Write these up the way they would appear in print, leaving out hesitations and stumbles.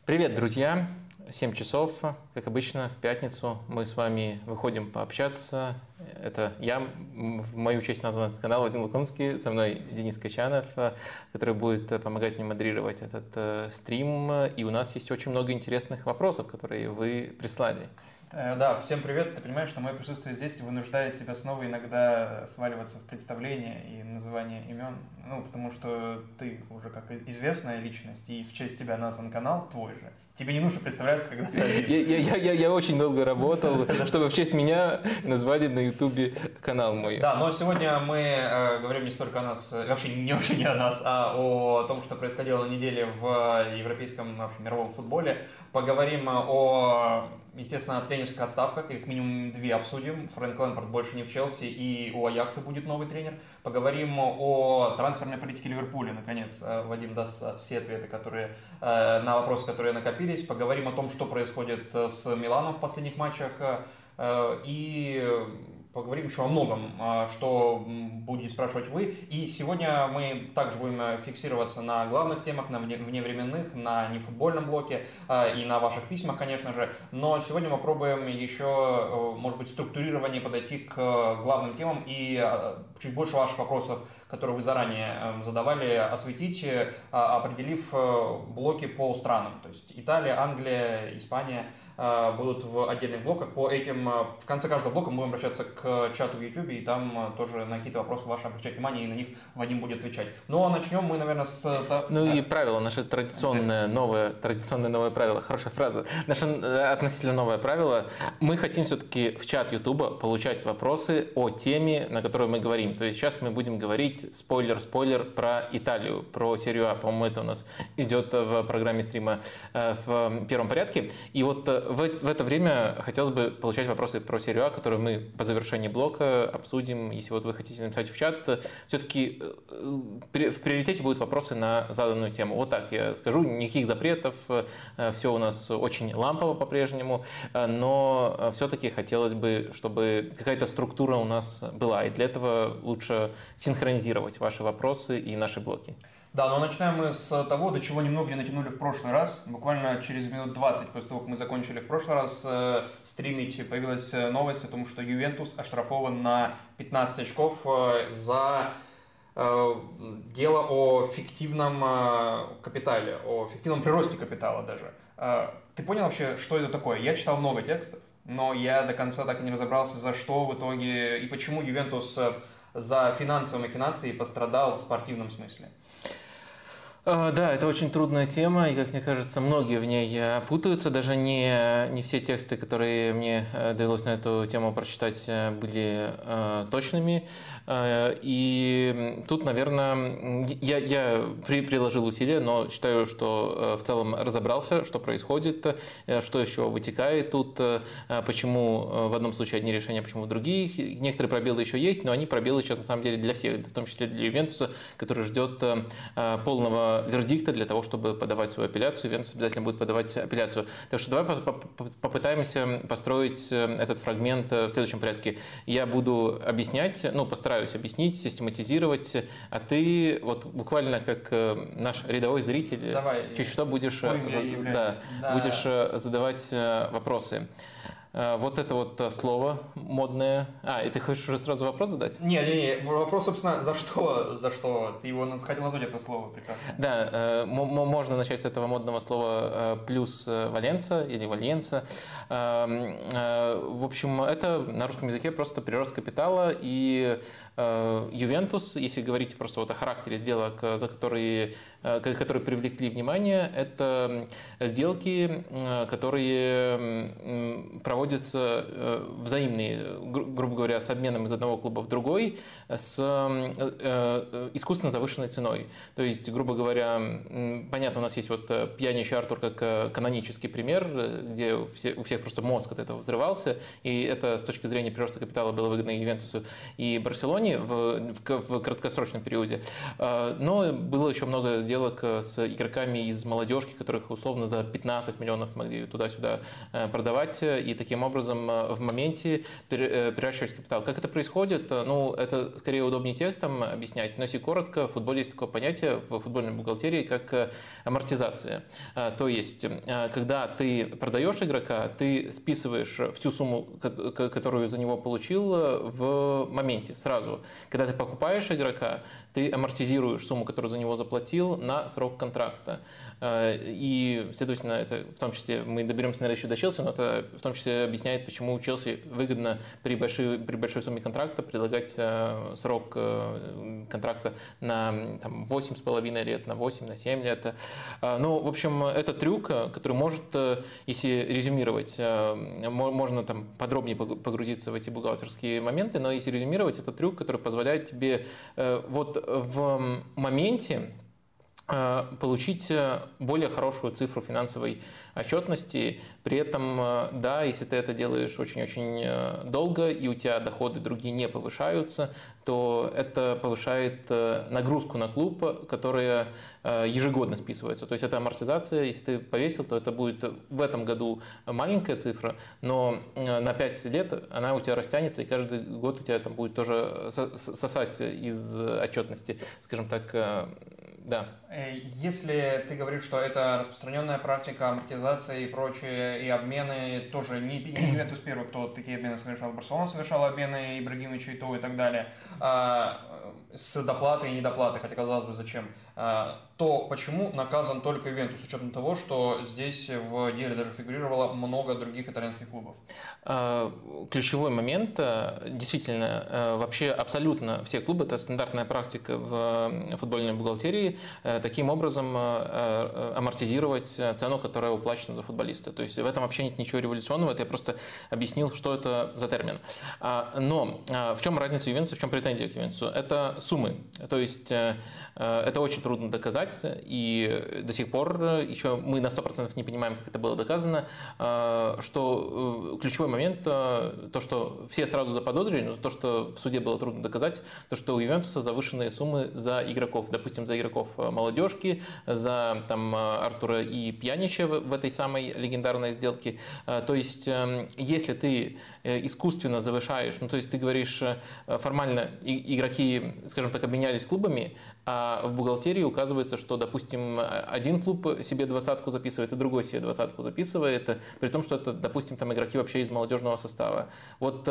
Привет, друзья! 7 часов, как обычно, в пятницу мы с вами выходим пообщаться. Это я, в мою честь назван этот канал Вадим Лукомский, со мной Денис Качанов, который будет помогать мне модерировать этот стрим. И у нас есть очень много интересных вопросов, которые вы прислали. Да, всем привет. Ты понимаешь, что мое присутствие здесь вынуждает тебя снова иногда сваливаться в представление и называние имен. Ну, потому что ты уже как известная личность, и в честь тебя назван канал твой же. Тебе не нужно представляться, когда ты один. Я очень долго работал, чтобы в честь меня назвали на Ютубе канал мой. Да, но сегодня мы говорим не столько о нас, вообще не о нас, а о том, что происходило на неделе в европейском, вообще, мировом футболе. Поговорим естественно, о тренерских отставках, и как минимум две обсудим. Фрэнк Лэмпард больше не в Челси, и у Аякса будет новый тренер. Поговорим о трансферной политике Ливерпуля, наконец. Вадим даст все ответы, на вопросы, которые накопились. Поговорим о том, что происходит с Миланом в последних матчах. И поговорим еще о многом, что будете спрашивать вы. И сегодня мы также будем фиксироваться на главных темах, на вневременных, на нефутбольном блоке и на ваших письмах, конечно же. Но сегодня мы попробуем еще, может быть, структурированнее подойти к главным темам и чуть больше ваших вопросов, которые вы заранее задавали, осветить, определив блоки по странам. То есть Италия, Англия, Испания будут в отдельных блоках. По этим, в конце каждого блока мы будем обращаться к чату в YouTube, и там тоже на какие-то вопросы ваши обращать внимание, и на них Вадим будет отвечать. Ну, а начнем мы, наверное, с... Ну и правило, наше традиционное новое правило, хорошая фраза, наше относительно новое правило, мы хотим все-таки в чат YouTube получать вопросы о теме, на которую мы говорим. То есть сейчас мы будем говорить, спойлер, про Италию, про серию А, по-моему, это у нас идет в программе стрима в первом порядке. И вот в это время хотелось бы получать вопросы про серию А, которые мы по завершении блока обсудим. Если вот вы хотите написать в чат, все-таки в приоритете будут вопросы на заданную тему. Вот так я скажу, никаких запретов, все у нас очень лампово по-прежнему, но все-таки хотелось бы, чтобы какая-то структура у нас была, и для этого лучше синхронизировать ваши вопросы и наши блоки. Да, но начинаем мы с того, до чего немного не натянули в прошлый раз. Буквально через минут 20 после того, как мы закончили в прошлый раз стримить, появилась новость о том, что Ювентус оштрафован на 15 очков за дело о фиктивном капитале, о фиктивном приросте капитала даже. Ты понял вообще, что это такое? Я читал много текстов, но я до конца так и не разобрался, за что в итоге и почему Ювентус за финансовые махинации пострадал в спортивном смысле. Да, это очень трудная тема, и, как мне кажется, многие в ней путаются. Даже не все тексты, которые мне довелось на эту тему прочитать, были точными. И тут, наверное, я приложил усилия, но считаю, что в целом разобрался, что происходит, что еще вытекает тут, почему в одном случае одни решения, почему в других. Некоторые пробелы еще есть, но они пробелы сейчас на самом деле для всех, в том числе для Ювентуса, который ждет полного вердикта для того, чтобы подавать свою апелляцию. Ювентус обязательно будет подавать апелляцию. Так что давай попытаемся построить этот фрагмент в следующем порядке. Я буду объяснять, постараюсь объяснить, систематизировать, а ты вот буквально как наш рядовой зритель чуть что будешь задавать вопросы. Вот это вот слово модное. И ты хочешь уже сразу вопрос задать? Не. Вопрос, собственно, за что? За что? Ты его хотел назвать это слово прекрасно. Да, можно начать с этого модного слова плюс Валенца или Вальенца. В общем, это на русском языке просто прирост капитала, и Ювентус, если говорить просто вот о характере сделок, за которые привлекли внимание, это сделки, которые проводятся взаимные, грубо говоря, с обменом из одного клуба в другой, с искусственно завышенной ценой. То есть, грубо говоря, понятно, у нас есть вот пьяничий Артур как канонический пример, где у всех просто мозг от этого взрывался, и это с точки зрения прироста капитала было выгодно и Ювентусу, и Барселоне в краткосрочном периоде. Но было еще много сделок с игроками из молодежки, которых условно за 15 миллионов могли туда-сюда продавать, и таким таким образом в моменте переращивать капитал. Как это происходит? Ну, это скорее удобнее текстом объяснять, но если коротко, в футболе есть такое понятие в футбольной бухгалтерии, как амортизация. То есть, когда ты продаешь игрока, ты списываешь всю сумму, которую за него получил, в моменте, сразу. Когда ты покупаешь игрока, ты амортизируешь сумму, которую за него заплатил, на срок контракта. И, следовательно, это в том числе, мы доберемся, наверное, еще до Челси, но это в том числе объясняет, почему Челси выгодно при большой сумме контракта предлагать срок контракта на там, 8,5 лет, на 8, на 7 лет. Ну, в общем, это трюк, который может, если резюмировать, можно там подробнее погрузиться в эти бухгалтерские моменты, но если резюмировать, это трюк, который позволяет тебе вот в моменте получить более хорошую цифру финансовой отчетности. При этом, да, если ты это делаешь очень-очень долго, и у тебя доходы другие не повышаются, то это повышает нагрузку на клуб, которая ежегодно списывается. То есть это амортизация, если ты повесил, то это будет в этом году маленькая цифра, но на 5 лет она у тебя растянется, и каждый год у тебя там будет тоже сосать из отчетности, скажем так, да. Если ты говоришь, что это распространенная практика амортизации и прочее, и обмены, тоже не Ювентус первый, кто такие обмены совершал, Барселона совершала обмены Ибрагимовича, Итоу и так далее, с доплатой и недоплатой, хотя казалось бы зачем, то почему наказан только Ювентус, с учетом того, что здесь в деле даже фигурировало много других итальянских клубов? Ключевой момент, действительно, вообще абсолютно все клубы, это стандартная практика в футбольной бухгалтерии, таким образом амортизировать цену, которая уплачена за футболиста. То есть в этом вообще нет ничего революционного, это я просто объяснил, что это за термин. Но в чем разница Ювентуса, в чем претензия к Ювентусу? Это суммы. То есть это очень трудно доказать, и до сих пор еще мы на 100% не понимаем, как это было доказано, что ключевой момент, то, что все сразу заподозрили, но то, что в суде было трудно доказать, то, что у Ювентуса завышенные суммы за игроков. Допустим, за игроков молодежки, за там, Артура и Пьянича в этой самой легендарной сделке. То есть, если ты искусственно завышаешь, ну то есть ты говоришь, формально игроки, скажем так, обменялись клубами, а в бухгалтерии указывается, что, допустим, один клуб себе 20-ку записывает, и другой себе 20-ку записывает, при том, что это, допустим, там игроки вообще из молодежного состава. Вот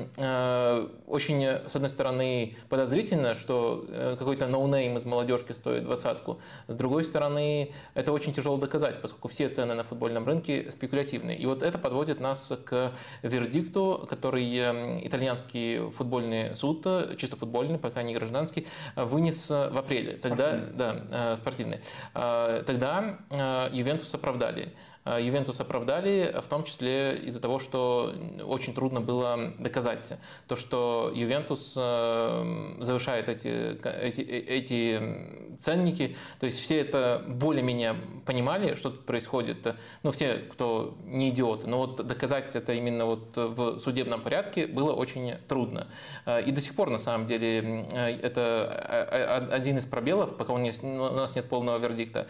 очень, с одной стороны, подозрительно, что какой-то ноунейм из молодежки стоит 20-ку. С другой стороны, это очень тяжело доказать, поскольку все цены на футбольном рынке спекулятивные. И вот это подводит нас к вердикту, который итальянский футбольный суд, чисто футбольный, пока не гражданский, вынес в апреле. Тогда, да, спортивный. Тогда Ювентус оправдали. Ювентус оправдали, в том числе из-за того, что очень трудно было доказать то, что Ювентус завышает эти ценники. То есть все это более-менее понимали, что тут происходит. Ну, все, кто не идиоты. Но вот доказать это именно вот в судебном порядке было очень трудно. И до сих пор, на самом деле, это один из пробелов, пока у нас нет полного вердикта.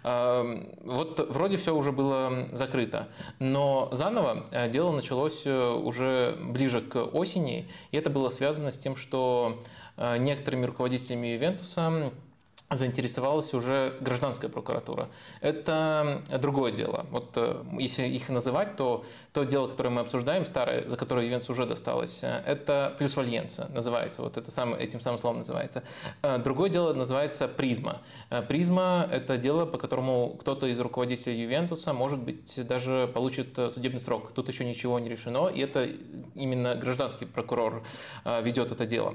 Вот вроде все уже было закрыто, но заново дело началось уже ближе к осени, и это было связано с тем, что некоторыми руководителями Ювентуса заинтересовалась уже гражданская прокуратура. Это другое дело. Вот если их называть, то дело, которое мы обсуждаем, старое, за которое Ювентус уже досталось, это плюсвальенца называется. Вот это этим самым словом называется. Другое дело называется призма. Призма – это дело, по которому кто-то из руководителей Ювентуса, может быть, даже получит судебный срок. Тут еще ничего не решено, и это именно гражданский прокурор ведет это дело.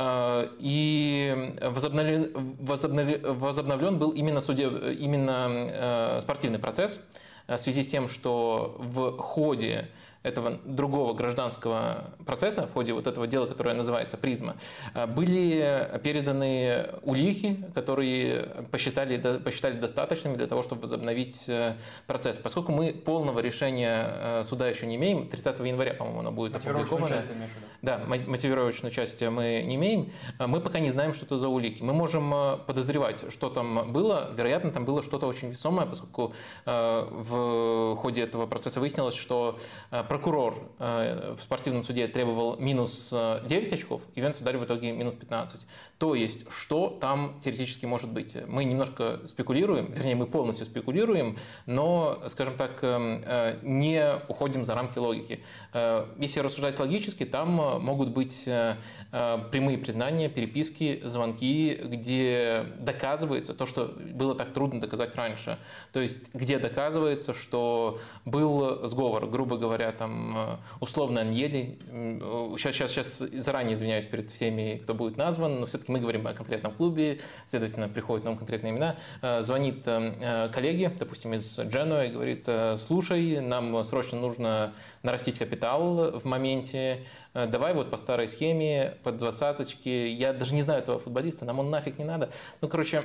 И возобновлен был именно спортивный процесс в связи с тем, что в ходе этого другого гражданского процесса, в ходе вот этого дела, которое называется «Призма», были переданы улики, которые посчитали достаточными для того, чтобы возобновить процесс. Поскольку мы полного решения суда еще не имеем, 30 января, по-моему, оно будет опубликовано. Да, мотивировочную часть мы не имеем. Мы пока не знаем, что это за улики. Мы можем подозревать, что там было. Вероятно, там было что-то очень весомое, поскольку в ходе этого процесса выяснилось, что прокурор в спортивном суде требовал минус 9 очков, Ювентус дали в итоге минус 15. То есть, что там теоретически может быть? Мы немножко спекулируем, вернее, мы полностью спекулируем, но, скажем так, не уходим за рамки логики. Если рассуждать логически, там могут быть прямые признания, переписки, звонки, где доказывается то, что было так трудно доказать раньше. То есть, где доказывается, что был сговор, грубо говоря, там, условно Аньели. Сейчас заранее извиняюсь перед всеми, кто будет назван, но все-таки мы говорим о конкретном клубе, следовательно, приходят нам конкретные имена. Звонит коллеге, допустим, из Дженуи, и говорит: слушай, нам срочно нужно нарастить капитал в моменте, давай вот по старой схеме, под двадцаточки. Я даже не знаю этого футболиста, нам он нафиг не надо. Ну, короче,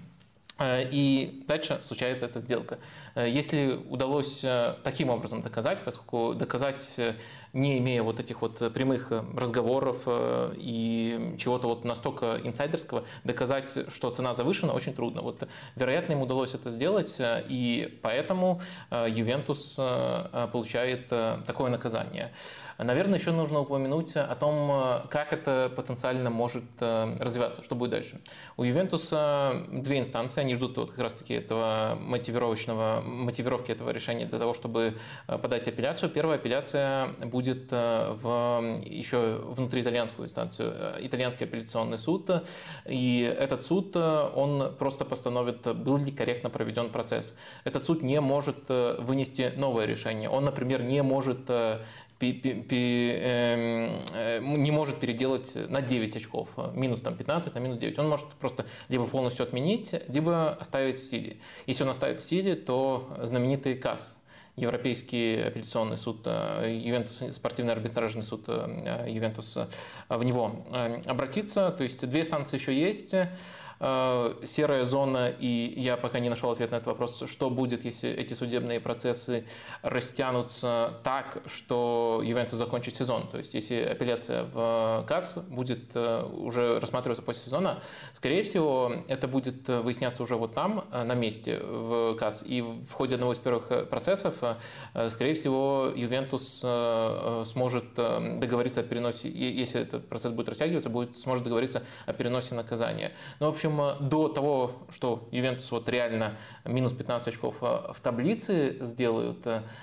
и дальше случается эта сделка. Если удалось таким образом доказать, поскольку доказать, не имея вот этих вот прямых разговоров и чего-то вот настолько инсайдерского, доказать, что цена завышена, очень трудно. Вот, вероятно, им удалось это сделать, и поэтому Ювентус получает такое наказание. Наверное, еще нужно упомянуть о том, как это потенциально может развиваться, что будет дальше. У Ювентуса две инстанции, они ждут вот как раз-таки этого мотивировки этого решения для того, чтобы подать апелляцию. Первая апелляция будет еще внутриитальянскую инстанцию, итальянский апелляционный суд, и этот суд, он просто постановит, был ли корректно проведен процесс. Этот суд не может вынести новое решение. Он, например, не может переделать на 9 очков, минус там 15 на минус 9. Он может просто либо полностью отменить, либо оставить в силе. Если он оставит в силе, то знаменитый КАС, Европейский апелляционный суд Ювентус, спортивный арбитражный суд Ювентус, в него обратиться. То есть две инстанции еще есть. Серая зона, и я пока не нашел ответ на этот вопрос, что будет, если эти судебные процессы растянутся так, что Ювентус закончит сезон. То есть, если апелляция в КАС будет уже рассматриваться после сезона, скорее всего, это будет выясняться уже вот там, на месте, в КАС. И в ходе одного из первых процессов, скорее всего, Ювентус сможет договориться о переносе, если этот процесс будет растягиваться, сможет договориться о переносе наказания. Ну, в общем, до того, что Ювентус вот реально минус 15 очков в таблице сделают,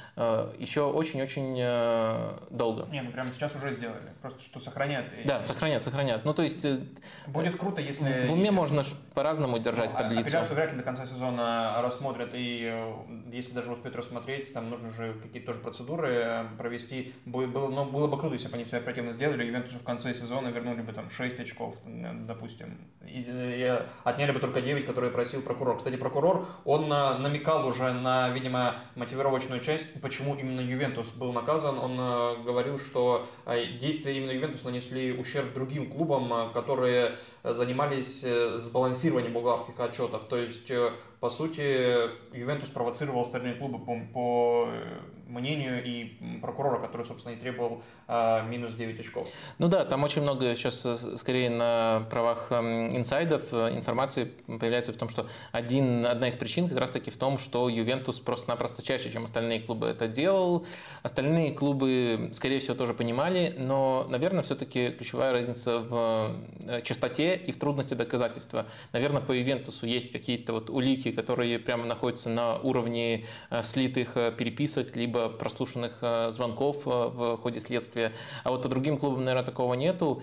еще очень-очень долго. Не, ну прямо сейчас уже сделали, просто что сохранят. Да, сохранят. Ну, то есть будет круто, если... В уме можно по-разному держать таблицу. Апелляцию вряд ли до конца сезона рассмотрят, и если даже успеют рассмотреть, там нужно же какие-то тоже процедуры провести. Было бы круто, если бы они все оперативно сделали, Ювентусу в конце сезона вернули бы там 6 очков, допустим, и отняли бы только 9, которые просил прокурор. Кстати, прокурор, он намекал уже на, видимо, мотивировочную часть, почему именно Ювентус был наказан. Он говорил, что действия именно Ювентуса нанесли ущерб другим клубам, которые занимались сбалансированием бухгалтерских отчетов. То есть, по сути, Ювентус провоцировал остальные клубы по мнению и прокурора, который, собственно, и требовал минус 9 очков. Ну да, там очень много сейчас, скорее на правах инсайдов, информации появляется в том, что одна из причин как раз-таки в том, что Ювентус просто-напросто чаще, чем остальные клубы, это делал. Остальные клубы, скорее всего, тоже понимали, но, наверное, все-таки ключевая разница в частоте и в трудности доказательства. Наверное, по Ювентусу есть какие-то вот улики, которые прямо находятся на уровне слитых переписок, либо прослушанных звонков в ходе следствия. А вот по другим клубам, наверное, такого нету.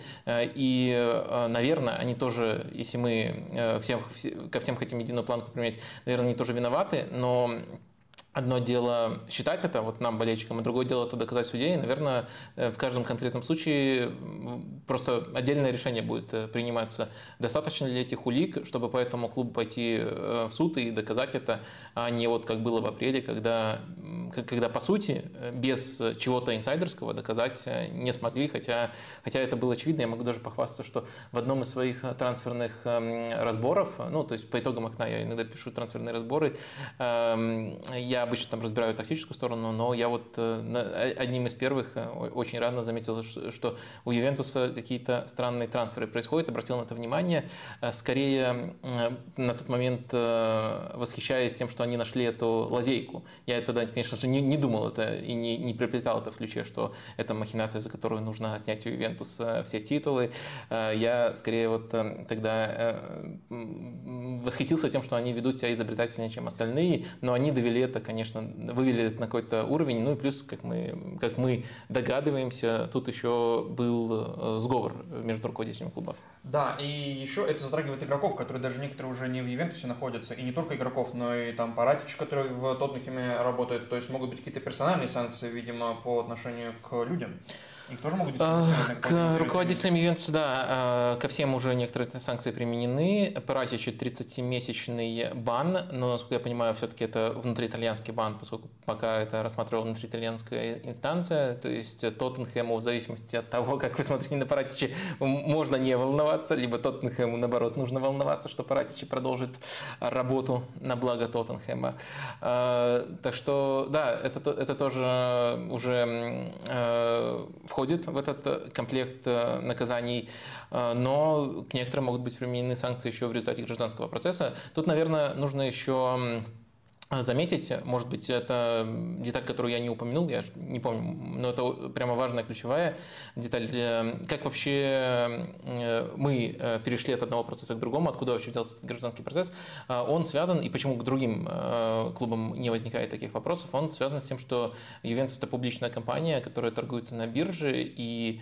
И, наверное, они тоже, если мы ко всем хотим единую планку применять, наверное, они тоже виноваты, но одно дело считать это вот нам, болельщикам, и другое дело это доказать судей. Наверное, в каждом конкретном случае просто отдельное решение будет приниматься. Достаточно ли этих улик, чтобы по этому клубу пойти в суд и доказать это, а не вот как было в апреле, когда по сути без чего-то инсайдерского доказать не смогли, хотя это было очевидно. Я могу даже похвастаться, что в одном из своих трансферных разборов, ну то есть по итогам окна я иногда пишу трансферные разборы, я я обычно там разбираю тактическую сторону, но я вот одним из первых очень рано заметил, что у Ювентуса какие-то странные трансферы происходят, обратил на это внимание, скорее на тот момент восхищаясь тем, что они нашли эту лазейку. Я тогда, конечно же, не думал это и не приплетал это в ключе, что это махинация, за которую нужно отнять у Ювентуса все титулы. Я скорее вот тогда восхитился тем, что они ведут себя изобретательнее, чем остальные, но они довели это, конечно, вывели это на какой-то уровень, ну и плюс, как мы догадываемся, тут еще был сговор между руководителями клубов. Да, и еще это затрагивает игроков, которые даже некоторые уже не в Ювентусе находятся, и не только игроков, но и там Паратич, который в Тоттенхэме работает, то есть могут быть какие-то персональные санкции, видимо, по отношению к людям. Их тоже могут дисквалифицировать на какой-то К период руководителям Ювентуса, да, ко всем уже некоторые санкции применены. Паратичу 30-месячный бан, но, насколько я понимаю, все-таки это внутриитальянский бан, поскольку пока это рассматривала внутриитальянская инстанция, то есть Тоттенхэму, в зависимости от того, как вы смотрите на Паратича, можно не волноваться, либо Тоттенхэму, наоборот, нужно волноваться, что Паратичи продолжит работу на благо Тоттенхэма. Так что, да, это тоже уже входит в этот комплект наказаний, но к некоторым могут быть применены санкции еще в результате гражданского процесса. Тут, наверное, нужно еще заметить, может быть, это деталь, которую я не упомянул, я не помню, но это прямо важная ключевая деталь. Как вообще мы перешли от одного процесса к другому, откуда вообще взялся гражданский процесс, он связан, и почему к другим клубам не возникает таких вопросов, он связан с тем, что Ювентус – это публичная компания, которая торгуется на бирже, и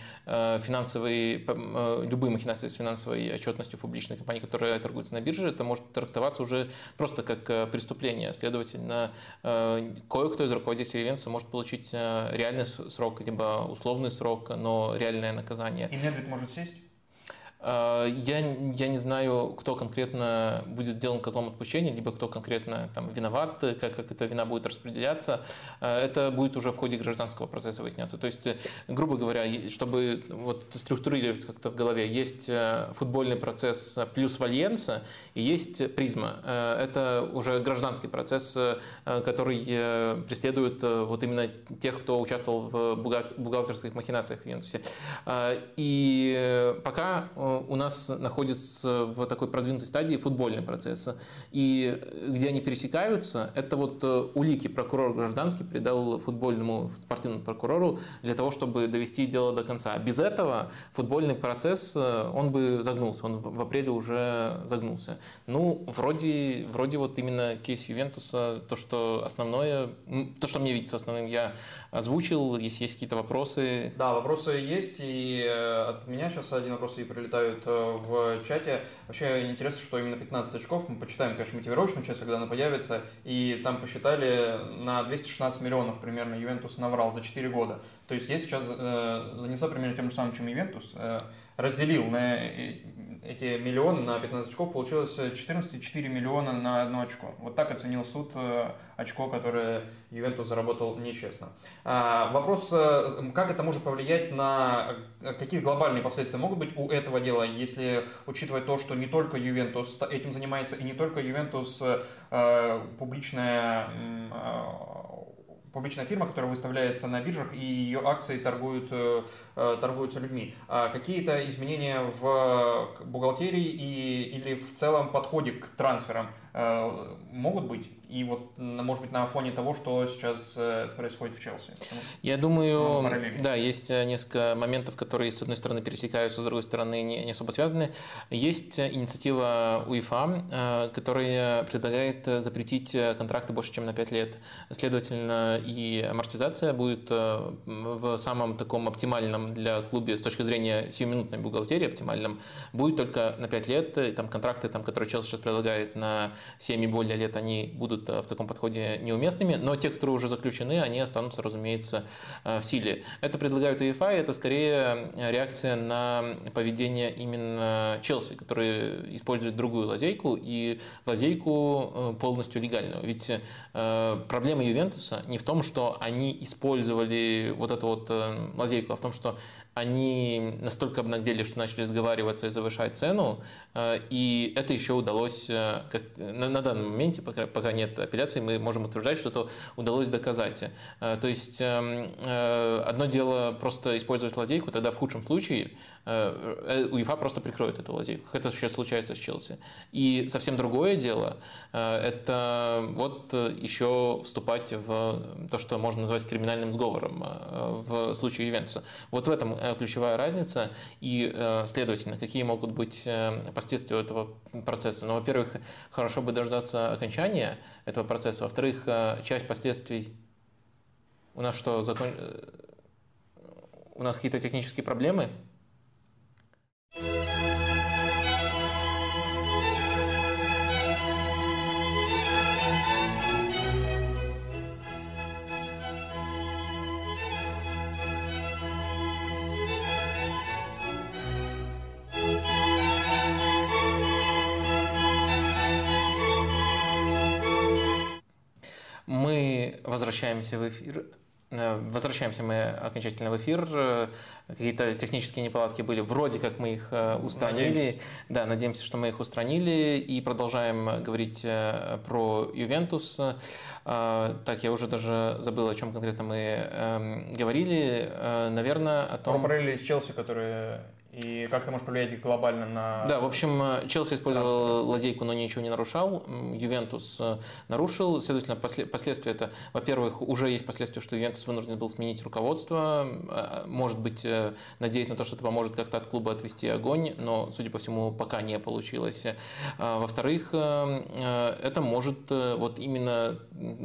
любые махинации с финансовой отчетностью публичной компании, которая торгуется на бирже, это может трактоваться уже просто как преступление. Следовательно, кое-кто из руководителей Ювентуса может получить реальный срок, либо условный срок, но реальное наказание. И Недвед может сесть? Я не знаю, кто конкретно будет сделан козлом отпущения, либо кто конкретно там виноват, как эта вина будет распределяться. Это будет уже в ходе гражданского процесса выясняться. То есть, грубо говоря, чтобы вот структурировать как-то в голове, есть футбольный процесс плюс Вальенса и есть призма. Это уже гражданский процесс, который преследует вот именно тех, кто участвовал в бухгалтерских махинациях в Ювентусе. И пока у нас находится в такой продвинутой стадии футбольный процесс. И где они пересекаются, это вот улики прокурор гражданский передал футбольному спортивному прокурору для того, чтобы довести дело до конца. Без этого футбольный процесс, он бы загнулся, он в апреле уже загнулся. Ну, вроде вот именно кейс Ювентуса, то, что мне видится основным, я озвучил, если есть какие-то вопросы. Да, вопросы есть, и от меня сейчас один вопрос и прилетают в чате. Вообще интересно, что именно 15 очков, мы почитаем, конечно, мотивировочную часть, когда она появится, и там посчитали на 216 миллионов примерно Ювентус наврал за 4 года. То есть я сейчас занялся примерно тем же самым, чем Ювентус, разделил на эти миллионы на 15 очков, получилось 14,4 миллиона на одно очко. Вот так оценил суд очко, которое Ювентус заработал нечестно. Вопрос, как это может повлиять на какие глобальные последствия могут быть у этого дела, если учитывать то, что не только Ювентус этим занимается, и не только Ювентус публичная фирма, которая выставляется на биржах, и ее акции торгуются людьми. Какие-то изменения в бухгалтерии или в целом подходе к трансферам могут быть? И вот, может быть, на фоне того, что сейчас происходит в Челси. Я думаю, да, есть несколько моментов, которые, с одной стороны, пересекаются, с другой стороны, не особо связаны. Есть инициатива УЕФА, которая предлагает запретить контракты больше, чем на 5 лет. Следовательно, и амортизация будет в самом таком оптимальном для клуба с точки зрения сиюминутной бухгалтерии, оптимальном, будет только на 5 лет. И там контракты, которые Челси сейчас предлагает на 7 и более лет, они будут в таком подходе неуместными, но те, которые уже заключены, они останутся, разумеется, в силе. Это предлагают УЕФА, и это скорее реакция на поведение именно Челси, который использует другую лазейку, и лазейку полностью легальную. Ведь проблема Ювентуса не в том, что они использовали вот эту вот лазейку, а в том, что они настолько обнаглели, что начали сговариваться и завышать цену, и это еще удалось, на данном моменте, пока нет нет апелляции, мы можем утверждать, что это удалось доказать. То есть одно дело просто использовать лазейку, тогда в худшем случае УЕФА просто прикроет эту лазейку, как это сейчас случается с Челси. И совсем другое дело, это вот еще вступать в то, что можно назвать криминальным сговором в случае Ювентуса. Вот в этом ключевая разница и, следовательно, какие могут быть последствия этого процесса. Ну, во-первых, хорошо бы дождаться окончания этого процесса. Во-вторых, часть последствий у нас что, у нас какие-то технические проблемы? Мы возвращаемся в эфир. Возвращаемся мы окончательно в эфир. Какие-то технические неполадки были. Вроде как мы их устранили. Надеемся. Да, надеемся, что мы их устранили. И продолжаем говорить про Ювентус. Так, я уже даже забыл, о чем конкретно мы говорили. Наверное, о том... Про параллели с Челси, которые... И как это может повлиять глобально на... Да, в общем, Челси использовал лазейку, но ничего не нарушал. Ювентус нарушил. Следовательно, последствия это, во-первых, уже есть последствия, что Ювентус вынужден был сменить руководство. Может быть, надеясь на то, что это поможет как-то от клуба отвести огонь, но, судя по всему, пока не получилось. Во-вторых, это может вот именно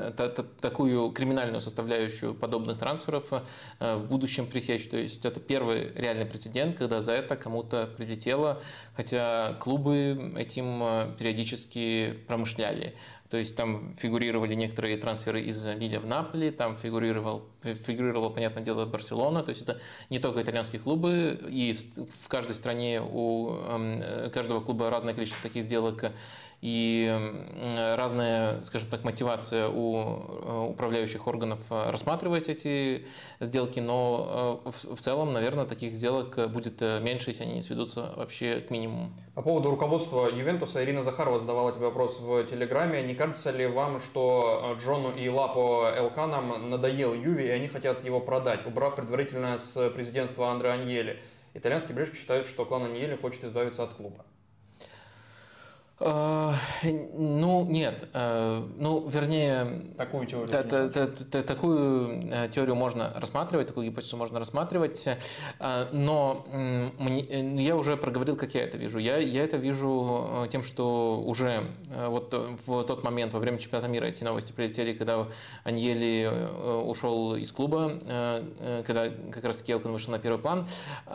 такую криминальную составляющую подобных трансферов в будущем пресечь. То есть это первый реальный прецедент, когда за это кому-то прилетело, хотя клубы этим периодически промышляли. То есть там фигурировали некоторые трансферы из Лиля в Наполи, там фигурировала, понятное дело, Барселона. То есть это не только итальянские клубы, и в каждой стране у каждого клуба разное количество таких сделок и разная, скажем так, мотивация у управляющих органов рассматривать эти сделки, но в целом, наверное, таких сделок будет меньше, если они не сведутся вообще к минимуму. По поводу руководства Ювентуса Ирина Захарова задавала тебе вопрос в Телеграме. Не кажется ли вам, что Джону и Лапо Элканам надоел Юве, и они хотят его продать, убрав предварительно с президентства Андре Аньелли? Итальянские близкие считают, что клан Аньелли хочет избавиться от клуба. Ну, нет. Ну, вернее, Такую теорию. такую теорию можно рассматривать, такую гипотезу можно рассматривать, но я уже проговорил, как я это вижу. Я это вижу тем, что уже вот в тот момент, во время чемпионата мира, эти новости прилетели, когда Аньелли ушел из клуба, когда как раз-таки Элкан вышел на первый план.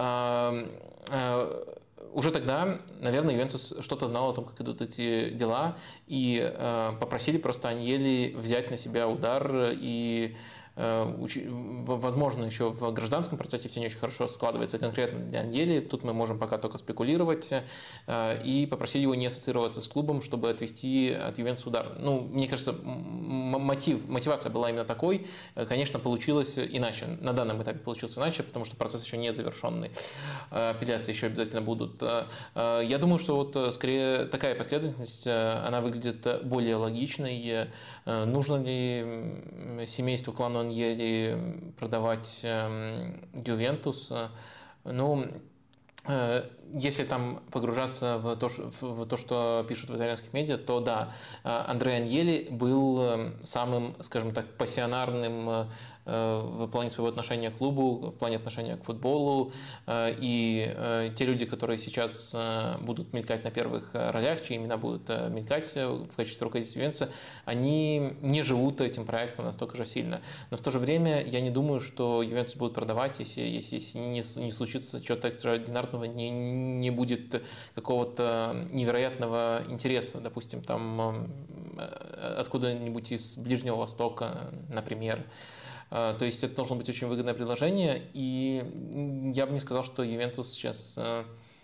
Уже тогда, наверное, Ювентус что-то знал о том, как идут эти дела, и попросили просто Аньелли взять на себя удар и возможно, еще в гражданском процессе все не очень хорошо складывается конкретно для Аньелли. Тут мы можем пока только спекулировать. И попросили его не ассоциироваться с клубом, чтобы отвести от Ювентуса удар. Ну, мне кажется, мотивация была именно такой. Конечно, получилось иначе. На данном этапе получилось иначе, потому что процесс еще не завершенный. Апелляции еще обязательно будут. Я думаю, что вот скорее такая последовательность, она выглядит более логичной. Нужно ли семейству клана Аньелли продавать Ювентус? Ну, если там погружаться в то, что пишут в итальянских медиа, то да, Андре Аньелли был самым, скажем так, пассионарным в плане своего отношения к клубу, в плане отношения к футболу. И те люди, которые сейчас будут мелькать на первых ролях, чьи имена будут мелькать в качестве руководителя Ювентуса, они не живут этим проектом настолько же сильно. Но в то же время я не думаю, что Ювентус будут продавать, если не случится чего-то экстраординарного, не будет какого-то невероятного интереса, допустим, там откуда-нибудь из Ближнего Востока, например. То есть это должно быть очень выгодное предложение, и я бы не сказал, что Ювентус сейчас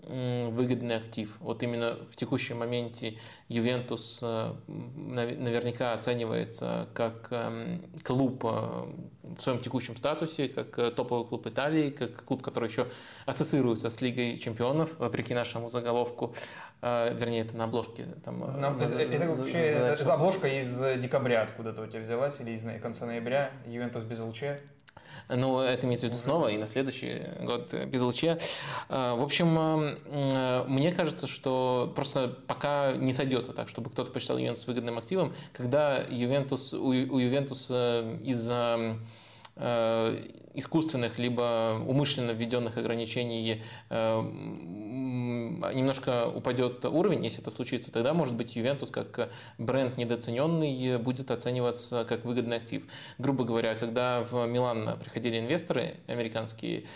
выгодный актив. Вот именно в текущем моменте Ювентус наверняка оценивается как клуб в своем текущем статусе, как топовый клуб Италии, как клуб, который еще ассоциируется с Лигой чемпионов, вопреки нашему заголовку. Вернее, это на обложке. Там, это вообще это обложка из декабря откуда-то у тебя взялась, или из конца ноября, Ювентус без ЛЧ? Ну, это имеется в виду снова и на следующий год без ЛЧ. В общем, мне кажется, что просто пока не сойдется так, чтобы кто-то посчитал Ювентус выгодным активом, когда у Ювентуса из-за искусственных либо умышленно введенных ограничений немножко упадет уровень, если это случится, тогда, может быть, Ювентус как бренд недооцененный будет оцениваться как выгодный актив. Грубо говоря, когда в Милан приходили инвесторы американские,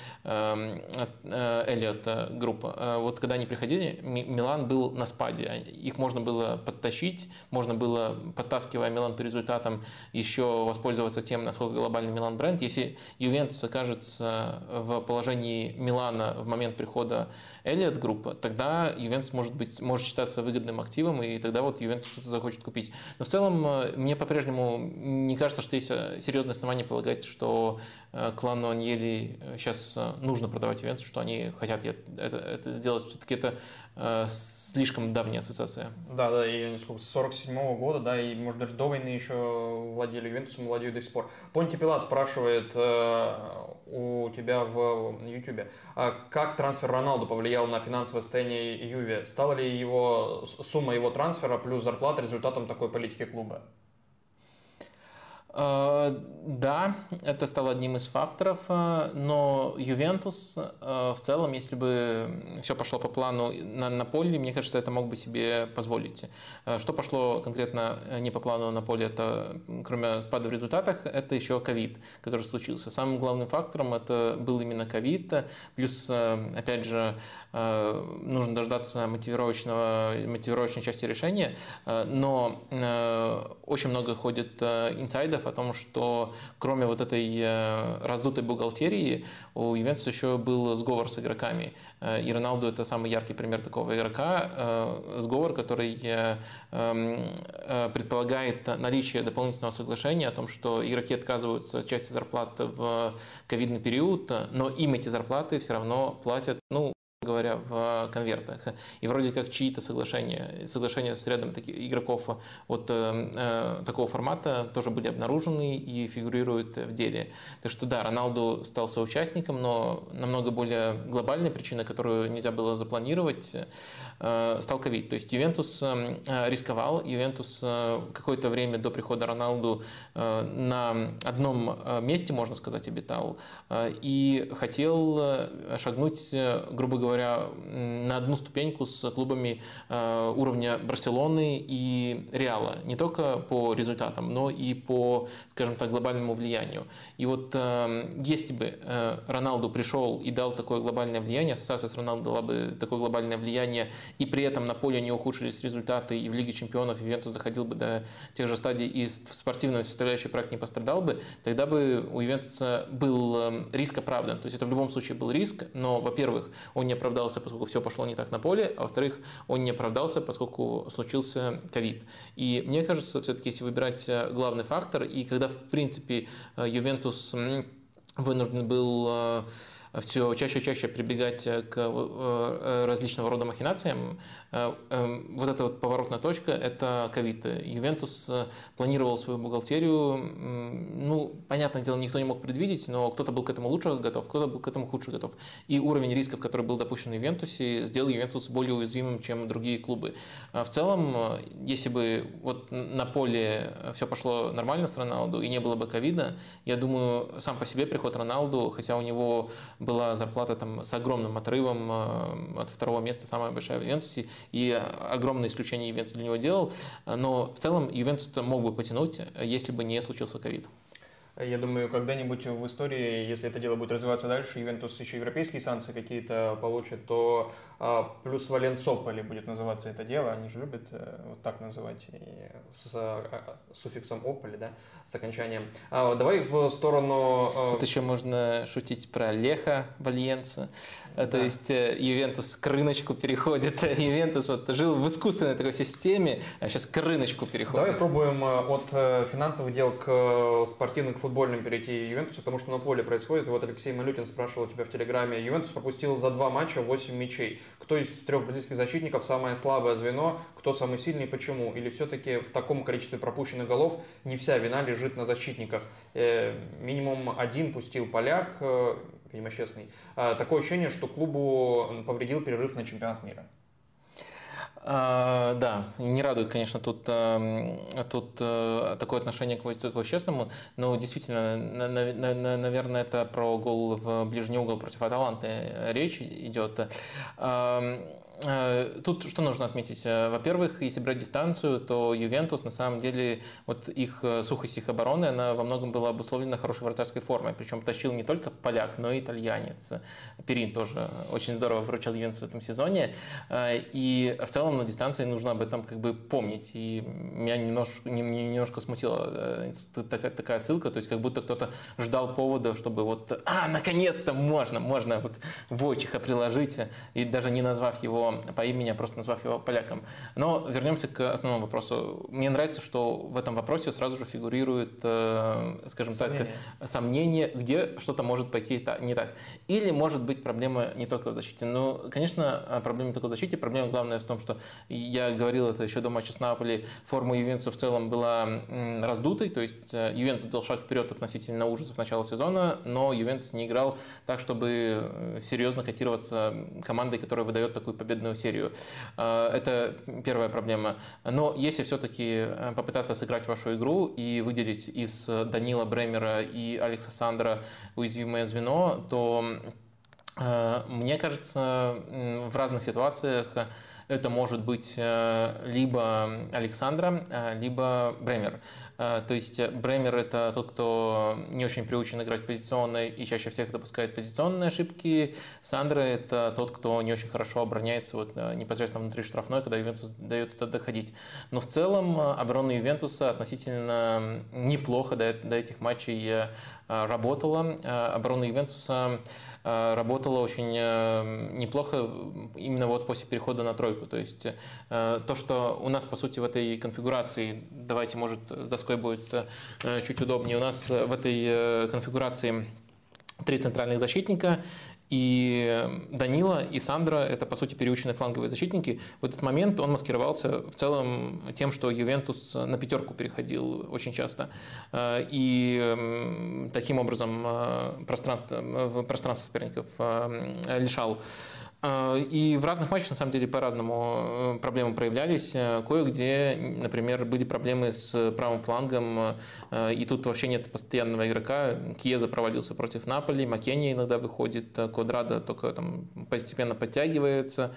Elliott группа, вот когда они приходили, Милан был на спаде, их можно было подтащить, можно было, подтаскивая Милан по результатам, еще воспользоваться тем, насколько глобальный Милан бренд. Если Ювентус окажется в положении Милана в момент прихода Elliott группа, тогда Ювентус может считаться выгодным активом, и тогда вот Ювентус кто-то захочет купить. Но в целом мне по-прежнему не кажется, что есть серьезное основание полагать, что клану Аньели сейчас нужно продавать Ювентус, что они хотят это сделать. Все-таки это слишком давняя ассоциация. Да, и они сколько, с 47-го года, да, и может даже до войны еще владели Ювентусом, владеют до сих пор. Понти Пилат спрашивает у тебя в Ютубе, как трансфер Роналду повлиял на финансовое состояние Юве? Стала ли сумма его трансфера плюс зарплата результатом такой политики клуба? Да, это стало одним из факторов, но Ювентус в целом, если бы все пошло по плану на поле, мне кажется, это мог бы себе позволить. Что пошло конкретно не по плану на поле, это, кроме спада в результатах, это еще ковид, который случился. Самым главным фактором это был именно ковид, плюс, опять же, нужно дождаться мотивировочной части решения, но очень много ходит инсайдов о том, что кроме вот этой раздутой бухгалтерии у Ювентуса еще был сговор с игроками. И Роналду это самый яркий пример такого игрока. Сговор, который предполагает наличие дополнительного соглашения о том, что игроки отказываются от части зарплаты в ковидный период, но им эти зарплаты все равно платят, говоря, в конвертах. И вроде как чьи-то соглашения с рядом таких игроков вот такого формата тоже были обнаружены и фигурируют в деле. Так что да, Роналду стал соучастником, но намного более глобальная причина, которую нельзя было запланировать, стал ковид. То есть Ювентус рисковал, Ювентус какое-то время до прихода Роналду на одном месте, можно сказать, обитал и хотел шагнуть, грубо говоря, на одну ступеньку с клубами уровня Барселоны и Реала. Не только по результатам, но и по, скажем так, глобальному влиянию. И вот если бы Роналду пришел и дал такое глобальное влияние, ассоциация с Роналду дала бы такое глобальное влияние, и при этом на поле не ухудшились результаты, и в Лиге чемпионов Ювентус доходил бы до тех же стадий, и в спортивной составляющей проект не пострадал бы, тогда бы у Ювентуса был риск оправдан. То есть это в любом случае был риск, но, во-первых, он не оправдался, поскольку все пошло не так на поле, а во-вторых, он не оправдался, поскольку случился ковид. И мне кажется, все-таки, если выбирать главный фактор, и когда, в принципе, Ювентус вынужден был все чаще и чаще прибегать к различного рода махинациям. Вот эта вот поворотная точка – это ковид. Ювентус планировал свою бухгалтерию, понятное дело, никто не мог предвидеть, но кто-то был к этому лучше готов, кто-то был к этому хуже готов. И уровень рисков, который был допущен в Ювентусе, сделал Ювентус более уязвимым, чем другие клубы. В целом, если бы вот на поле все пошло нормально с Роналду и не было бы ковида, я думаю, сам по себе приход Роналду, хотя у него была зарплата там с огромным отрывом от второго места, самая большая в Ювентусе, и огромное исключение Ювентус для него делал, но в целом Ювентус мог бы потянуть, если бы не случился ковид. Я думаю, когда-нибудь в истории, если это дело будет развиваться дальше, Ювентус еще европейские санкции какие-то получит, то плюс Валенцополи будет называться это дело. Они же любят вот так называть, с суффиксом ополи, да, с окончанием. Давай в сторону... Тут еще можно шутить про Леха Вальенца. То есть Ювентус к рыночку переходит. Ювентус вот жил в искусственной такой системе, а сейчас к рыночку переходит. Давай пробуем от финансовых дел к спортивным, к футбольным перейти Ювентусу, потому что на поле происходит. И вот Алексей Малютин спрашивал тебя в Телеграме. Ювентус пропустил за 2 матча 8 мячей. Кто из 3 бразильских защитников самое слабое звено? Кто самый сильный и почему? Или все-таки в таком количестве пропущенных голов не вся вина лежит на защитниках? Минимум один пустил поляк, видимо, честный. Такое ощущение, что клубу повредил перерыв на чемпионат мира. Да, не радует, конечно, тут такое отношение к Войцехову-Честному, но действительно, наверное, это про гол в ближний угол против Аталанты речь идет. Тут что нужно отметить? Во-первых, если брать дистанцию, то Ювентус, на самом деле, вот их сухость их обороны, она во многом была обусловлена хорошей вратарской формой. Причем тащил не только поляк, но и итальянец. Перин тоже очень здорово выручал Ювентус в этом сезоне. И в целом на дистанции нужно об этом как бы помнить. И меня немножко смутила такая отсылка, то есть как будто кто-то ждал повода, чтобы вот, наконец-то можно вот Войчиха приложить, и даже не назвав его по имени, а просто назвав его поляком. Но вернемся к основному вопросу. Мне нравится, что в этом вопросе сразу же фигурирует, скажем так, сомнение, где что-то может пойти не так. Или может быть проблема не только в защите. Ну, конечно, проблема не только в защите. Проблема главная в том, что я говорил это еще до матча с Наполи, форма Ювентуса в целом была раздутой, то есть Ювентус сделал шаг вперед относительно ужасов начала сезона, но Ювентус не играл так, чтобы серьезно котироваться командой, которая выдает такую победную серию. Это первая проблема. Но если все-таки попытаться сыграть вашу игру и выделить из Данила Бремера и Алекса Сандра уязвимое звено, то мне кажется, в разных ситуациях это может быть либо Александра, либо Бремер. То есть Бремер – это тот, кто не очень приучен играть позиционно и чаще всех допускает позиционные ошибки. Сандра – это тот, кто не очень хорошо обороняется вот непосредственно внутри штрафной, когда Ювентус дает это доходить. Но в целом оборона Ювентуса относительно неплохо до этих матчей работала. Оборона Ювентуса работала очень неплохо именно вот после перехода на тройку. То есть то, что у нас, по сути, в этой конфигурации, давайте, может, с доской будет чуть удобнее, у нас в этой конфигурации 3 центральных защитника, и Данила, и Сандра – это, по сути, переученные фланговые защитники. В этот момент он маскировался в целом тем, что Ювентус на пятерку переходил очень часто. И таким образом пространство соперников лишал. И в разных матчах, на самом деле, по-разному проблемы проявлялись. Кое-где, например, были проблемы с правым флангом, и тут вообще нет постоянного игрока. Кьеза провалился против Наполи, Маккенни иногда выходит, Квадрада только там постепенно подтягивается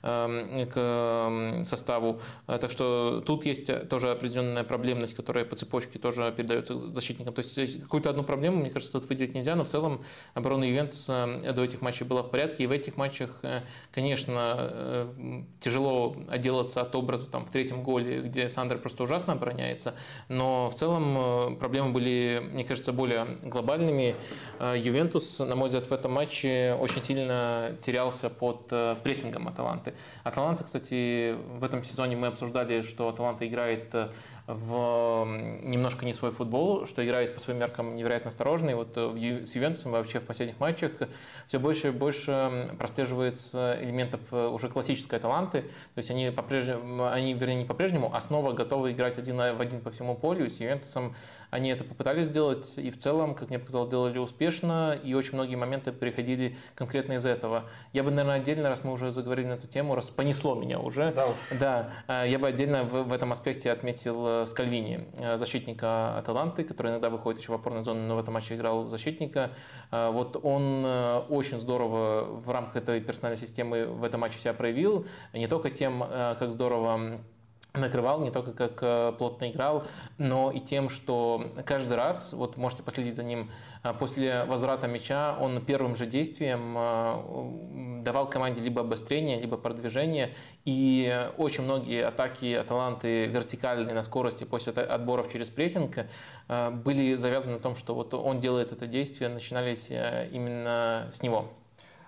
к составу. Так что тут есть тоже определенная проблемность, которая по цепочке тоже передается защитникам. То есть какую-то одну проблему, мне кажется, тут выделить нельзя, но в целом оборона Ювентуса до этих матчей была в порядке, и в этих матчах, конечно, тяжело отделаться от образа там, в 3-м голе, где Сандер просто ужасно обороняется, но в целом проблемы были, мне кажется, более глобальными. Ювентус, на мой взгляд, в этом матче очень сильно терялся под прессингом Аталанты. Аталанта, кстати, в этом сезоне мы обсуждали, что Аталанта играет в немножко не свой футбол, что играет по своим меркам невероятно осторожно. И вот с Ювентусом вообще в последних матчах все больше и больше прослеживается элементов уже классической Аталанты. То есть они по-прежнему, вернее, не по-прежнему, а снова готовы играть 1 в 1 по всему полю. И с Ювентусом они это попытались сделать, и в целом, как мне показалось, делали успешно, и очень многие моменты переходили конкретно из этого. Я бы, наверное, отдельно, раз мы уже заговорили на эту тему, раз понесло меня уже, да, я бы отдельно в этом аспекте отметил Скальвини, защитника Аталанты, который иногда выходит еще в опорную зону, но в этом матче играл защитника. Вот он очень здорово в рамках этой персональной системы в этом матче себя проявил, не только тем, как здорово накрывал, не только как плотно играл, но и тем, что каждый раз, вот можете последить за ним, после возврата мяча он первым же действием давал команде либо обострение, либо продвижение, и очень многие атаки Аталанты вертикальные на скорости после отборов через прессинг были завязаны на том, что вот он делает это действие, начинались именно с него.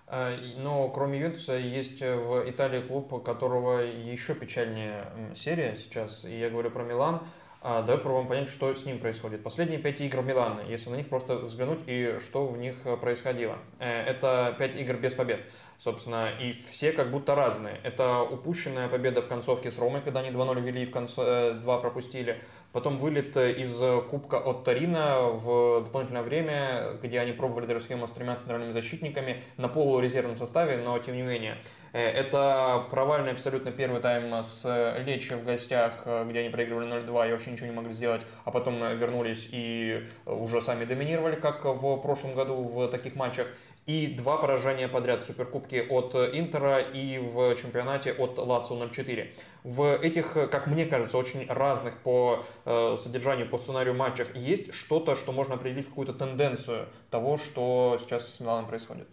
Но кроме Ювентуса есть в Италии клуб, у которого еще печальнее серия сейчас, и я говорю про Милан. Давай попробуем понять, что с ним происходит. Последние 5 игр Милана, если на них просто взглянуть и что в них происходило. Это 5 игр без побед, собственно, и все как будто разные. Это упущенная победа в концовке с Ромой, когда они 2-0 вели и в конце 2 пропустили. Потом вылет из Кубка от Торино в дополнительное время, где они пробовали даже схему с 3 центральными защитниками на полурезервном составе, но тем не менее. Это провальный абсолютно первый тайм с Лечи в гостях, где они проигрывали 0-2 и вообще ничего не могли сделать, а потом вернулись и уже сами доминировали, как в прошлом году в таких матчах. И 2 поражения подряд в Суперкубке от Интера и в чемпионате от Лацио 0-4. В этих, как мне кажется, очень разных по содержанию, по сценарию матчах есть что-то, что можно определить в какую-то тенденцию того, что сейчас с Миланом происходит.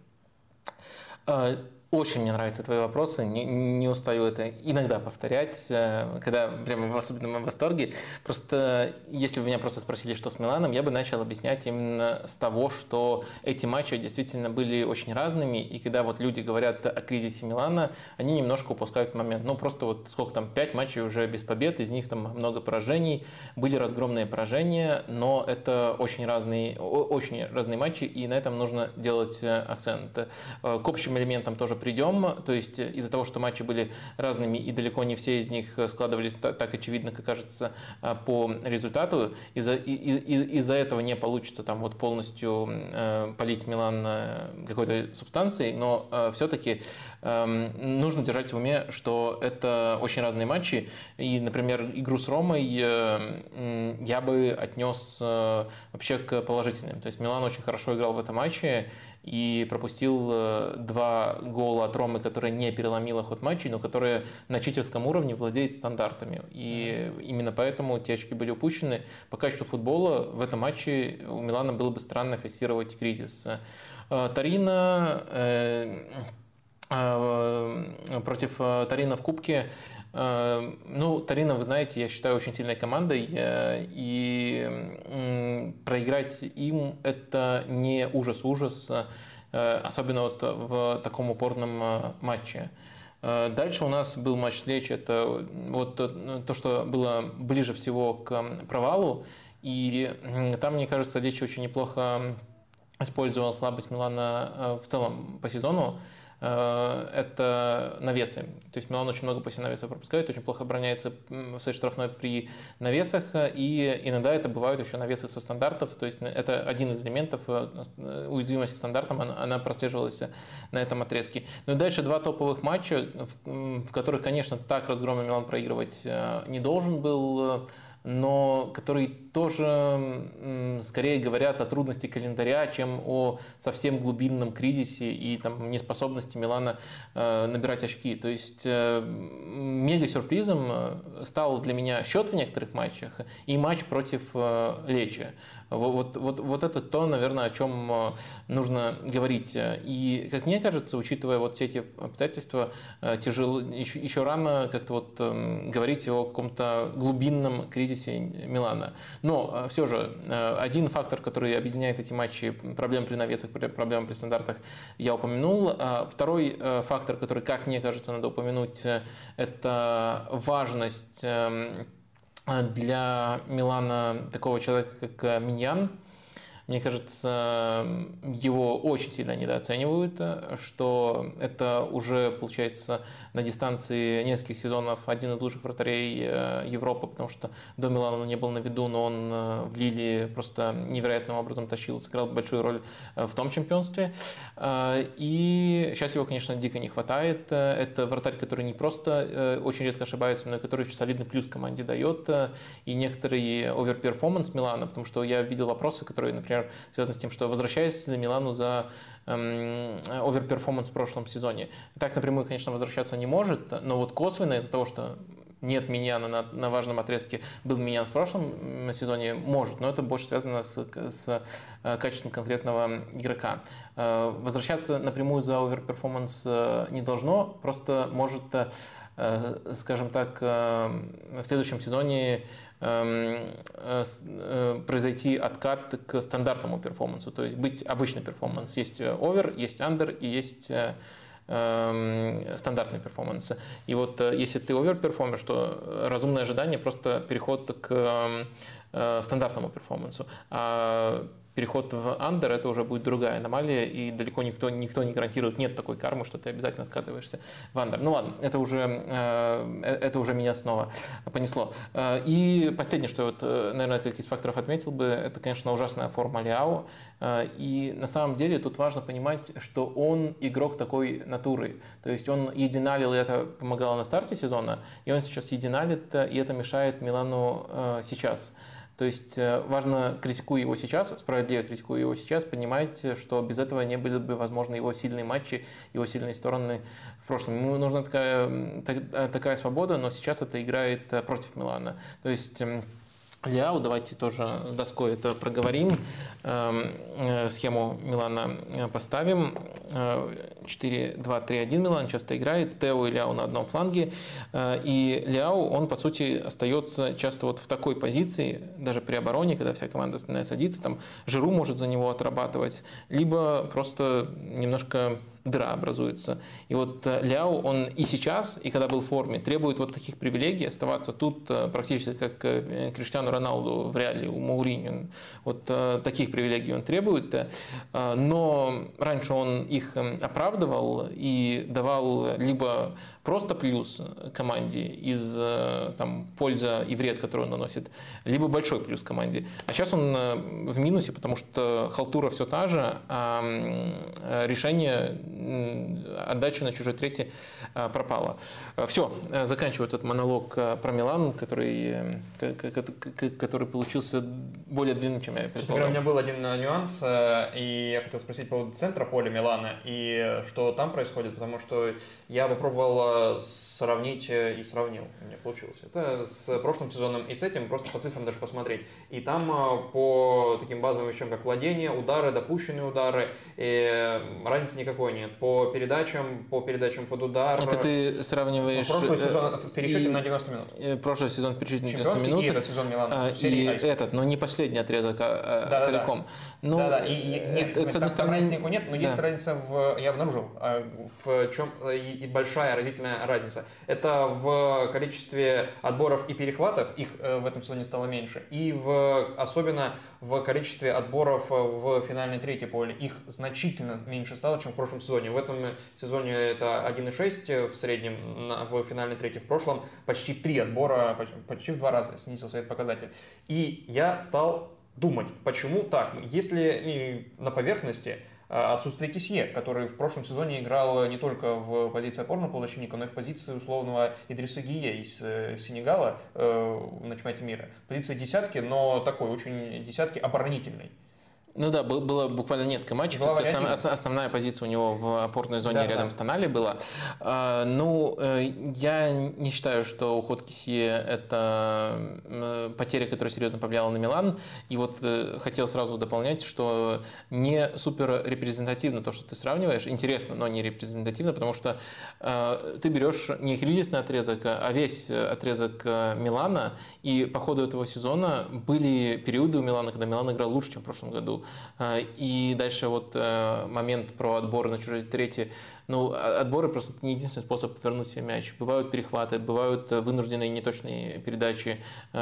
Очень мне нравятся твои вопросы, не устаю это иногда повторять, когда прямо в особенном восторге. Просто если бы меня просто спросили, что с Миланом, я бы начал объяснять именно с того, что эти матчи действительно были очень разными, и когда вот люди говорят о кризисе Милана, они немножко упускают момент. Ну, просто вот сколько там, 5 матчей уже без побед, из них там много поражений, были разгромные поражения, но это очень разные матчи, и на этом нужно делать акцент. К общим элементам тоже придем, то есть из-за того, что матчи были разными и далеко не все из них складывались так очевидно, как кажется, по результату, из-за этого не получится там вот полностью полить Милан какой-то субстанцией, но все-таки нужно держать в уме, что это очень разные матчи, и, например, игру с Ромой я бы отнес вообще к положительным, то есть Милан очень хорошо играл в этом матче, и пропустил 2 гола от Ромы, которая не переломила ход матчей, но которая на читерском уровне владеет стандартами. И именно поэтому те очки были упущены. По качеству футбола в этом матче у Милана было бы странно фиксировать кризис. Торино против Торино в Кубке. Ну, Торино, вы знаете, я считаю очень сильной командой, и проиграть им это не ужас-ужас, особенно вот в таком упорном матче. Дальше у нас был матч с Лечи, это вот то, что было ближе всего к провалу, и там, мне кажется, Лечи очень неплохо использовал слабость Милана в целом по сезону. Это навесы. То есть Милан очень много после навесов пропускает, очень плохо обороняется в своей штрафной при навесах, и иногда это бывают еще навесы со стандартов, то есть это один из элементов уязвимости к стандартам, она прослеживалась на этом отрезке. Ну и дальше 2 топовых матча, в которых, конечно, так разгромно Милан проигрывать не должен был, но которые тоже скорее говорят о трудности календаря, чем о совсем глубинном кризисе и там, неспособности Милана набирать очки. То есть мега-сюрпризом стал для меня счет в некоторых матчах и матч против Лечи. Вот это то, наверное, о чем нужно говорить. И, как мне кажется, учитывая вот все эти обстоятельства, тяжело, еще рано как-то вот говорить о каком-то глубинном кризисе Милана. Но все же один фактор, который объединяет эти матчи, проблемы при навесах, проблемы при стандартах, я упомянул. Второй фактор, который, как мне кажется, надо упомянуть, это важность для Милана такого человека, как Миньян. Мне кажется, его очень сильно недооценивают, что это уже, получается, на дистанции нескольких сезонов один из лучших вратарей Европы, потому что до Милана он не был на виду, но он в Лилии просто невероятным образом тащил, сыграл большую роль в том чемпионстве. И сейчас его, конечно, дико не хватает. Это вратарь, который не просто очень редко ошибается, но и который очень солидный плюс команде дает. И некоторый оверперформанс Милана, потому что я видел вопросы, которые, например, связаны с тем, что возвращается ли Милану за оверперформанс в прошлом сезоне. Так напрямую, конечно, возвращаться не может, но вот косвенно из-за того, что нет Миньяна на важном отрезке, был Миньян в прошлом сезоне, может, но это больше связано с качеством конкретного игрока. Возвращаться напрямую за оверперформанс не должно, просто может скажем так, в следующем сезоне произойти откат к стандартному перформансу, то есть быть обычный перформанс. Есть овер, есть андер и есть стандартные перформансы. И вот если ты оверперформишь, то разумное ожидание просто переход к стандартному перформансу. А переход в андер это уже будет другая аномалия, и далеко никто не гарантирует, нет такой кармы, что ты обязательно скатываешься в андер. Ну ладно, это уже меня снова понесло. И последнее, что вот, наверное, как из факторов отметил бы, это, конечно, ужасная форма Ляо. И на самом деле тут важно понимать, что он игрок такой натуры. То есть он единалил, и это помогало на старте сезона, и он сейчас единалит, и это мешает Милану сейчас. То есть важно, критикуя его сейчас, справедливо критикуя его сейчас, понимать, что без этого не были бы возможны его сильные матчи, его сильные стороны в прошлом. Ему нужна такая свобода, но сейчас это играет против Милана. То есть Ляо, давайте тоже с доской это проговорим. Схему Милана поставим. 4-2-3-1 Милан часто играет. Тео и Ляо на одном фланге. И Ляо, он по сути остается часто вот в такой позиции, даже при обороне, когда вся команда остальная садится, там Жиру может за него отрабатывать, либо просто немножко дыра образуется. И вот Ляо, он и сейчас, и когда был в форме, требует вот таких привилегий, оставаться тут практически как Криштиану Роналду в Реале у Мауриньо. Вот таких привилегий он требует. Но раньше он их оправдывал и давал либо просто плюс команде из там, польза и вред, который он наносит, либо большой плюс команде. А сейчас он в минусе, потому что халтура все та же, а решение отдачи на чужой третий пропало. Все, заканчиваю этот монолог про Милан, который получился более длинным, чем я предполагал. У меня был один нюанс, и я хотел спросить по поводу центра поля Милана и что там происходит, потому что я попробовал сравнить и сравнил, у меня получилось. Это с прошлым сезоном и с этим, просто по цифрам даже посмотреть. И там по таким базовым вещам, как владение, удары, допущенные удары, разницы никакой нет. По передачам под удар. Это ты сравниваешь... Прошлый сезон в пересчете на 90 минут. Прошлый сезон в пересчете на 90 минут. И этот сезон Милана. И этот, но не последний отрезок целиком. Ну, нет, там разницы никакой нет, но есть разница я обнаружил, в чем и большая разительная разница. Это в количестве отборов и перехватов, их в этом сезоне стало меньше, и особенно в количестве отборов в финальной трети поля. Их значительно меньше стало, чем в прошлом сезоне. В этом сезоне это 1,6 в среднем в финальной трети. В прошлом почти 3 отбора, почти в 2 раза снизился этот показатель. И я стал думать, почему так? Если на поверхности отсутствие Кисье, который в прошлом сезоне играл не только в позиции опорного полузащитника, но и в позиции условного Идриса Гие из Сенегала на чемпионате мира. Позиция десятки, но такой очень десятки оборонительной. Ну да, было буквально несколько матчей. Основная позиция у него в опорной зоне рядом с Тонали была. Ну, я не считаю, что уход Кисье – это потеря, которая серьезно повлияла на Милан. И вот хотел сразу дополнять, что не супер репрезентативно то, что ты сравниваешь. Интересно, но не репрезентативно, потому что ты берешь не кризисный отрезок, а весь отрезок Милана. И по ходу этого сезона были периоды у Милана, когда Милан играл лучше, чем в прошлом году. И дальше вот момент про отборы на чужие трети. Ну, отборы просто не единственный способ вернуть себе мяч. Бывают перехваты, бывают вынужденные неточные передачи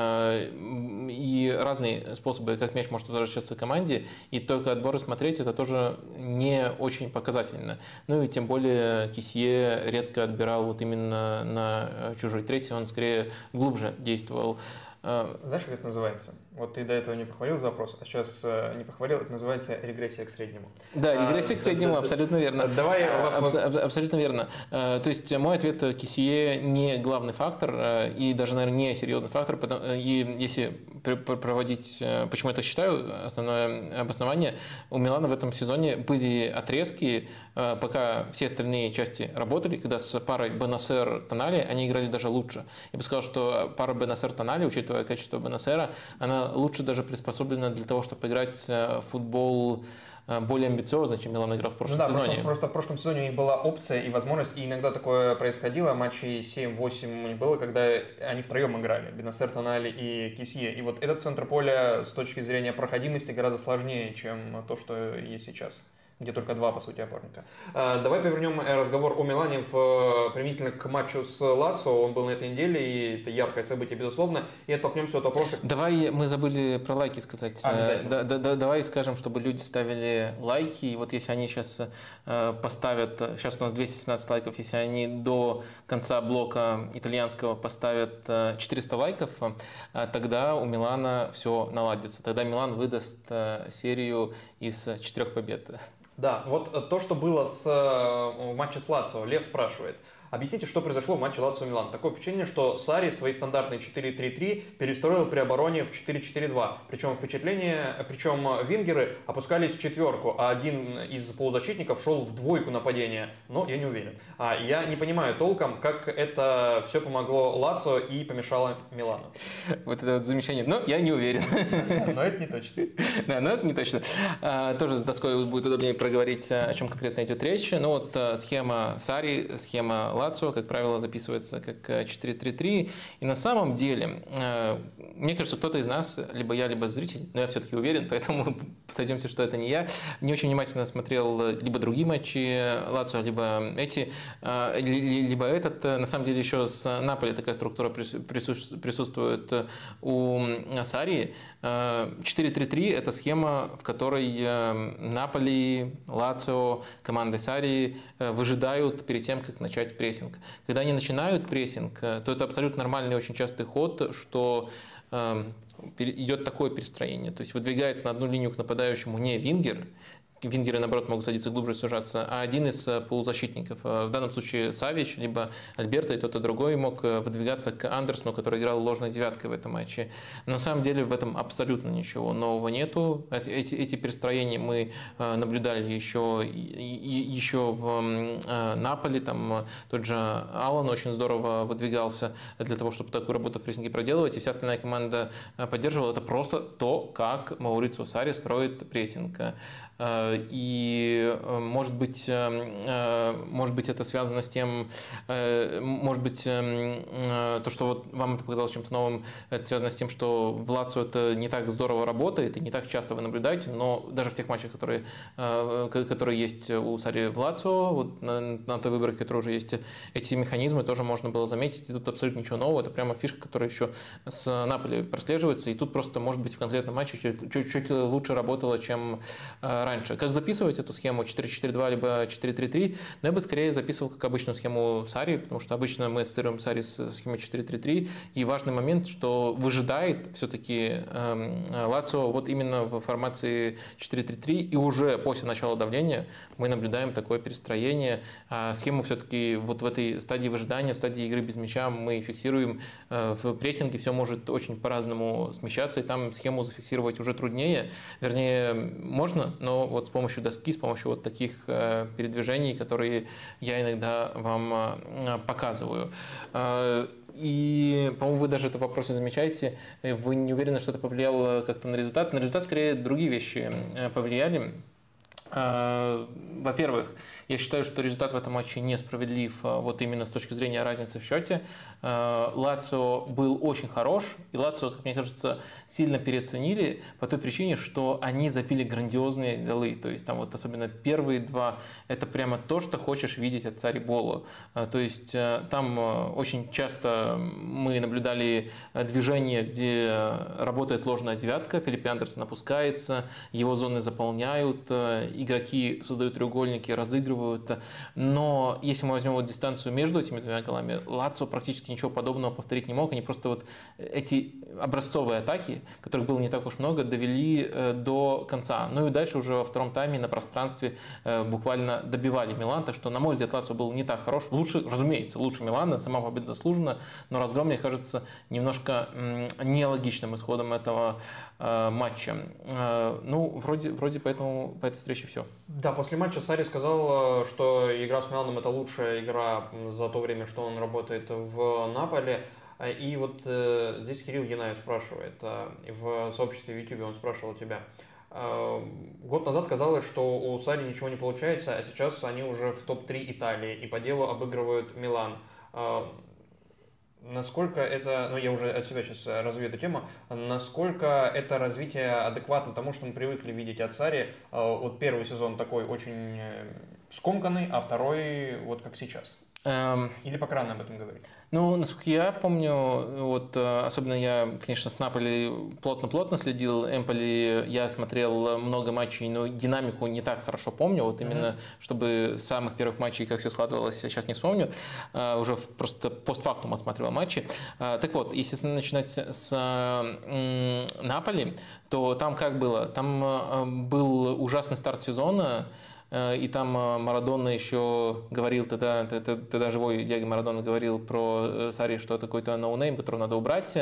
и разные способы, как мяч может возвращаться команде. И только отборы смотреть, это тоже не очень показательно. Ну и тем более Кисье редко отбирал вот именно на чужой трети, он скорее глубже действовал. Знаешь, как это называется? Вот ты до этого не похвалил запрос, а сейчас не похвалил. Это называется регрессия к среднему. Да, регрессия к среднему, абсолютно верно. Давай. Абсолютно верно. То есть мой ответ: Кисье не главный фактор и даже, наверное, не серьезный фактор. И если проводить, почему я так считаю, основное обоснование, у Милана в этом сезоне были отрезки, пока все остальные части работали, когда с парой Бенасер-Тонали они играли даже лучше. Я бы сказал, что пара Бенасер-Тонали, учитывая качество Бенасера, она лучше даже приспособлена для того, чтобы играть в футбол более амбициозно, чем Милан играл в прошлом да, сезоне. просто в прошлом сезоне у них была опция и возможность, и иногда такое происходило, матчей 7-8 у них было, когда они втроем играли, Бенасер, Тонали и Кисье. И вот этот центр поля с точки зрения проходимости гораздо сложнее, чем то, что есть сейчас, где только два, по сути, опорника. Давай повернем разговор о Милане применительно к матчу с Лацио. Он был на этой неделе, и это яркое событие, безусловно. И оттолкнемся от вопроса. Давай, мы забыли про лайки сказать. Обязательно. Давай скажем, чтобы люди ставили лайки. И вот если они сейчас поставят, сейчас у нас 217 лайков, если они до конца блока итальянского поставят 400 лайков, тогда у Милана все наладится. Тогда Милан выдаст серию из 4 побед. Да, вот то, что было в матче с Лацио, Лев спрашивает. Объясните, что произошло в матче Лацио-Милан. Такое впечатление, что Сарри свои стандартные 4-3-3 перестроил при обороне в 4-4-2. Причем вингеры опускались в четверку, а один из полузащитников шел в двойку нападения. Но я не уверен. Я не понимаю толком, как это все помогло Лацио и помешало Милану. Вот это вот замечание. Но я не уверен. Но это не точно. Да, но это не точно. Тоже с доской будет удобнее проговорить, о чем конкретно идет речь. Ну вот схема Сарри, схема Лацио, как правило, записывается как 4-3-3. И на самом деле, мне кажется, кто-то из нас, либо я, либо зритель, но я все-таки уверен, поэтому сойдемся, что это не я, не очень внимательно смотрел либо другие матчи Лацио, либо эти, либо этот. На самом деле еще с Наполи такая структура присутствует у Сарри. 4-3-3 – это схема, в которой Наполи, Лацио, команды Сарри выжидают перед тем, как начать прессинг. Когда они начинают прессинг, то это абсолютно нормальный, очень частый ход, что идет такое перестроение. То есть выдвигается на одну линию к нападающему не вингер, вингеры, наоборот, могут садиться глубже, сужаться, а один из полузащитников, в данном случае Савич, либо Альберто, и тот, и другой мог выдвигаться к Андерсону, который играл ложной девяткой в этом матче. На самом деле в этом абсолютно ничего нового нету. Эти перестроения мы наблюдали еще в Наполе, там тот же Аллан очень здорово выдвигался для того, чтобы такую работу в прессинге проделывать, и вся остальная команда поддерживала. Это просто то, как Маурицио Сарри строит прессинг. И, может быть, это связано с тем, может быть, то, что вот вам это показалось чем-то новым, это связано с тем, что в Лацио это не так здорово работает, и не так часто вы наблюдаете, но даже в тех матчах, которые есть у Сарри в Лацио, вот на той выборке, которая уже есть, эти механизмы тоже можно было заметить, и тут абсолютно ничего нового, это прямо фишка, которая еще с Наполи прослеживается, и тут просто, может быть, в конкретном матче чуть лучше работала, чем раньше. Как записывать эту схему 4-4-2 либо 4-3-3? Но я бы скорее записывал как обычную схему Сарри, потому что обычно мы ассоциируем Сарри с схемой 4-3-3. И важный момент, что выжидает все-таки Лацио вот именно в формации 4-3-3. И уже после начала давления мы наблюдаем такое перестроение. А схему все-таки вот в этой стадии выжидания, в стадии игры без мяча мы фиксируем в прессинге. Все может очень по-разному смещаться, и там схему зафиксировать уже труднее. Вернее, можно, но вот с помощью доски, с помощью вот таких передвижений, которые я иногда вам показываю. И, по-моему, вы даже это в вопросе замечаете, вы не уверены, что это повлияло как-то на результат. На результат скорее другие вещи повлияли. Во-первых, я считаю, что результат в этом матче несправедлив вот именно с точки зрения разницы в счете. Лацио был очень хорош, и Лацио, как мне кажется, сильно переоценили по той причине, что они забили грандиозные голы. То есть там вот особенно первые два, это прямо то, что хочешь видеть от Цариболо. То есть там очень часто мы наблюдали движение, где работает ложная девятка, Филиппе Андерсон опускается, его зоны заполняют, игроки создают треугольники, разыгрывают. Но если мы возьмем вот дистанцию между этими двумя голами, Лацио практически ничего подобного повторить не мог. Они просто вот эти образцовые атаки, которых было не так уж много, довели до конца. Ну и дальше уже во втором тайме на пространстве буквально добивали Милан. Так что, на мой взгляд, Лацио был не так хорош. Лучше, разумеется, лучше Милана, сама победа заслужена. Но разгром, мне кажется, немножко нелогичным исходом этого матча. Ну, вроде по этой встрече все. Да, после матча Сарри сказал, что игра с Миланом это лучшая игра за то время, что он работает в Наполе. И вот здесь Кирилл Янаев спрашивает, в сообществе в YouTube он спрашивал тебя, Год назад казалось, что у Сарри ничего не получается, а сейчас они уже в топ-3 Италии и по делу обыгрывают Милан. Насколько это, ну я уже от себя сейчас развью эту тему, насколько это развитие адекватно тому, что мы привыкли видеть от Сарри? Вот первый сезон такой очень скомканный, а второй вот как сейчас. Эм, Или пока рано об этом говорить? Ну, насколько я помню, вот особенно я, конечно, с Наполи плотно-плотно следил, Эмполи я смотрел много матчей, но динамику не так хорошо помню, вот именно, чтобы с самых первых матчей, как все складывалось, я сейчас не вспомню, уже просто постфактум отсматривал матчи. Так вот, если начинать с Наполи, то там как было? Там был ужасный старт сезона, и там Марадона еще говорил, тогда живой Диего Марадона говорил про Сарри, что это какой-то ноунейм, которого надо убрать.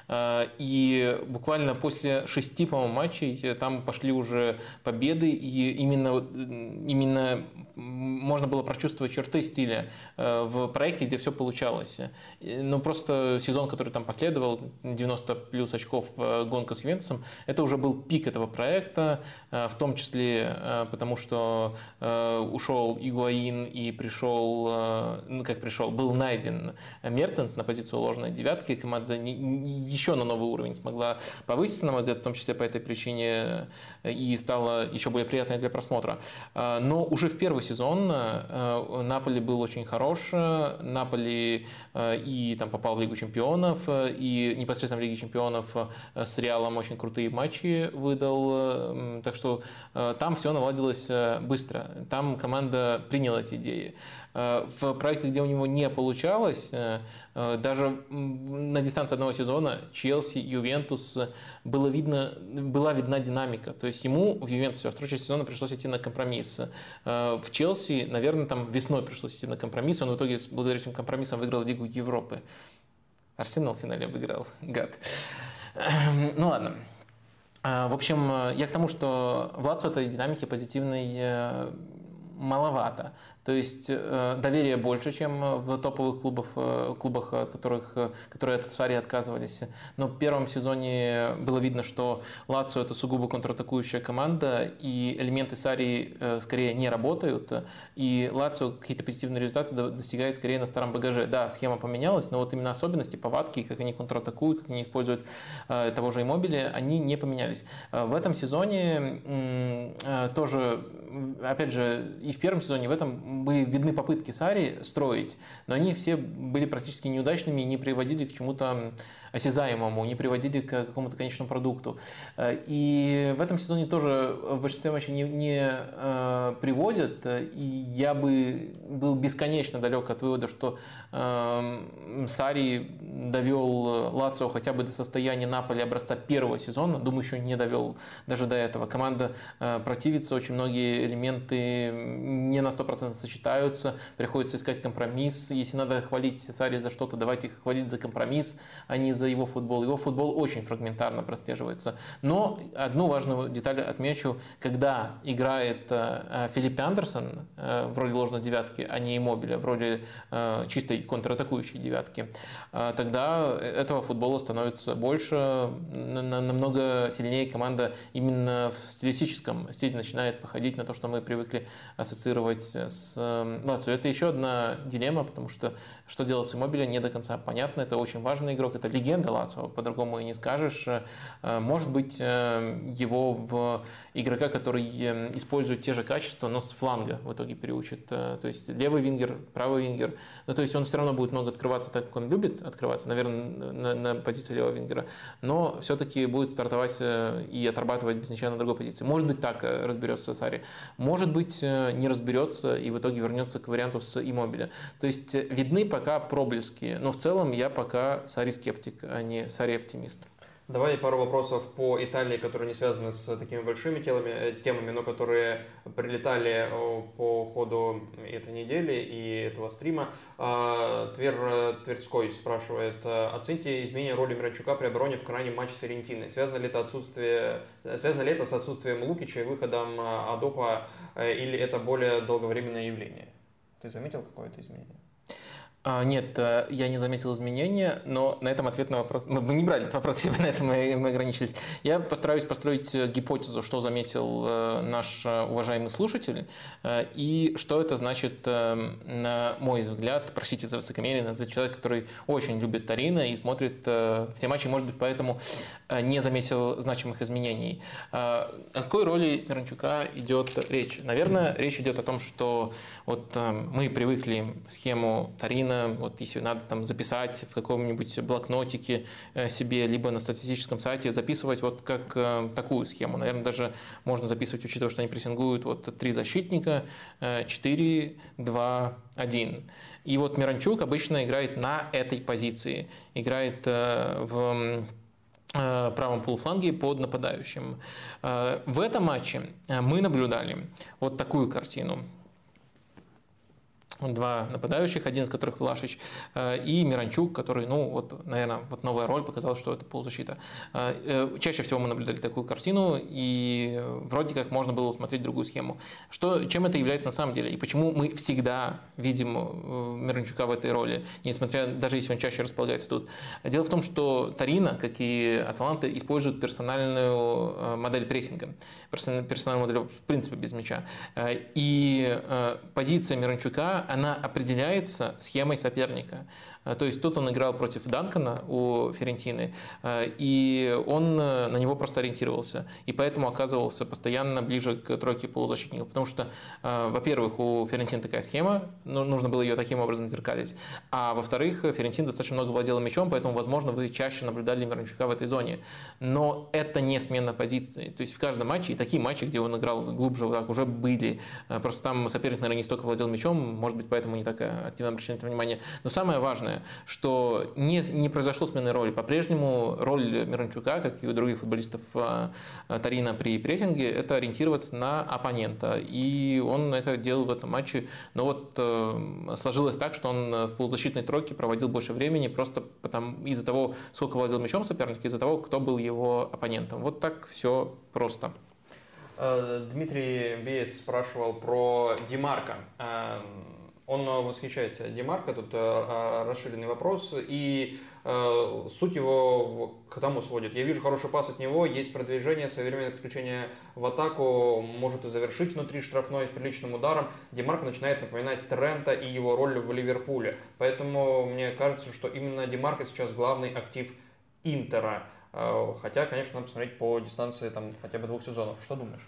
И буквально после 6, по-моему, матчей там пошли уже победы, и именно можно было прочувствовать черты стиля в проекте, где все получалось. Ну, просто сезон, который там последовал, 90 плюс очков гонка с Ювентусом, это уже был пик этого проекта, в том числе потому, что ушел Игуаин и пришел, ну как пришел, был найден Мертенс на позицию ложной девятки. Команда еще на новый уровень смогла повыситься, на мой взгляд, в том числе по этой причине и стала еще более приятной для просмотра. Но уже в первый сезон Наполи был очень хорош. Наполи и там попал в Лигу чемпионов, и непосредственно в Лиге чемпионов с Реалом очень крутые матчи выдал. Так что там все наладилось быстро. Там команда приняла эти идеи. В проектах, где у него не получалось, даже на дистанции одного сезона Челси, Ювентус была видна динамика. То есть ему в Ювентусе во второй части сезона пришлось идти на компромисс. В Челси, наверное, там весной пришлось идти на компромисс. Он в итоге благодаря этим компромиссам выиграл Лигу Европы. Арсенал в финале выиграл, гад. Ну ладно. В общем, я к тому, что в Лацио этой динамики позитивной маловато. То есть доверия больше, чем в топовых клубах, от которые от Сарри отказывались. Но в первом сезоне было видно, что Лацио это сугубо контратакующая команда, и элементы Сарри скорее не работают, и Лацио какие-то позитивные результаты достигает скорее на старом багаже. Да, схема поменялась, но вот именно особенности, повадки, как они контратакуют, как они используют того же Иммобиле, они не поменялись. В этом сезоне тоже, опять же, и в первом сезоне, в этом были видны попытки Сарри строить, но они все были практически неудачными и не приводили к чему-то осязаемому, не приводили к какому-то конечному продукту. И в этом сезоне тоже в большинстве матчей не приводят, и я бы был бесконечно далек от вывода, что Сарри довел Лацио хотя бы до состояния Наполи образца первого сезона, думаю, еще не довел даже до этого. Команда противится, очень многие элементы не на 100% сочетаются, приходится искать компромисс. Если надо хвалить Сарри за что-то, давайте их хвалить за компромисс, а не за его футбол. Его футбол очень фрагментарно прослеживается. Но одну важную деталь отмечу, когда играет Филиппе Андерсон в роли ложной девятки, а не Иммобиле, в роли чистой контратакующей девятки, тогда этого футбола становится больше, намного сильнее команда именно в стилистическом стиле начинает походить на то, что мы привыкли ассоциировать с Лацио. Это еще одна дилемма, потому что делать с Иммобиле не до конца понятно. Это очень важный игрок, это легенда Лацио, по-другому и не скажешь. Может быть, его в игрока, который использует те же качества, но с фланга в итоге переучит. То есть левый вингер, правый вингер. Ну, то есть он все равно будет много открываться так, как он любит открываться, наверное, на позиции левого вингера, но все-таки будет стартовать и отрабатывать без ничего на другой позиции. Может быть, так разберется Сарри. Может быть, не разберется и в итоге вернется к варианту с Иммобиле. То есть видны пока проблески, но в целом я пока Сарри скептик, а не Сарри оптимист. Давай пару вопросов по Италии, которые не связаны с такими большими темами, но которые прилетали по ходу этой недели и этого стрима. Тверской спрашивает, оцените изменение роли Миранчука при обороне в крайнем матче с Фиорентиной. Связано ли это с отсутствием Лукича и выходом Адопа, или это более долговременное явление? Ты заметил какое-то изменение? Нет, я не заметил изменения, но на этом ответ на вопрос... Мы не брали этот вопрос себе, на этом мы ограничились. Я постараюсь построить гипотезу, что заметил наш уважаемый слушатель, и что это значит, на мой взгляд, простите за высокомерие, но за человека, который очень любит Торино и смотрит все матчи, может быть, поэтому не заметил значимых изменений. О какой роли Миранчука идет речь? Наверное, речь идет о том, что вот мы привыкли схему Торино, вот если надо там записать в каком-нибудь блокнотике себе, либо на статистическом сайте, записывать вот как такую схему. Наверное, даже можно записывать, учитывая, что они прессингуют вот 3 защитника, 4, 2, 1. И вот Миранчук обычно играет на этой позиции, играет в правом полуфланге под нападающим. В этом матче мы наблюдали вот такую картину. 2 нападающих, один из которых Влашич, и Миранчук, который, ну, вот, наверное, вот новая роль показала, что это полузащита. Чаще всего мы наблюдали такую картину, и вроде как можно было усмотреть другую схему. Чем это является на самом деле, и почему мы всегда видим Миранчука в этой роли, несмотря, даже если он чаще располагается тут. Дело в том, что Торино, как и Аталанта, используют персональную модель прессинга, персональную модель, в принципе, без мяча. И позиция Миранчука, она определяется схемой соперника. То есть тут он играл против Данкана у Фиорентины, и он на него просто ориентировался. И поэтому оказывался постоянно ближе к тройке полузащитников. Потому что, во-первых, у Фиорентины такая схема, нужно было ее таким образом зеркалить. А во-вторых, Фиорентина достаточно много владела мячом, поэтому, возможно, вы чаще наблюдали Миранчука в этой зоне. Но это не смена позиции. То есть в каждом матче, и такие матчи, где он играл глубже, вот так уже были. Просто там соперник, наверное, не столько владел мячом, может быть, поэтому не так активно обращали на это внимание. Но самое важное, что не произошло смены роли. По-прежнему роль Миранчука, как и у других футболистов Торино при прессинге, это ориентироваться на оппонента. И он это делал в этом матче. Но вот сложилось так, что он в полузащитной тройке проводил больше времени просто из-за того, сколько владел мячом соперник, из-за того, кто был его оппонентом. Вот так все просто. Дмитрий Бейс спрашивал про Демарко. Он восхищается Демарко, тут расширенный вопрос, и суть его к тому сводит. Я вижу хороший пас от него, есть продвижение, своевременное подключение в атаку, может и завершить внутри штрафной с приличным ударом. Демарко начинает напоминать Трента и его роль в Ливерпуле. Поэтому мне кажется, что именно Демарко сейчас главный актив Интера. Хотя, конечно, надо посмотреть по дистанции там, хотя бы 2 сезонов. Что думаешь?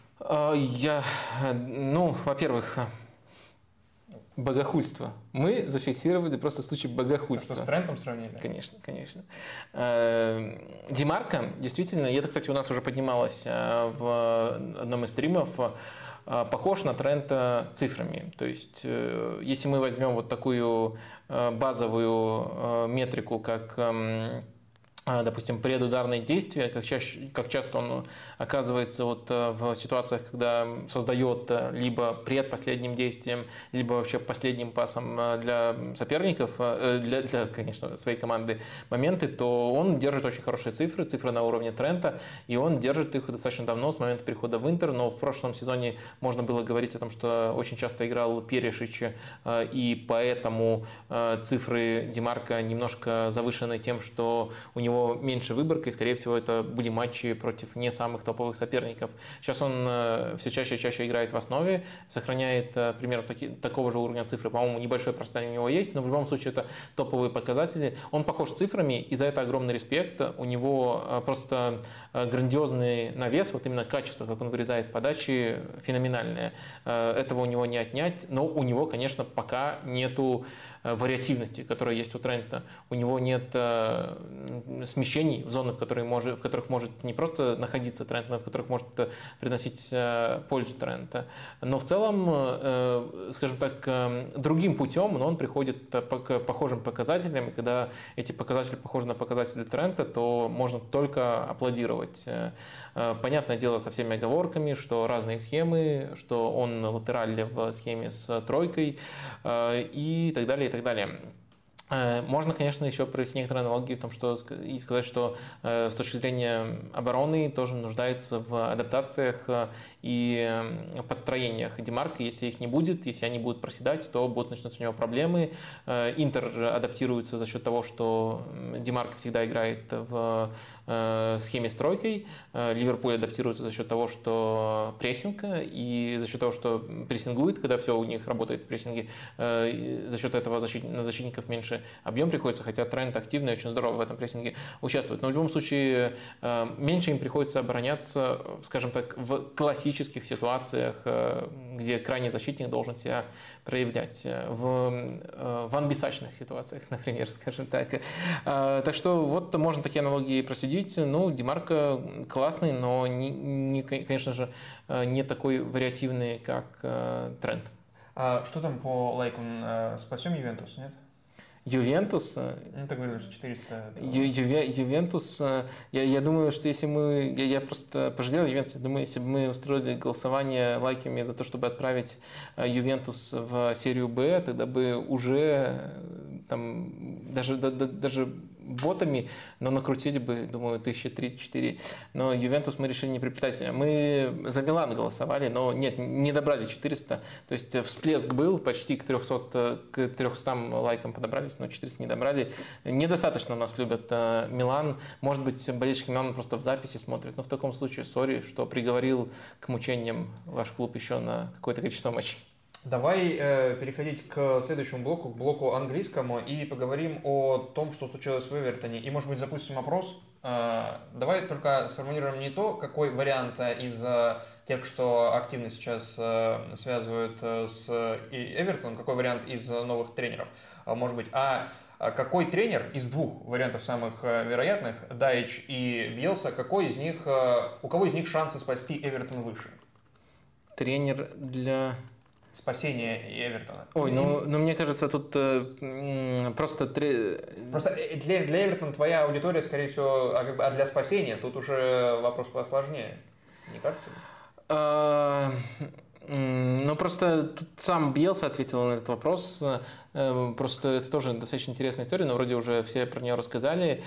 Во-первых, богохульство. Мы зафиксировали просто случай богохульства. Что, с Трентом сравнили? Конечно, конечно. Демарко, действительно, и это, кстати, у нас уже поднималось в одном из стримов, похож на Трента цифрами. То есть, если мы возьмем вот такую базовую метрику, как, допустим, предударные действия, как часто он оказывается вот в ситуациях, когда создает либо предпоследним действием, либо вообще последним пасом для соперников, конечно, своей команды моменты, то он держит очень хорошие цифры на уровне Трента, и он держит их достаточно давно, с момента перехода в Интер, но в прошлом сезоне можно было говорить о том, что очень часто играл Перишич, и поэтому цифры Демарко немножко завышены тем, что у него меньше выборка, и, скорее всего, это были матчи против не самых топовых соперников. Сейчас он все чаще и чаще играет в основе, сохраняет примерно такого же уровня цифры. По-моему, небольшой процент у него есть, но в любом случае это топовые показатели. Он похож цифрами, и за это огромный респект. У него просто грандиозный навес, вот именно качество, как он вырезает подачи, феноменальное. Этого у него не отнять, но у него, конечно, пока нету вариативности, которая есть у Трента. У него нет смещений в зоны, в которых может не просто находиться Трент, но в которых может приносить пользу Трента. Но в целом, скажем так, другим путем, но он приходит к похожим показателям, и когда эти показатели похожи на показатели Трента, то можно только аплодировать. Понятное дело, со всеми оговорками, что разные схемы, что он латераль в схеме с тройкой и так далее, и так далее. Можно, конечно, еще провести некоторые аналогии в том, что и сказать, что с точки зрения обороны тоже нуждается в адаптациях и подстроениях Демарка. Если их не будет, если они будут проседать, то будут начнутся у него проблемы. Интер адаптируется за счет того, что Демарк всегда играет в схеме с тройкой. Ливерпуль адаптируется за счет того, что прессинг, и за счет того, что прессингует, когда все у них работает в прессинге, за счет этого на защитников меньше объем приходится, хотя Трент активно и очень здорово в этом прессинге участвует. Но в любом случае меньше им приходится обороняться, скажем так, в классических ситуациях, где крайний защитник должен себя проявлять, в ванбисачных ситуациях, например, скажем так. Так что вот можно такие аналогии проследить. Ну, Демарко классный, но, конечно же, не такой вариативный, как Трент. А что там по лайкам? Спасем Ювентус, нет? Ювентус. Ну, ты говоришь, 400. Ювентус. Я думаю, что если мы... Я просто пожалел Ювентус. Я думаю, если бы мы устроили голосование лайками за то, чтобы отправить Ювентус в серию Б, тогда бы уже там даже ботами, но накрутили бы, думаю, 1003-4. Но Ювентус мы решили не приплетать. Мы за Милан голосовали, но нет, не добрали 400. То есть всплеск был, почти к 300 лайкам подобрались, но 400 не добрали. Недостаточно у нас любят Милан. Может быть, болельщики Милана просто в записи смотрят. Но в таком случае, сори, что приговорил к мучениям ваш клуб еще на какое-то количество матчей. Давай переходить к следующему блоку, к блоку английскому, и поговорим о том, что случилось в Эвертоне. И, может быть, запустим опрос. Давай только сформулируем не то, какой вариант из тех, что активно сейчас связывают с Эвертоном, какой вариант из новых тренеров, может быть, а какой тренер из двух вариантов самых вероятных, Дайч и Бьелса, у кого из них шансы спасти Эвертон выше? Тренер для... Спасение Эвертона. Ой, ну мне кажется, тут просто... Просто для Эвертона твоя аудитория, скорее всего, а для спасения тут уже вопрос посложнее. Не кажется ли? Ну, просто тут сам Бьелса ответил на этот вопрос. Просто это тоже достаточно интересная история, но вроде уже все про нее рассказали.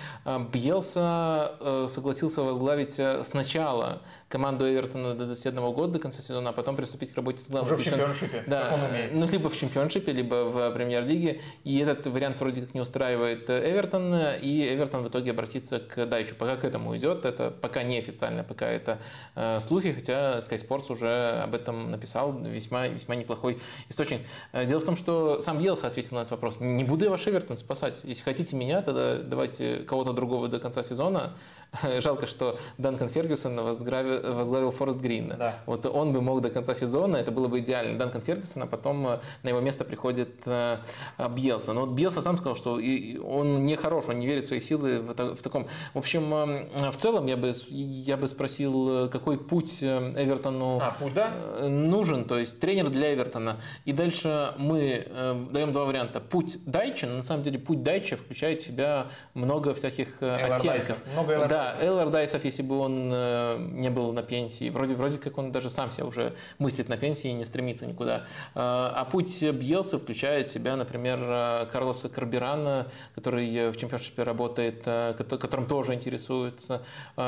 Бьелса согласился возглавить сначала команду Эвертона до 2021 года, до конца сезона, а потом приступить к работе с главным. Уже в чемпионшипе, да, как он умеет. Ну, либо в чемпионшипе, либо в премьер-лиге. И этот вариант вроде как не устраивает Эвертон, и Эвертон в итоге обратится к Дайчу. Пока к этому идет, это пока неофициально, пока это слухи, хотя Sky Sports уже об этом написал, весьма неплохой источник. Дело в том, что сам Бьелса ответил на этот вопрос. Не буду я ваш Эвертон спасать. Если хотите меня, тогда давайте кого-то другого до конца сезона. Жалко, что Данкан Фергюсон возглавил Форест Грин. Да. Вот он бы мог до конца сезона, это было бы идеально. Данкан Фергюсон, а потом на его место приходит Бьелса. Но вот Бьелса сам сказал, что он не хорош, он не верит в свои силы в таком. В общем, в целом я бы спросил, какой путь Эвертону нужен, то есть тренер для Эвертона. И дальше мы даем два варианта. Путь Дайча, на самом деле путь Дайча включает в себя много всяких оттенков. Да, Эллардайсов, если бы он не был на пенсии, вроде как он даже сам себя уже мыслит на пенсии и не стремится никуда. А путь Бьелса включает в себя, например, Карлоса Карберана, который в чемпионшипе работает, которым тоже интересуется.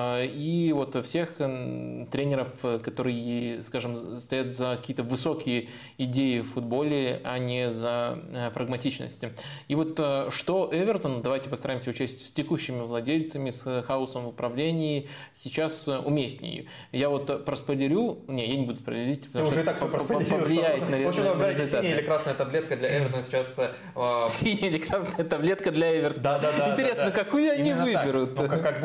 И вот всех тренеров, которые, скажем, стоят за какие-то высокие идеи в футболе, а не за прагматичность. И вот что Эвертон, давайте постараемся учесть с текущими владельцами, с хаосом в управлении, сейчас уместнее. Я вот проспойлерю, я не буду спойлерить, потому что повлияет на результаты. Синяя или красная таблетка для Эвертона сейчас... Синяя или красная таблетка для Эвертона. Да. Интересно, какую они выберут? Как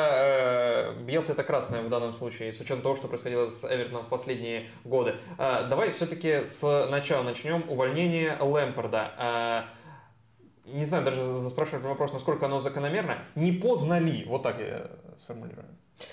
будто Бьелса это красная в данном случае, с учетом того, что происходило с Эвертоном в последние годы. Давай все-таки с начала начнем. Увольнение Лэмпарда. Не знаю, даже спрашивать вопрос, насколько оно закономерно. Не поздно ли? Вот так я сформулирую.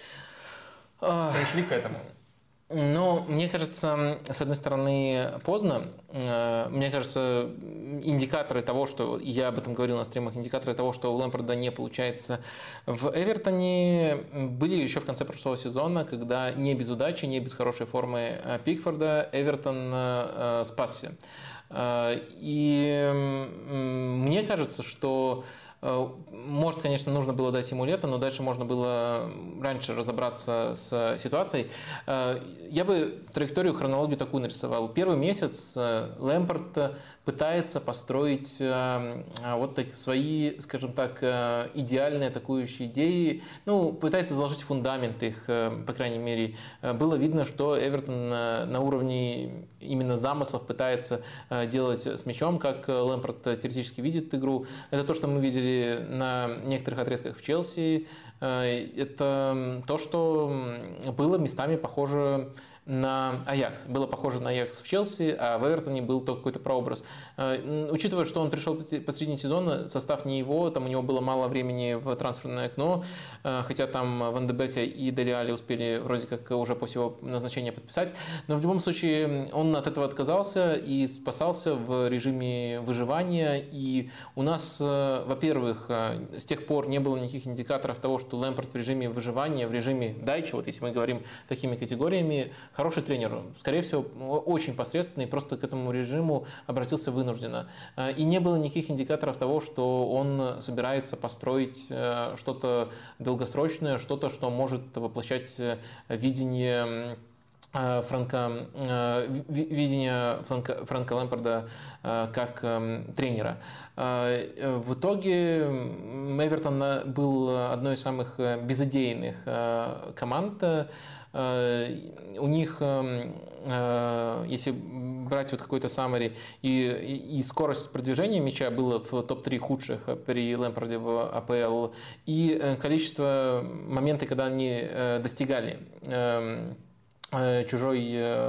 Пришли к этому. Ну, мне кажется, с одной стороны, поздно. Мне кажется, индикаторы того, что, я об этом говорил на стримах, индикаторы того, что у Лэмпарда не получается в Эвертоне, были еще в конце прошлого сезона, когда не без удачи, не без хорошей формы Пикфорда Эвертон спасся. И мне кажется, что может, конечно, нужно было дать ему лето, но дальше можно было раньше разобраться с ситуацией. Я бы траекторию, хронологию такую нарисовал. Первый месяц Лэмпард пытается построить вот так, свои, скажем так, идеальные атакующие идеи, ну, пытается заложить фундамент их, по крайней мере. Было видно, что Эвертон на уровне именно замыслов пытается делать с мячом, как Лэмпард теоретически видит игру. Это то, что мы видели на некоторых отрезках в Челси. Это то, что было местами похоже на Аякс. Было похоже на Аякс в Челси, а в Эвертоне был только какой-то прообраз. Учитывая, что он пришел посредине сезона, состав не его, там у него было мало времени в трансферное окно, хотя там Ван де Бека и Дели Алли успели вроде как уже после его назначения подписать, но в любом случае он от этого отказался и спасался в режиме выживания, и у нас, во-первых, с тех пор не было никаких индикаторов того, что Лэмпард в режиме выживания, в режиме дайча, вот если мы говорим такими категориями, хороший тренер, скорее всего, очень посредственный, просто к этому режиму обратился вынужденно. И не было никаких индикаторов того, что он собирается построить что-то долгосрочное, что-то, что может воплощать видение Фрэнка Лэмпарда как тренера. В итоге Эвертон был одной из самых безыдейных команд. У них, если брать вот какой-то summary, и скорость продвижения мяча было в топ-3 худших при Лэмпарде в АПЛ, и количество моментов, когда они достигали чужой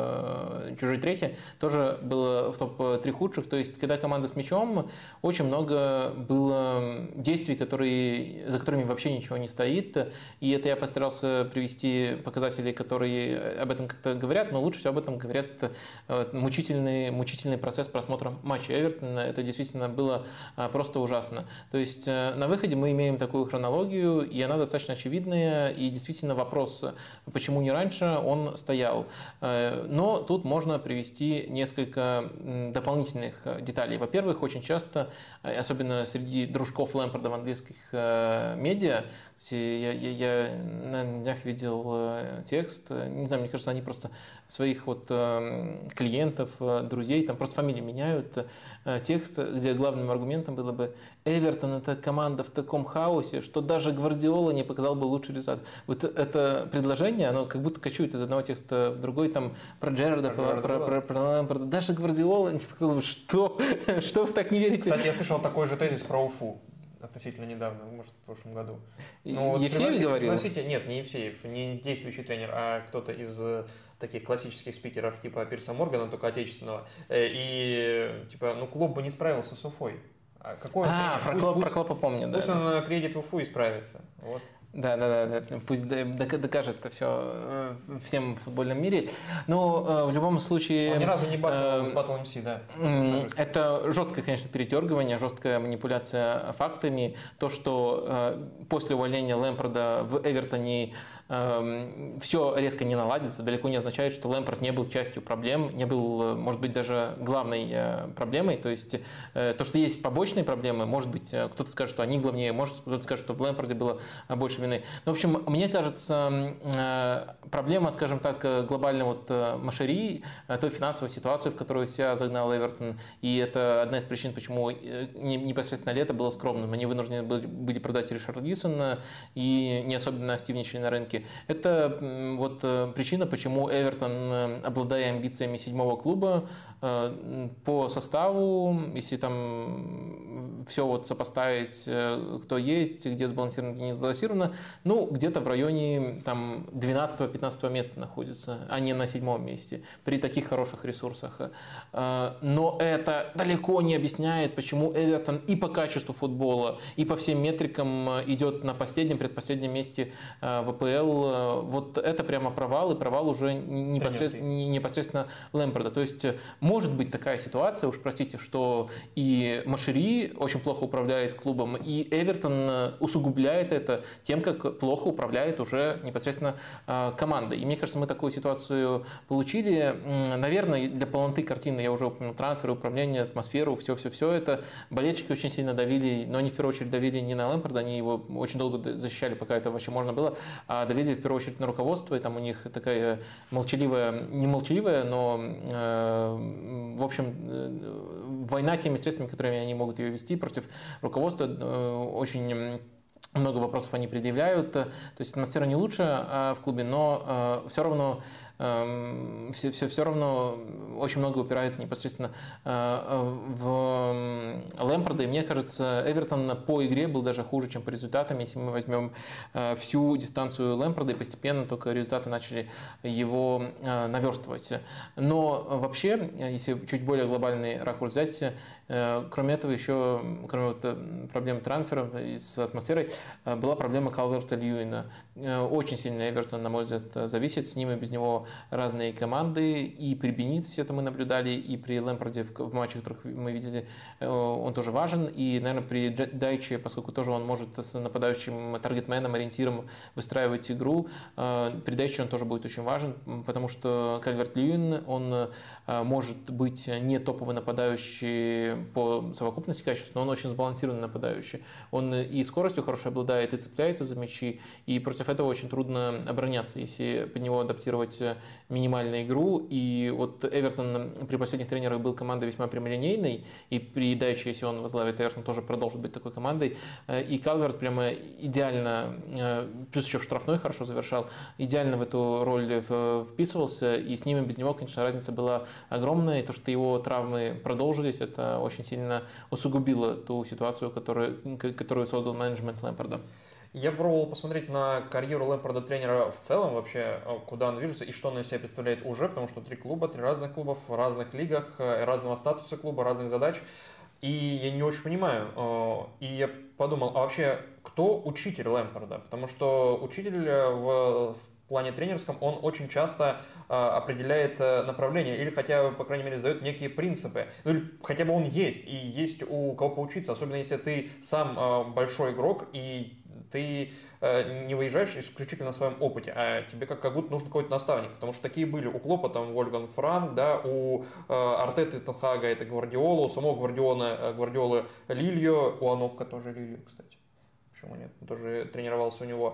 трети, тоже было в топ-3 худших. То есть, когда команда с мячом, очень много было действий, за которыми вообще ничего не стоит. И это я постарался привести показатели, которые об этом как-то говорят, но лучше всего об этом говорят мучительный процесс просмотра матча Эвертона. Это действительно было просто ужасно. То есть, на выходе мы имеем такую хронологию, и она достаточно очевидная, и действительно вопрос, почему не раньше, он стоял. Но тут можно привести несколько дополнительных деталей. Во-первых, очень часто, особенно среди дружков Лэмпарда в английских медиа, я на днях видел текст, не знаю, мне кажется, они просто своих вот клиентов, друзей, там просто фамилии меняют, текст, где главным аргументом было бы: Эвертон – это команда в таком хаосе, что даже Гвардиола не показал бы лучший результат. Вот это предложение, оно как будто кочует из одного текста в другой, там про Джерарда, про Лэмпарда. Даже Гвардиола не показал бы, что вы так не верите? Кстати, я слышал такой же тезис про Уфу относительно недавно, может, в прошлом году. Ну, Евсеев говорил? Нет, не Евсеев, не действующий тренер, а кто-то из таких классических спикеров типа Пирса Моргана, только отечественного. И типа, клуб бы не справился с Уфой. Про Клопа помню, да. Пусть он приедет в Уфу и справится. Вот. Да, пусть докажет это все всем в футбольном мире. Но в любом случае... Он ни разу не баттл с Battle MC, да. Это жесткое, конечно, передергивание, жесткая манипуляция фактами. То, что после увольнения Лэмпарда в Эвертоне все резко не наладится, далеко не означает, что Лэмпард не был частью проблем, не был, может быть, даже главной проблемой. То есть то, что есть побочные проблемы, может быть, кто-то скажет, что они главнее, может кто-то скажет, что в Лэмпарде было больше вины. Ну, в общем, мне кажется, проблема, скажем так, глобальной машерии, той финансовой ситуации, в которую себя загнал Эвертон, и это одна из причин, почему непосредственно лето было скромным. Они вынуждены были продать Ришарлисона и не особенно активничали на рынке. Это причина, почему Эвертон, обладая амбициями седьмого клуба, по составу, если там все сопоставить, кто есть, где сбалансировано, где не сбалансировано, где-то в районе 12-15 места находится, а не на 7 месте при таких хороших ресурсах. Но это далеко не объясняет, почему Эвертон и по качеству футбола, и по всем метрикам идет на предпоследнем месте в АПЛ. Вот это прямо провал, и провал уже непосредственно Лэмпарда. То есть может быть такая ситуация, уж простите, что и Мошери очень плохо управляет клубом, и Эвертон усугубляет это тем, как плохо управляет уже непосредственно командой. И мне кажется, мы такую ситуацию получили. Наверное, для полноты картины я уже упомянул трансферы, управление, атмосферу, все это. Болельщики очень сильно давили, но они в первую очередь давили не на Лэмпарда, они его очень долго защищали, пока это вообще можно было, а давили в первую очередь на руководство, и там у них такая молчаливая, не молчаливая, но, в общем, война теми средствами, которыми они могут ее вести против руководства, очень много вопросов они предъявляют. То есть атмосфера не лучше в клубе, но все равно все равно очень много упирается непосредственно в Лэмпарда. И мне кажется, Эвертон по игре был даже хуже, чем по результатам. Если мы возьмем всю дистанцию Лэмпарда, и постепенно только результаты начали его наверстывать. Но вообще, если чуть более глобальный ракурс взять, кроме этого еще, кроме вот проблем трансфера с атмосферой, была проблема Калверта-Льюина. Очень сильно Эвертон, на мой взгляд, зависит. С ним и без него разные команды. И при Бенитесе это мы наблюдали, и при Лэмпарде в матчах, которых мы видели, он тоже важен. И, наверное, при Дайче, поскольку тоже он может с нападающим таргетменом, ориентиром выстраивать игру, при Дайче он тоже будет очень важен, потому что Кальверт-Льюин, он может быть не топовый нападающий по совокупности качеств, но он очень сбалансированный нападающий. Он и скоростью хорошо обладает, и цепляется за мячи, и против этого очень трудно обороняться, если под него адаптировать минимальную игру. И вот Эвертон при последних тренерах был командой весьма прямолинейной, и при Дайче, если он возглавит Эвертон, тоже продолжит быть такой командой. И Калверт прямо идеально, плюс еще в штрафной хорошо завершал, идеально в эту роль вписывался, и с ним и без него, конечно, разница была огромная, и то, что его травмы продолжились, это очень сильно усугубило ту ситуацию, которую создал менеджмент Лэмпарда. Я пробовал посмотреть на карьеру Лэмпарда тренера в целом вообще, куда он движется и что он из себя представляет уже, потому что 3 разных клуба в разных лигах, разного статуса клуба, разных задач. И я не очень понимаю. И я подумал, а вообще кто учитель Лэмпарда? Потому что учитель в плане тренерском, он очень часто определяет направление или хотя бы, по крайней мере, задает некие принципы. Ну или хотя бы он есть, и есть у кого поучиться, особенно если ты сам большой игрок и ты не выезжаешь исключительно на своем опыте, а тебе как будто нужен какой-то наставник, потому что такие были у Клопа, там Вольфганг Франк, да, у Артеты Тенхага это Гвардиола, у самого Гвардиолы Лильо, у Анокка тоже Лильо, кстати. Почему нет? Он тоже тренировался у него.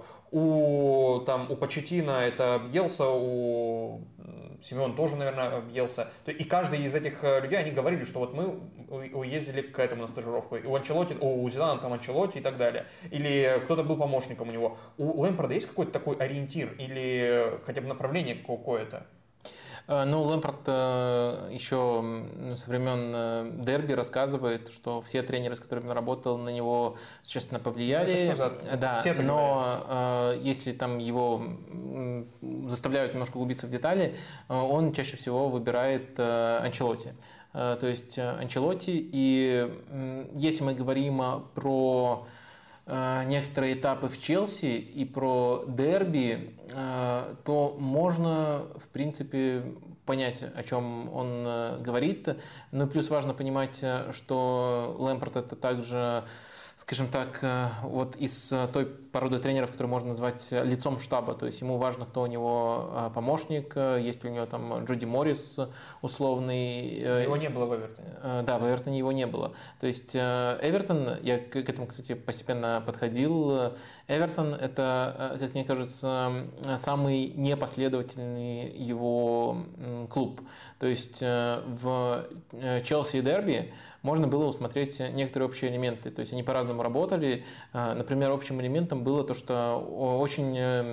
У Почеттино это Бьелса, у Симеон тоже, наверное, Бьелса. И каждый из этих людей, они говорили, что вот мы ездили к этому на стажировку. И у Зидана там Анчелотти и так далее. Или кто-то был помощником у него. У Лэмпарда есть какой-то такой ориентир или хотя бы направление какое-то? Ну, Лэмпард еще со времен дерби рассказывает, что все тренеры, с которыми он работал, на него существенно повлияли. Да, все но если там его заставляют немножко углубиться в детали, он чаще всего выбирает Анчелотти. То есть Анчелотти, и если мы говорим про некоторые этапы в Челси и про дерби, то можно, в принципе, понять, о чем он говорит. Ну и плюс важно понимать, что Лэмпард это также, скажем так, вот из той породы тренеров, которые можно назвать лицом штаба. То есть ему важно, кто у него помощник, есть ли у него там Джуди Моррис условный. Его не было в Эвертоне. Да, в Эвертоне его не было. То есть Эвертон, я к этому, кстати, постепенно подходил, Эвертон это, как мне кажется, самый непоследовательный его клуб. То есть в Челси и дерби можно было усмотреть некоторые общие элементы. То есть они по-разному работали. Например, общим элементом было то, что очень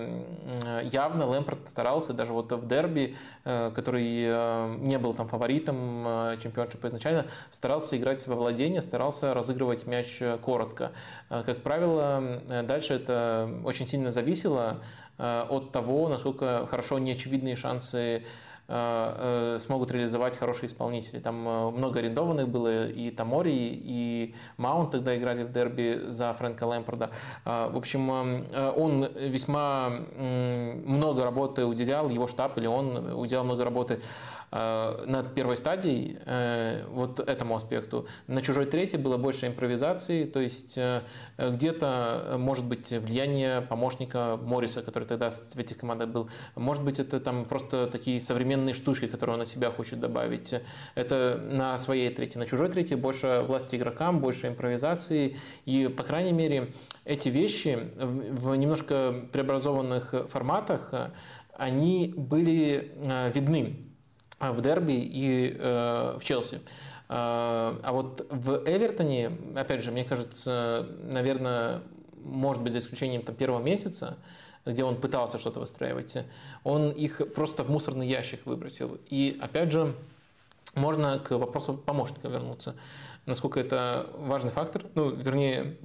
явно Лэмпард старался даже вот в дерби, который не был там фаворитом чемпионшипа изначально, старался играть во владение, старался разыгрывать мяч коротко. Как правило, дальше это очень сильно зависело от того, насколько хорошо неочевидные шансы смогут реализовать хорошие исполнители. Там много арендованных было, и Тамори, и Маунт тогда играли в дерби за Фрэнка Лэмпарда. В общем, он весьма много работы уделял, его штаб или он уделял много работы над первой стадией, вот этому аспекту. На чужой третьей было больше импровизации, то есть где-то может быть влияние помощника Морриса, который тогда в этих командах был. Может быть, это там просто такие современные штучки, которые он на себя хочет добавить. Это на своей третьей. На чужой третьей больше власти игрокам, больше импровизации. И, по крайней мере, эти вещи в немножко преобразованных форматах, они были видны в дерби и в Челси. А вот в Эвертоне, опять же, мне кажется, наверное, может быть, за исключением там, первого месяца, где он пытался что-то выстраивать, он их просто в мусорный ящик выбросил. И опять же, можно к вопросу помощника вернуться. Насколько это важный фактор, ну, вернее,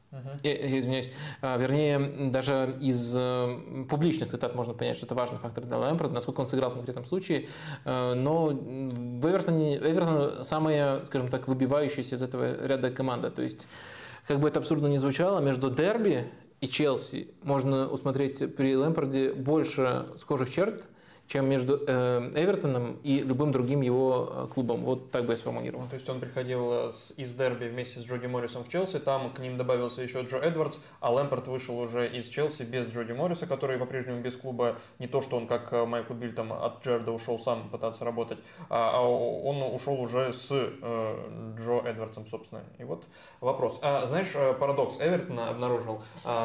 я извиняюсь, вернее, даже из публичных цитат можно понять, что это важный фактор для Лэмпарда, насколько он сыграл в конкретном случае, но в Эвертон самая, скажем так, выбивающаяся из этого ряда команда, то есть, как бы это абсурдно ни звучало, между дерби и Челси можно усмотреть при Лэмпарде больше схожих черт, чем между Эвертоном и любым другим его клубом. Вот так бы я сформулировал. То есть он приходил из дерби вместе с Джоди Моррисом в Челси, там к ним добавился еще Джо Эдвардс, а Лэмпард вышел уже из Челси без Джоди Морриса, который по-прежнему без клуба. Не то, что он, как Майкл Биль, там, от Джерда ушел сам пытаться работать, а он ушел уже с Джо Эдвардсом, собственно. И вот вопрос. Знаешь, парадокс Эвертона обнаружил.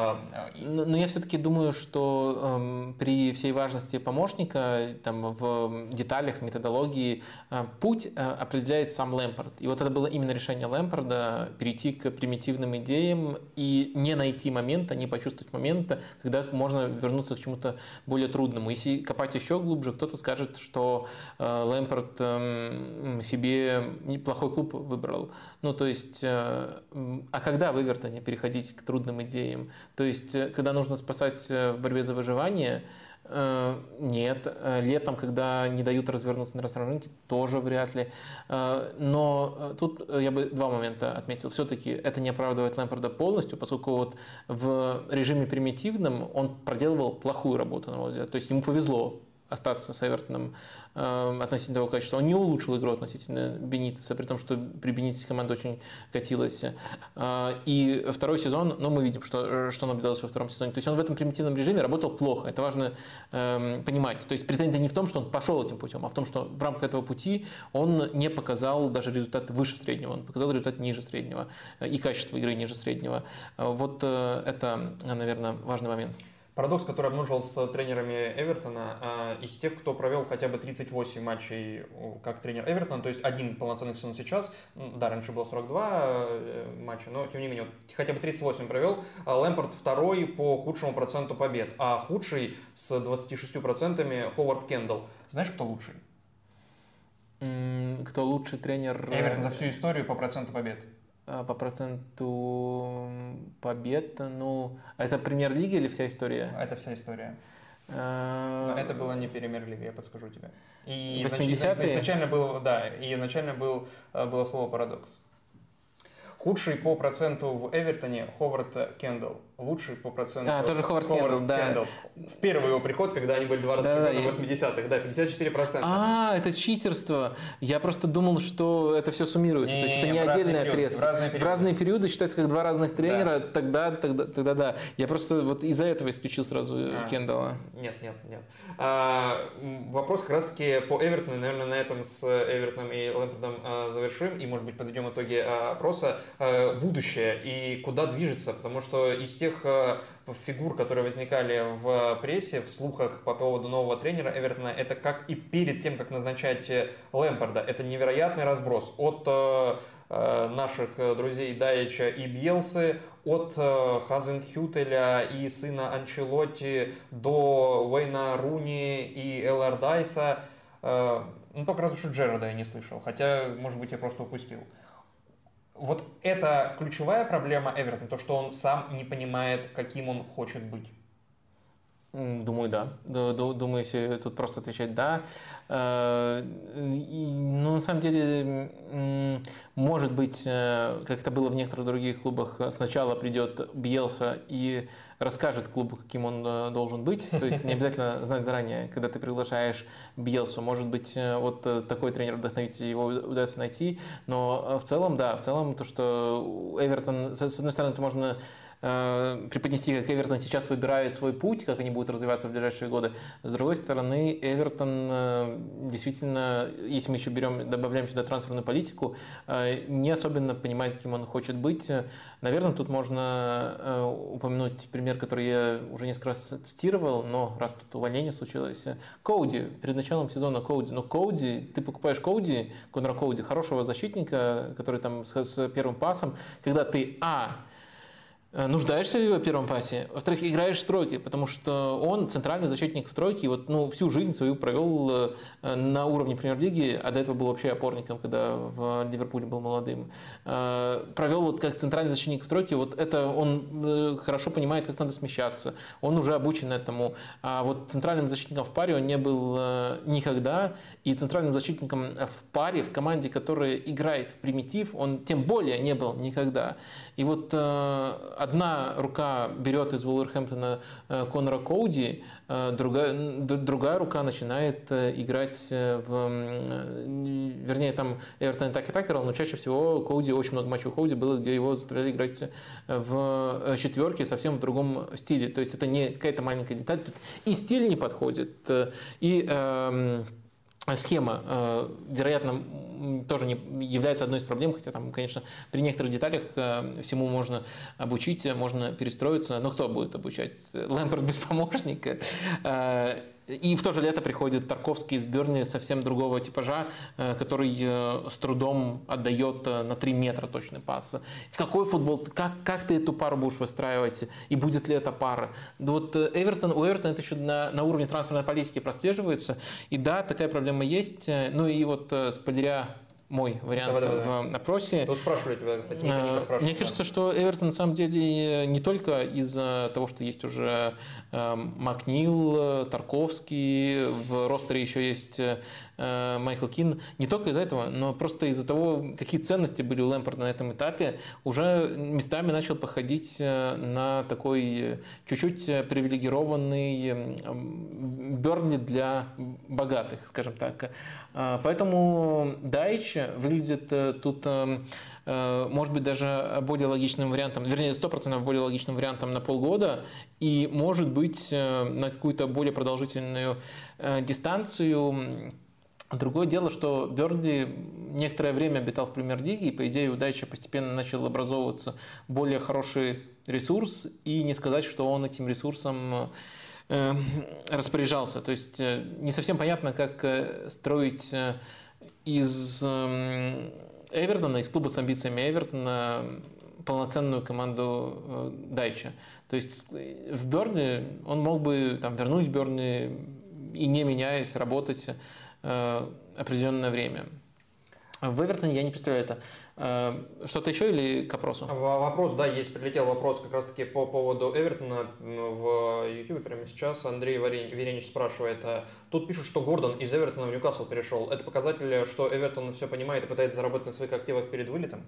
Но я все-таки думаю, что при всей важности помощника там, в деталях, методологии, путь определяет сам Лэмпард. И вот это было именно решение Лэмпарда перейти к примитивным идеям и не найти момента, не почувствовать момента, когда можно вернуться к чему-то более трудному. Если копать еще глубже, кто-то скажет, что Лэмпард себе неплохой клуб выбрал. Ну, то есть, а когда в Эвертоне переходить к трудным идеям? То есть, когда нужно спасать в борьбе за выживание, нет. Летом, когда не дают развернуться на иностранном рынке, тоже вряд ли. Но тут я бы два момента отметил. Все-таки это не оправдывает Лэмпарда полностью, поскольку вот в режиме примитивном он проделывал плохую работу, на мой взгляд. То есть ему повезло остаться с Эвертоном относительно того качества. Он не улучшил игру относительно Бенитеса, при том, что при Бенитесе команда очень катилась. И второй сезон, ну, мы видим, что наблюдалось во втором сезоне. То есть он в этом примитивном режиме работал плохо. Это важно понимать. То есть претензия не в том, что он пошел этим путем, а в том, что в рамках этого пути он не показал даже результат выше среднего. Он показал результат ниже среднего. И качество игры ниже среднего. Вот это, наверное, важный момент. Парадокс, который обнаружил с тренерами Эвертона, из тех, кто провел хотя бы 38 матчей как тренер Эвертона, то есть один полноценный сезон сейчас, да, раньше было 42 матча, но тем не менее, вот, хотя бы 38 провел, Лэмпард второй по худшему проценту побед, а худший с 26% Ховард Кендалл. Знаешь, кто лучший? Кто лучший тренер? Эвертон за всю историю по проценту побед. По проценту побед, ну, это премьер-лига или вся история? Это вся история. Но это была не премьер-лига, я подскажу тебе. И 80-е? изначально было, да, и изначально было слово парадокс. Худший по проценту в Эвертоне Ховард Кендалл. Лучший по проценту тоже Ховард Кендалл, да. В первый его приход, когда они были два раза чемпионы в 80-х, да, 54%. Это читерство. Я просто думал, что это все суммируется. То есть это не отдельный отрезок. В разные периоды считается как два разных тренера, тогда да. Я просто вот из-за этого исключил сразу Кендалла. Нет. Вопрос как раз-таки по Эвертону, наверное, на этом с Эвертоном и Лэмпардом завершим, и, может быть, подведем итоги опроса. Будущее и куда движется, потому что из тех фигур, которые возникали в прессе, в слухах по поводу нового тренера Эвертона, это как и перед тем, как назначать Лэмпарда, это невероятный разброс от наших друзей Даича и Бьелсы, от Хазенхютеля и сына Анчелотти до Уэйна Руни и Эллардайса. Ну, только разве что Джерарда я не слышал, хотя, может быть, я просто упустил. Вот это ключевая проблема Эвертона, то, что он сам не понимает, каким он хочет быть. Думаю, да. Думаю, если тут просто отвечать «да». Ну, на самом деле, может быть, как это было в некоторых других клубах, сначала придет Бьелса и расскажет клубу, каким он должен быть. То есть не обязательно знать заранее, когда ты приглашаешь Бьелсу. Может быть, вот такой тренер вдохновитель, его удастся найти. Но в целом, да, в целом то, что Эвертон, с одной стороны, это можно преподнести, как Эвертон сейчас выбирает свой путь, как они будут развиваться в ближайшие годы. С другой стороны, Эвертон действительно, если мы еще добавляем сюда трансферную политику, не особенно понимает, каким он хочет быть. Наверное, тут можно упомянуть пример, который я уже несколько раз цитировал, но раз тут увольнение случилось. Коуди, перед началом сезона Коуди. Но Коуди, ты покупаешь Коуди, Конора Коуди, хорошего защитника, который там с первым пасом, когда ты, нуждаешься в его первом пасе, во-вторых, играешь с тройкой, потому что он центральный защитник в тройке, и вот, всю жизнь свою провел на уровне премьер-лиги, а до этого был вообще опорником, когда в Ливерпуле был молодым. Провел вот как центральный защитник в тройке, вот это он хорошо понимает, как надо смещаться, он уже обучен этому, а вот центральным защитником в паре он не был никогда, и центральным защитником в паре, в команде, которая играет в примитив, он тем более не был никогда. И вот одна рука берет из Вулверхэмптона Конора Коуди, другая рука начинает играть вернее, там Эвертон так и так играл, но чаще всего Коуди, очень много матчей у Коуди было, где его заставляли играть в четверке совсем в другом стиле. То есть это не какая-то маленькая деталь, тут и стиль не подходит, и схема, вероятно, тоже не является одной из проблем, хотя там, конечно, при некоторых деталях всему можно обучить, можно перестроиться, но кто будет обучать? Лэмпард без помощника. И в то же лето приходит Тарковский из Бернли, совсем другого типажа, который с трудом отдает на 3 метра точный пас. В какой футбол, как ты эту пару будешь выстраивать, и будет ли эта пара? Вот у Эвертона это еще на уровне трансферной политики прослеживается, и да, такая проблема есть. Ну и вот спойлеря мой вариант в опросе. Тут спрашивали тебя, кстати, Ника Мне кажется, что Эвертон на самом деле не только из-за того, что есть уже Макнил, Тарковский, в ростере еще есть Майкл Кин, не только из-за этого, но просто из-за того, какие ценности были у Лэмпарда на этом этапе, уже местами начал походить на такой чуть-чуть привилегированный Бернли для богатых, скажем так. Поэтому Дайч выглядит тут, может быть, даже более логичным вариантом, вернее, 100% более логичным вариантом на полгода, и, может быть, на какую-то более продолжительную дистанцию. Другое дело, что Бернли некоторое время обитал в премьер-лиге, и, по идее, у Дайча постепенно начал образовываться более хороший ресурс, и не сказать, что он этим ресурсом распоряжался. То есть не совсем понятно, как строить из Эвертона, из клуба с амбициями Эвертона полноценную команду Дайча. То есть в Бернли он мог бы вернуть Бернли и не меняясь работать определенное время. В Эвертоне я не представляю это. Что-то еще или к опросу? Вопрос, да, прилетел вопрос как раз-таки по поводу Эвертона в YouTube прямо сейчас. Андрей Веренич спрашивает, тут пишут, что Гордон из Эвертона в Ньюкасл перешел. Это показатель, что Эвертон все понимает и пытается заработать на своих активах перед вылетом?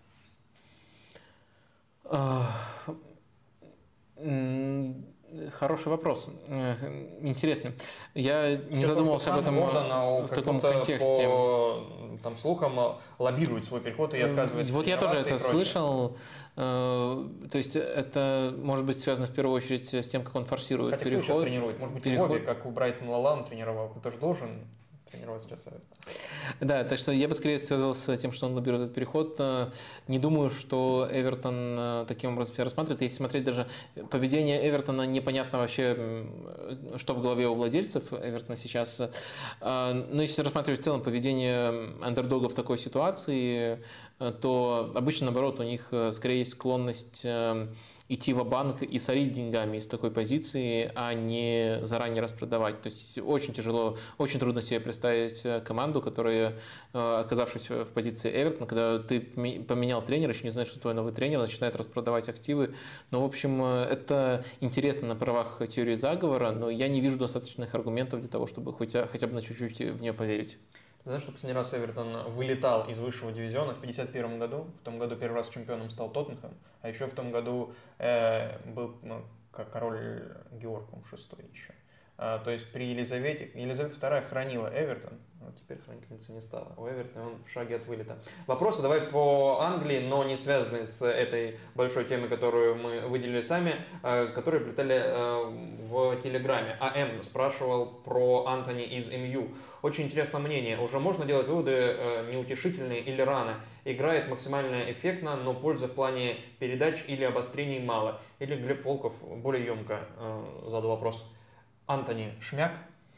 Хороший вопрос. Интересный. Я не задумывался об этом в таком контексте. По слухам лоббирует свой переход и отказывается. Вот я тоже это слышал. То есть это может быть связано в первую очередь с тем, как он форсирует переход. Хотя кто сейчас тренирует? Может быть, Хобби, как у Брайтона Лалан тренировал, кто тоже должен тренировать сейчас. Да, так что я бы скорее связал с тем, что он лоббирует этот переход. Не думаю, что Эвертон таким образом себя рассматривает. Если смотреть даже поведение Эвертона, непонятно вообще, что в голове у владельцев Эвертона сейчас. Но если рассматривать в целом поведение андердога в такой ситуации, то обычно, наоборот, у них скорее есть склонность идти в банк и сорить деньгами из такой позиции, а не заранее распродавать. То есть очень тяжело, очень трудно себе представить команду, которая, оказавшись в позиции Эвертона, когда ты поменял тренера, еще не знаешь, что твой новый тренер начинает распродавать активы. Ну, в общем, это интересно на правах теории заговора, но я не вижу достаточных аргументов для того, чтобы хотя бы на чуть-чуть в нее поверить. Знаешь, что последний раз Эвертон вылетал из высшего дивизиона в 1951 году. В том году первый раз чемпионом стал Тоттенхэм, а еще в том году был как король Георг VI еще. То есть при Елизавета II хранила Эвертон, вот теперь хранительница не стала. У Эвертона он в шаге от вылета. Вопросы давай по Англии, но не связанные с этой большой темой, которую мы выделили сами, которые прилетали в Телеграме. АМ спрашивал про Антони из МЮ. Очень интересное мнение. Уже можно делать выводы неутешительные или рано? Играет максимально эффектно, но пользы в плане передач или обострений мало. Или Глеб Волков более емко задал вопрос. Антони Шмяк?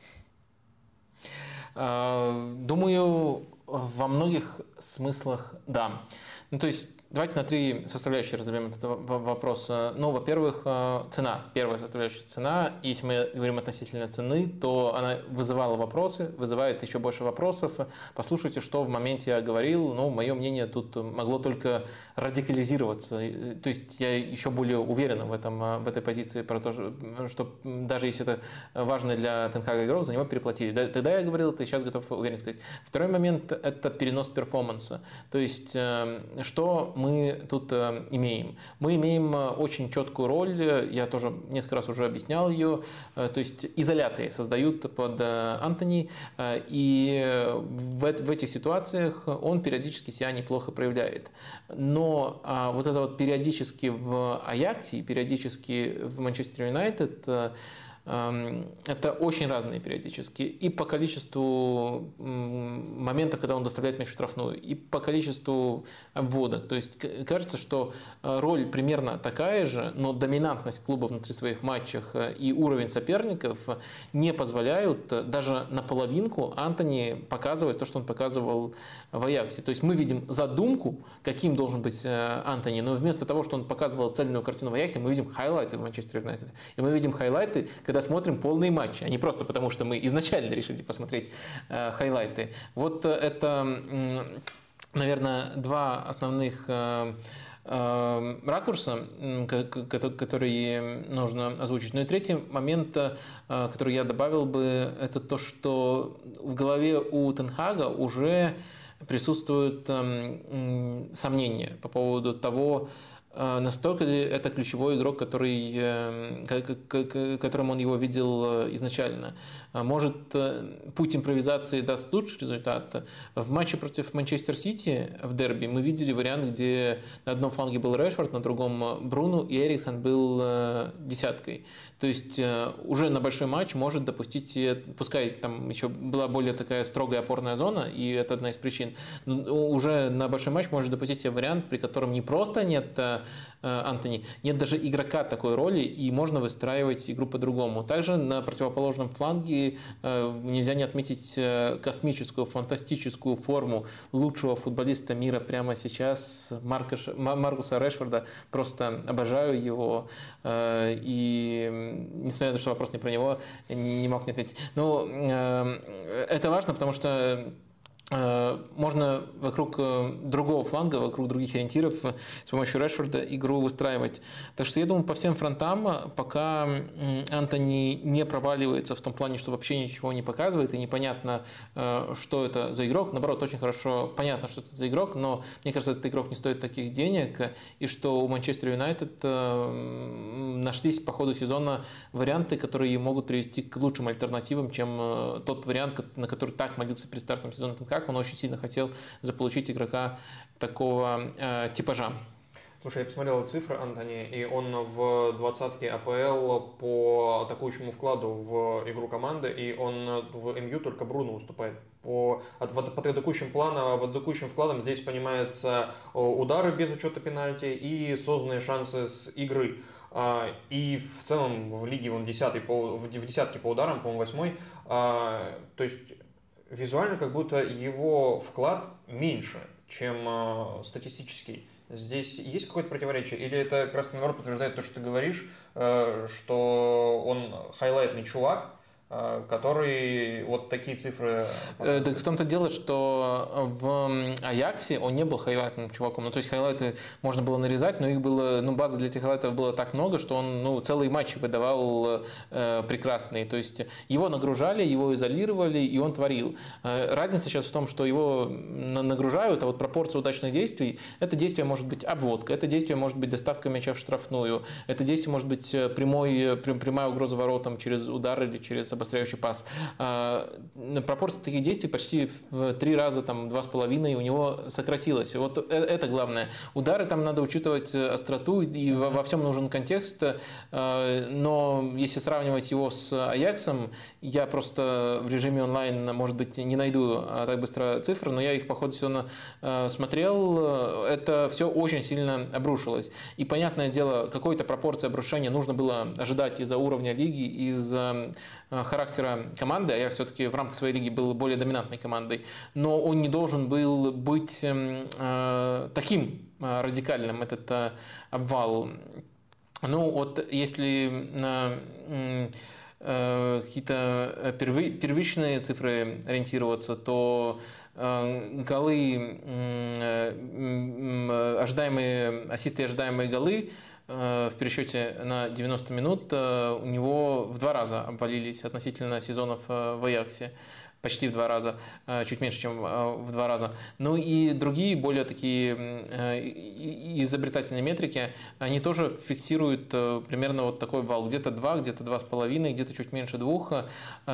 Думаю, во многих смыслах да. Ну, то есть давайте на три составляющие разобьем этот вопрос. Ну, во-первых, цена. Первая составляющая – цена. Если мы говорим относительно цены, то она вызывала вопросы, вызывает еще больше вопросов. Послушайте, что в моменте я говорил. Ну, мое мнение тут могло только радикализироваться. То есть я еще более уверен в этой позиции про то, что даже если это важно для Тен Хага игрок, за него переплатили. Тогда я говорил это, и сейчас готов уверенно сказать. Второй момент – это перенос перформанса. То есть что мы тут имеем? Мы имеем очень четкую роль, я тоже несколько раз уже объяснял ее, то есть изоляции создают под Антони, и в этих ситуациях он периодически себя неплохо проявляет. Но вот это вот периодически в Аяксе, периодически в Манчестер Юнайтед, это очень разные периодически. И по количеству моментов, когда он доставляет мяч в штрафную, и по количеству обводок. То есть кажется, что роль примерно такая же, но доминантность клуба внутри своих матчей и уровень соперников не позволяют даже наполовинку Антони показывать то, что он показывал в Аяксе. То есть мы видим задумку, каким должен быть Антони, но вместо того, что он показывал цельную картину в Аяксе, мы видим хайлайты в Манчестер Юнайтед. И мы видим хайлайты, когда смотрим полные матчи, а не просто потому, что мы изначально решили посмотреть хайлайты. Вот это, наверное, два основных ракурса, которые нужно озвучить. Ну и третий момент, который я добавил бы, это то, что в голове у Тен Хага уже присутствуют сомнения по поводу того, настолько ли это ключевой игрок, которым он его видел изначально. Может, путь импровизации даст лучший результат. В матче против Манчестер Сити в дерби мы видели вариант, где на одном фланге был Решфорд, на другом Бруно, и Эриксон был десяткой. То есть уже на большой матч может допустить, пускай там еще была более такая строгая опорная зона, и это одна из причин, но уже на большой матч может допустить вариант, при котором не просто нет Антони, нет даже игрока такой роли, и можно выстраивать игру по-другому. Также на противоположном фланге нельзя не отметить космическую, фантастическую форму лучшего футболиста мира прямо сейчас, Маркуса Решфорда. Просто обожаю его, и несмотря на то, что вопрос не про него, не мог не ответить. Но это важно, потому что можно вокруг другого фланга, вокруг других ориентиров с помощью Решфорда игру выстраивать. Так что я думаю, по всем фронтам, пока Антони не проваливается в том плане, что вообще ничего не показывает и непонятно, что это за игрок, наоборот, очень хорошо понятно, что это за игрок, но мне кажется, этот игрок не стоит таких денег, и что у Манчестер Юнайтед нашлись по ходу сезона варианты, которые могут привести к лучшим альтернативам, чем тот вариант, на который так молился перед стартом сезона Тен Хаг. Он очень сильно хотел заполучить игрока такого типажа. Слушай, я посмотрел цифры Антони, и он в двадцатке АПЛ по атакующему вкладу в игру команды, и он в МЮ только Бруно уступает. По атакующим вкладам здесь понимается удары без учета пенальти и созданные шансы с игры. И в целом в лиге он в десятке по ударам, по-моему, 8-й. То есть визуально как будто его вклад меньше, чем статистический. Здесь есть какое-то противоречие? Или это как раз наоборот подтверждает то, что ты говоришь, что он хайлайтный чувак, который вот такие цифры Так в показывает? том-то дело, что в Аяксе он не был хайлайтным чуваком. Ну, то есть хайлайты можно было нарезать, но их было, ну, базы для этих хайлайтов было так много, что он, ну, целые матчи выдавал прекрасные. То есть его нагружали, его изолировали, и он творил. Разница сейчас в том, что его нагружают, а вот пропорция удачных действий, это действие может быть обводка, это действие может быть доставка мяча в штрафную, это действие может быть прямая угроза воротам через удар или через обостряющий пас. Пропорция таких действий почти в 3 раза, там, 2,5 у него сократилась. Вот это главное. Удары там надо учитывать остроту, и во всем нужен контекст. Но если сравнивать его с Аяксом, я просто в режиме онлайн, может быть, не найду так быстро цифры, но я их по ходу сезона смотрел. Это все очень сильно обрушилось. И, понятное дело, какой-то пропорции обрушения нужно было ожидать из-за уровня лиги, из-за характера команды, а я все-таки в рамках своей лиги был более доминантной командой, но он не должен был быть таким радикальным, этот обвал. Ну вот если на какие-то первичные цифры ориентироваться, то голы, ожидаемые ассисты и ожидаемые голы в пересчете на 90 минут у него в 2 раза обвалились относительно сезонов в Аяксе. Почти в 2 раза, чуть меньше, чем в 2 раза. Ну и другие, более такие изобретательные метрики, они тоже фиксируют примерно вот такой вал. Где-то 2, где-то 2,5, где-то чуть меньше 2.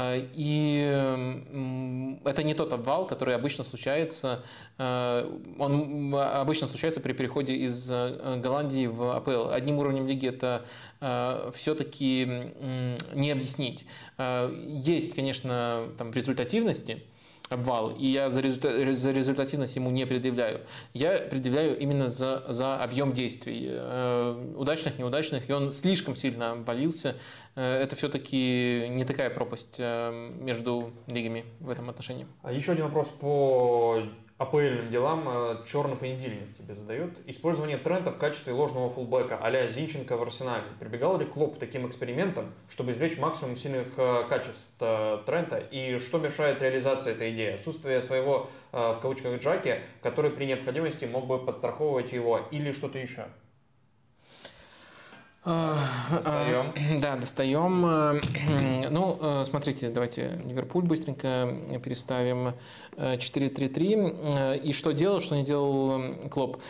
И это не тот обвал, который обычно случается. Он обычно случается при переходе из Голландии в АПЛ. Одним уровнем лиги это все-таки не объяснить. Есть, конечно, там в результативности обвал, и я за результативность ему не предъявляю. Я предъявляю именно за объем действий, удачных, неудачных, и он слишком сильно обвалился. Это все-таки не такая пропасть между лигами в этом отношении. А еще один вопрос по АПЛьным делам. Черный понедельник тебе задают. Использование Трента в качестве ложного фулбэка а-ля Зинченко в Арсенале. Прибегал ли Клоп к таким экспериментам, чтобы извлечь максимум сильных качеств Трента? И что мешает реализации этой идеи? Отсутствие своего, в кавычках, Джаки, который при необходимости мог бы подстраховывать его, или что-то еще? Достаем. Да, достаем. Ну, смотрите, давайте Ливерпуль быстренько переставим. 4-3-3. И что делал, что не делал Клоп?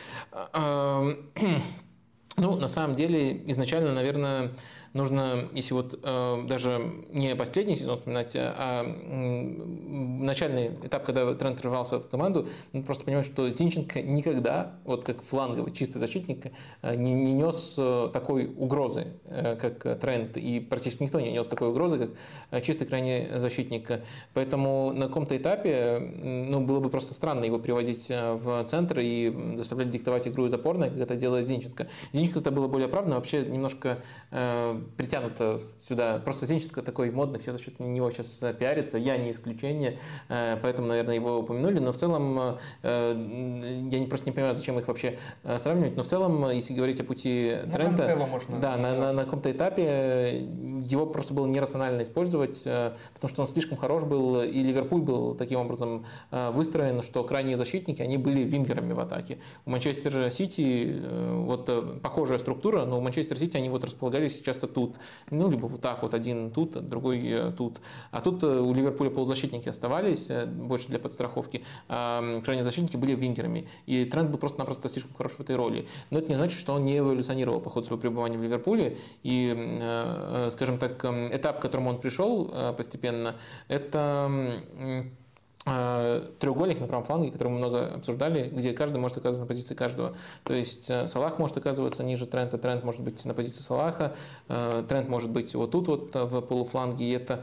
Ну, на самом деле, изначально, наверное, нужно, если вот даже не последний сезон вспоминать, а начальный этап, когда Трент рвался в команду, нужно просто понимать, что Зинченко никогда, вот как фланговый чистый защитник, не нес такой угрозы, как Трент, и практически никто не нес такой угрозы, как чистый крайний защитник. Поэтому на каком-то этапе, ну, было бы просто странно его приводить в центр и заставлять диктовать игру из опорной, как это делает Зинченко. Зинченко это было более оправданно, вообще немножко притянуто сюда. Просто Зинченко такой модный, все за счет него сейчас пиарятся, я не исключение, поэтому, наверное, его упомянули, но в целом я просто не понимаю, зачем их вообще сравнивать, но в целом, если говорить о пути Трента, да, на каком-то этапе его просто было нерационально использовать, потому что он слишком хорош был, и Ливерпуль был таким образом выстроен, что крайние защитники, они были вингерами в атаке. У Манчестер Сити вот похожая структура, но у Манчестер Сити они вот располагались часто тут, ну, либо вот так вот, один тут, другой тут. А тут у Ливерпуля полузащитники оставались, больше для подстраховки, а крайние защитники были вингерами. И Трент был просто-напросто слишком хорош в этой роли. Но это не значит, что он не эволюционировал по ходу своего пребывания в Ливерпуле. И, скажем так, этап, к которому он пришел постепенно, это треугольник на правом фланге, который мы много обсуждали, где каждый может оказываться на позиции каждого. То есть Салах может оказываться ниже Трента, Трент может быть на позиции Салаха, Трент может быть вот тут вот в полуфланге, и это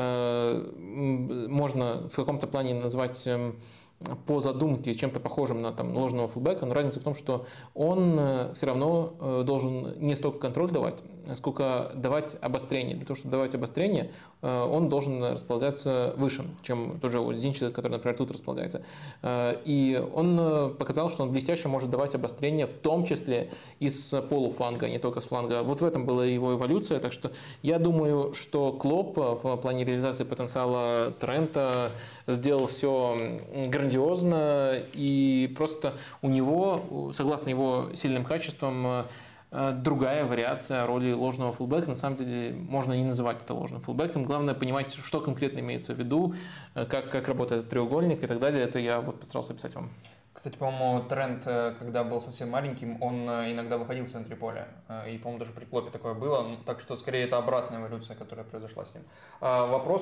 можно в каком-то плане назвать по задумке чем-то похожим на там, ложного фулбэка, но разница в том, что он все равно должен не столько контроль давать, сколько давать обострение. Для того, чтобы давать обострение, он должен располагаться выше, чем тоже у Зинченко, который, например, тут располагается. И он показал, что он блестяще может давать обострение, в том числе из полуфланга, не только с фланга. Вот в этом была его эволюция. Так что я думаю, что Клопп в плане реализации потенциала Трента сделал все грандиозно, и просто у него, согласно его сильным качествам, другая вариация роли ложного фулбека. На самом деле можно не называть это ложным фулбеком. Главное понимать, что конкретно имеется в виду, как работает треугольник и так далее. Это я вот постарался описать вам. Кстати, по-моему, Трент, когда был совсем маленьким, он иногда выходил в центре поля. И, по-моему, даже при Клопе такое было. Так что, скорее, это обратная эволюция, которая произошла с ним. Вопрос,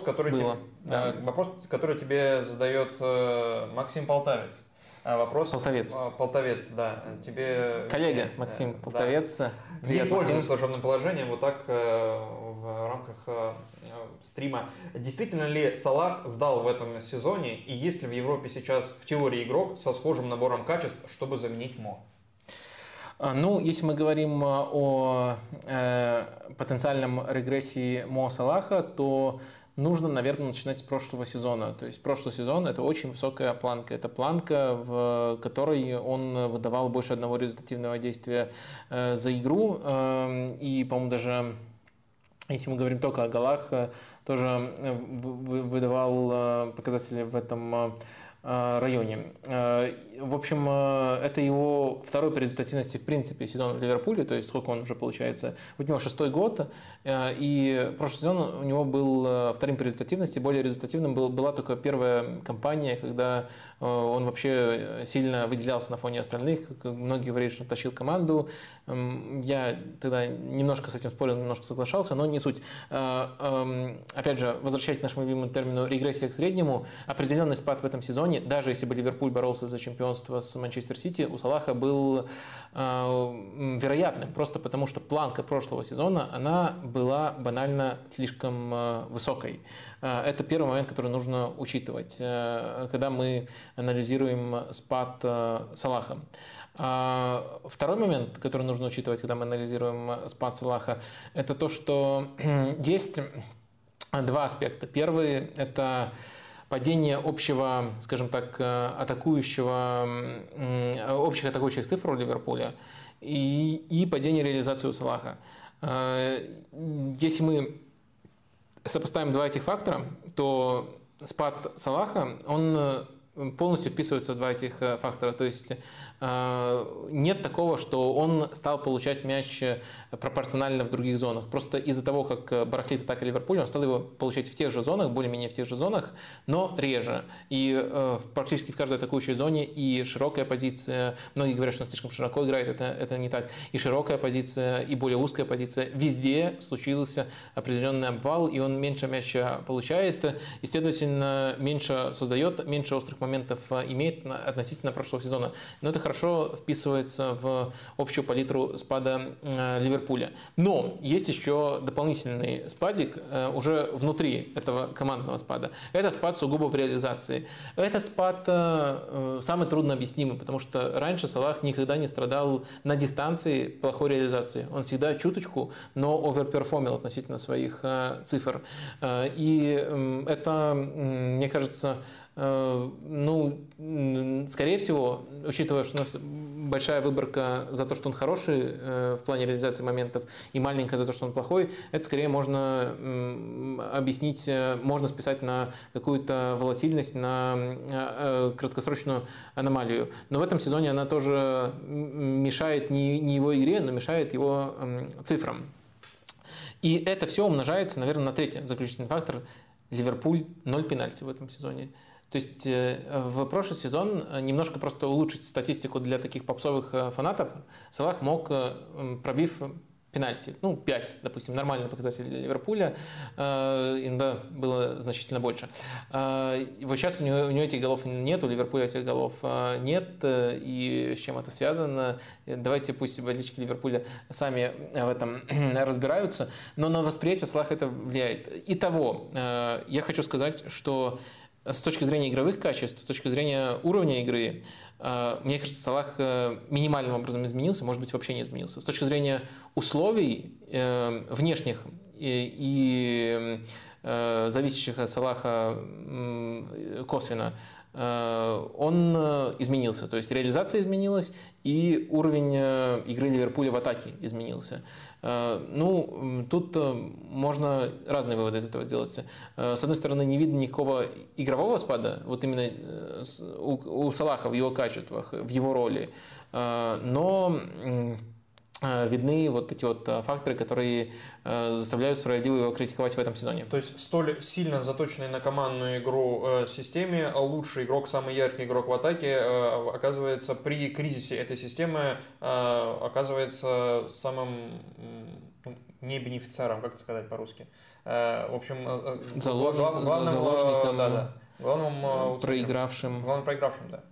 который тебе задает Максим Полтавец. Полтавец. Полтавец, да. Тебе... Коллега Максим Полтавец. Да. Привет, Не пользуюсь служебным положением, вот так в рамках стрима. Действительно ли Салах сдал в этом сезоне, и есть ли в Европе сейчас в теории игрок со схожим набором качеств, чтобы заменить Мо? Ну, если мы говорим о потенциальном регрессии Мо Салаха, то нужно, наверное, начинать с прошлого сезона. То есть прошлый сезон – это очень высокая планка. Это планка, в которой он выдавал больше одного результативного действия за игру. И, по-моему, даже если мы говорим только о голах, тоже выдавал показатели в этом районе. В общем, это его второй по результативности в принципе сезон в Ливерпуле, то есть сколько он уже получается. У него 6-й год, и прошлый сезон у него был вторым по результативности. Более результативным была только первая кампания, когда он вообще сильно выделялся на фоне остальных. Многие говорили, что он тащил команду. Я тогда немножко с этим спорил, немножко соглашался, но не суть. Опять же, возвращаясь к нашему любимому термину регрессия к среднему, определенный спад в этом сезоне, даже если бы Ливерпуль боролся за чемпионство с Манчестер Сити, у Салаха был вероятным, просто потому что планка прошлого сезона, она была банально слишком высокой. Это первый момент, который нужно учитывать, когда мы анализируем спад Салаха. Второй момент, который нужно учитывать, когда мы анализируем спад Салаха, это то, что есть два аспекта. Первый – это падение общего, скажем так, общих атакующих цифр у Ливерпуля и падение реализации у Салаха. Если мы сопоставим два этих фактора, то спад Салаха, он полностью вписывается в два этих фактора. То есть нет такого, что он стал получать мяч пропорционально в других зонах. Просто из-за того, как барахлит атака Ливерпуля, он стал его получать в тех же зонах, более-менее в тех же зонах, но реже. И практически в каждой атакующей зоне и широкая позиция, многие говорят, что он слишком широко играет, это не так. И широкая позиция, и более узкая позиция. Везде случился определенный обвал, и он меньше мяча получает, и, следовательно, меньше создает, меньше острых моментов имеет относительно прошлого сезона. Но это хорошо вписывается в общую палитру спада Ливерпуля. Но есть еще дополнительный спадик уже внутри этого командного спада. Это спад сугубо в реализации. Этот спад самый трудно объяснимый, потому что раньше Салах никогда не страдал на дистанции плохой реализации. Он всегда чуточку, но оверперформил относительно своих цифр. И это, мне кажется, скорее всего, учитывая, что у нас большая выборка за то, что он хороший в плане реализации моментов, и маленькая за то, что он плохой, это скорее можно объяснить, можно списать на какую-то волатильность, на краткосрочную аномалию. Но в этом сезоне она тоже мешает не его игре, но мешает его цифрам. И это все умножается, наверное, на третий заключительный фактор. Ливерпуль 0 пенальти в этом сезоне. То есть в прошлый сезон немножко просто улучшить статистику для таких попсовых фанатов, Салах мог, пробив пенальти, 5, допустим, нормальный показатель для Ливерпуля, иногда было значительно больше. Вот сейчас у него этих голов нет, у Ливерпуля этих голов нет, и с чем это связано, давайте пусть болельщики Ливерпуля сами в этом разбираются, но на восприятие Салаха это влияет. Итого, я хочу сказать, что с точки зрения игровых качеств, с точки зрения уровня игры, мне кажется, Салах минимальным образом изменился, может быть, вообще не изменился. С точки зрения условий внешних и зависящих от Салаха косвенно, он изменился. То есть реализация изменилась, и уровень игры Ливерпуля в атаке изменился. Ну, тут можно разные выводы из этого сделать. С одной стороны, не видно никакого игрового спада, вот именно у Салаха в его качествах, в его роли, но видны вот эти вот факторы, которые заставляют справедливо его критиковать в этом сезоне. То есть столь сильно заточенный на командную игру системе, лучший игрок, самый яркий игрок в атаке, оказывается при кризисе этой системы оказывается самым не бенефициаром, как это сказать по-русски. В общем, заложником, главным проигравшим. Главным проигравшим, да.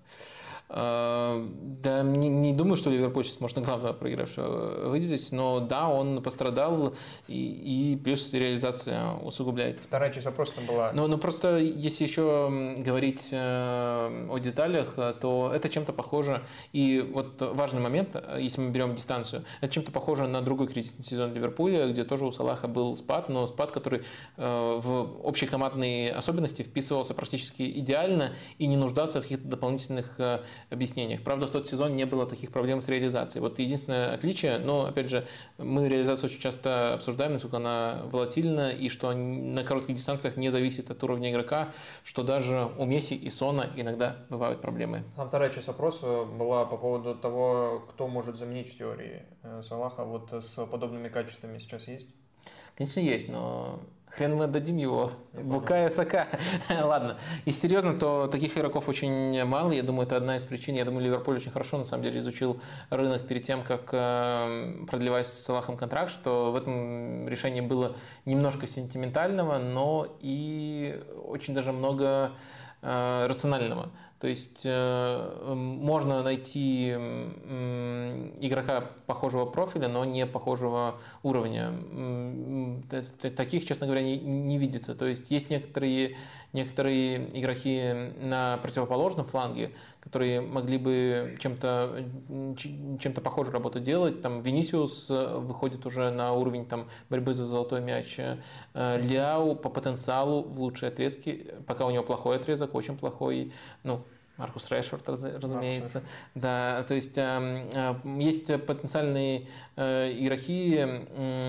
Да, не думаю, что Ливерпуль сейчас можно главного проигравшего выделить, но да, он пострадал, и плюс реализация усугубляет. Вторая часть вопроса была... Но просто если еще говорить о деталях, то это чем-то похоже, и вот важный момент, если мы берем дистанцию, это чем-то похоже на другой кризисный сезон Ливерпуля, где тоже у Салаха был спад, но спад, который в общекомандные особенности вписывался практически идеально и не нуждался в каких-то дополнительных объяснениях. Правда, в тот сезон не было таких проблем с реализацией. Вот единственное отличие, но опять же, мы реализацию очень часто обсуждаем, насколько она волатильна, и что на коротких дистанциях не зависит от уровня игрока, что даже у Месси и Сона иногда бывают проблемы. А вторая часть вопроса была по поводу того, кто может заменить в теории Салаха. Вот с подобными качествами сейчас есть? Конечно, есть, но хрен мы отдадим его. Букая Сака. Ладно. Если серьезно, то таких игроков очень мало. Я думаю, это одна из причин. Я думаю, Ливерпуль очень хорошо, на самом деле, изучил рынок перед тем, как продлевать с Салахом контракт, что в этом решении было немножко сентиментального, но и очень даже много рационального. То есть можно найти игрока похожего профиля, но не похожего уровня. Таких, честно говоря, не видится. То есть есть некоторые игроки на противоположном фланге, которые могли бы чем-то похожую работу делать. Там Винисиус выходит уже на уровень борьбы за золотой мяч. Ляу по потенциалу в лучшие отрезки, пока у него плохой отрезок, очень плохой. Маркус Решфорд, разумеется. Да, то есть есть потенциальные игроки,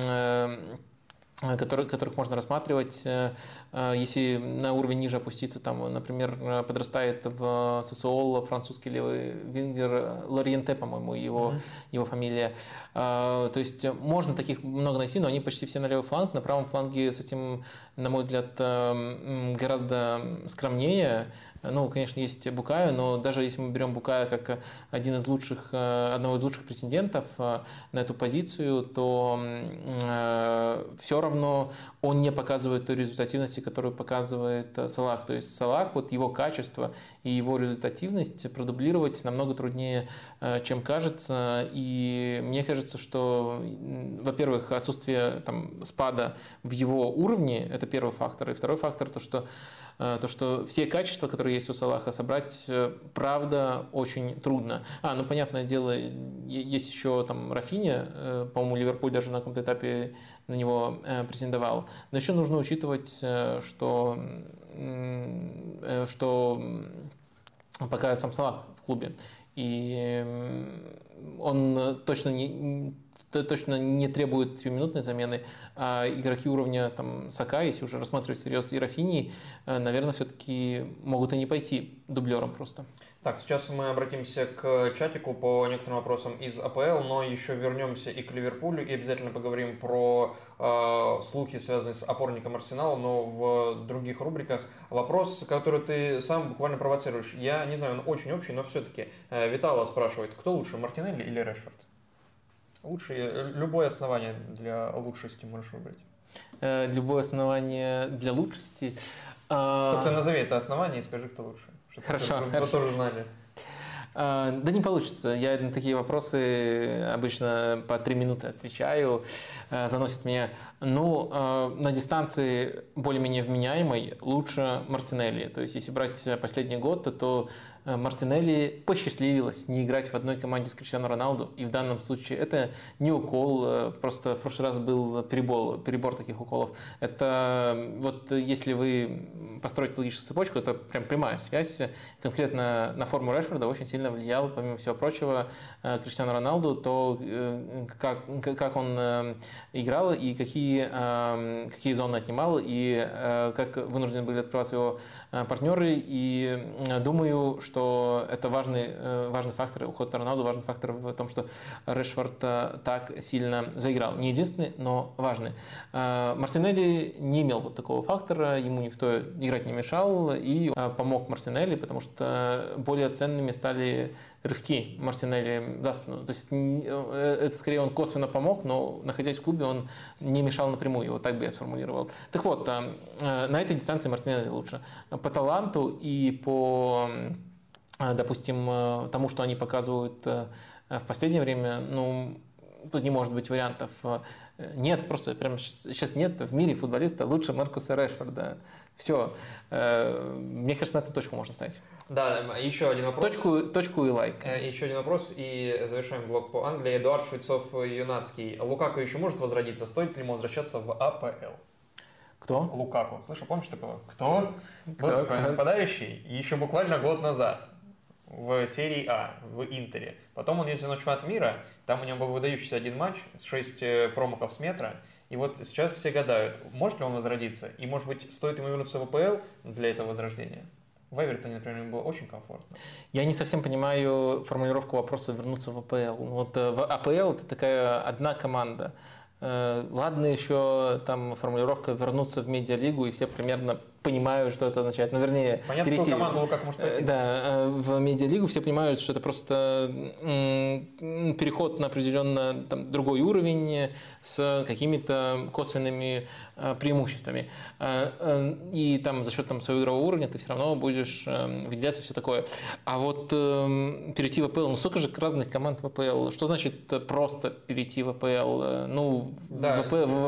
которых можно рассматривать, если на уровень ниже опуститься, например, подрастает в Сосуоло французский левый вингер Лориенте, по-моему, его фамилия. То есть можно таких много найти, но они почти все на левый фланг. На правом фланге с этим, на мой взгляд, гораздо скромнее. Конечно, есть Букаю, но даже если мы берем Букаю как одного из лучших претендентов на эту позицию, то все равно он не показывает той результативности, которую показывает Салах. То есть Салах, вот его качество и его результативность продублировать намного труднее, чем кажется. И мне кажется, что, во-первых, отсутствие спада в его уровне – это первый фактор. И второй фактор – то, что все качества, которые есть у Салаха, собрать, правда, очень трудно. Понятное дело, есть еще Рафиня, по-моему, Ливерпуль даже на каком-то этапе на него претендовал. Но еще нужно учитывать, что пока сам Салах в клубе, и он точно не требует сиюминутной замены, а игроки уровня Сака, если уже рассматривать всерьез и Рафини, наверное, все-таки могут и не пойти дублером просто. Так, сейчас мы обратимся к чатику по некоторым вопросам из АПЛ, но еще вернемся и к Ливерпулю, и обязательно поговорим про слухи, связанные с опорником Арсенала, но в других рубриках. Вопрос, который ты сам буквально провоцируешь, я не знаю, он очень общий, но все-таки. Витала спрашивает, кто лучше, Мартинелли или Решфорд? Лучше, любое основание для лучшести можешь выбрать. Любое основание для лучшести. Только назови это основание и скажи, кто лучше. Хорошо. Вы тоже знали. Да не получится. Я на такие вопросы обычно по 3 минуты отвечаю. Заносит меня. На дистанции более-менее вменяемой лучше Мартинелли. То есть, если брать последний год, то Мартинелли посчастливилось не играть в одной команде с Криштиану Роналду, и в данном случае это не укол, просто в прошлый раз был перебор таких уколов. Это вот если вы построите логическую цепочку, это прям прямая связь. Конкретно на форму Решфорда очень сильно влиял, помимо всего прочего, Криштиану Роналду, то как он играл и какие зоны отнимал, и как вынуждены были открываться его партнеры. И думаю, что это важный фактор, уход Роналду важный фактор в том, что Решфорд так сильно заиграл. Не единственный, но важный. Мартинелли не имел вот такого фактора, ему никто играть не мешал, и помог Мартинелли, потому что более ценными стали рывки Мартинелли. Да, то есть это скорее он косвенно помог, но находясь в клубе, он не мешал напрямую, его так бы я сформулировал. Так вот, на этой дистанции Мартинелли лучше. По таланту и по, допустим, тому, что они показывают в последнее время, ну, тут не может быть вариантов. Нет, просто прямо сейчас нет в мире футболиста лучше Маркуса Решфорда. Все. Мне кажется, на эту точку можно ставить. Да, еще один вопрос. Точку и лайк. Еще один вопрос, и завершаем блок по Англии. Эдуард Швецов-Юнацкий. Лукаку еще может возвратиться? Стоит ли ему возвращаться в АПЛ? Кто? Лукаку. Слышал, помнишь такого? Кто? Был такой нападающий еще буквально год назад в серии А, в Интере. Потом он ездил на чемпионат мира, там у него был выдающийся один матч, 6 промахов с метра. И вот сейчас все гадают, может ли он возродиться, и, может быть, стоит ему вернуться в АПЛ для этого возрождения. В Эвертоне, например, ему было очень комфортно. Я не совсем понимаю формулировку вопроса «вернуться в АПЛ». Вот в АПЛ это такая одна команда. Ладно еще там формулировка «вернуться в медиалигу», и все примерно понимают, что это означает. Ну, вернее, понятно, перейти. что команду Лукаку может пойти. Да, в медиалигу все понимают, что это просто переход на определенно там, другой уровень с какими-то косвенными преимуществами. И там за счет там, своего игрового уровня ты все равно будешь выделяться, все такое. А вот перейти в АПЛ, ну столько же разных команд в АПЛ. Что значит просто перейти в АПЛ? Ну, Да,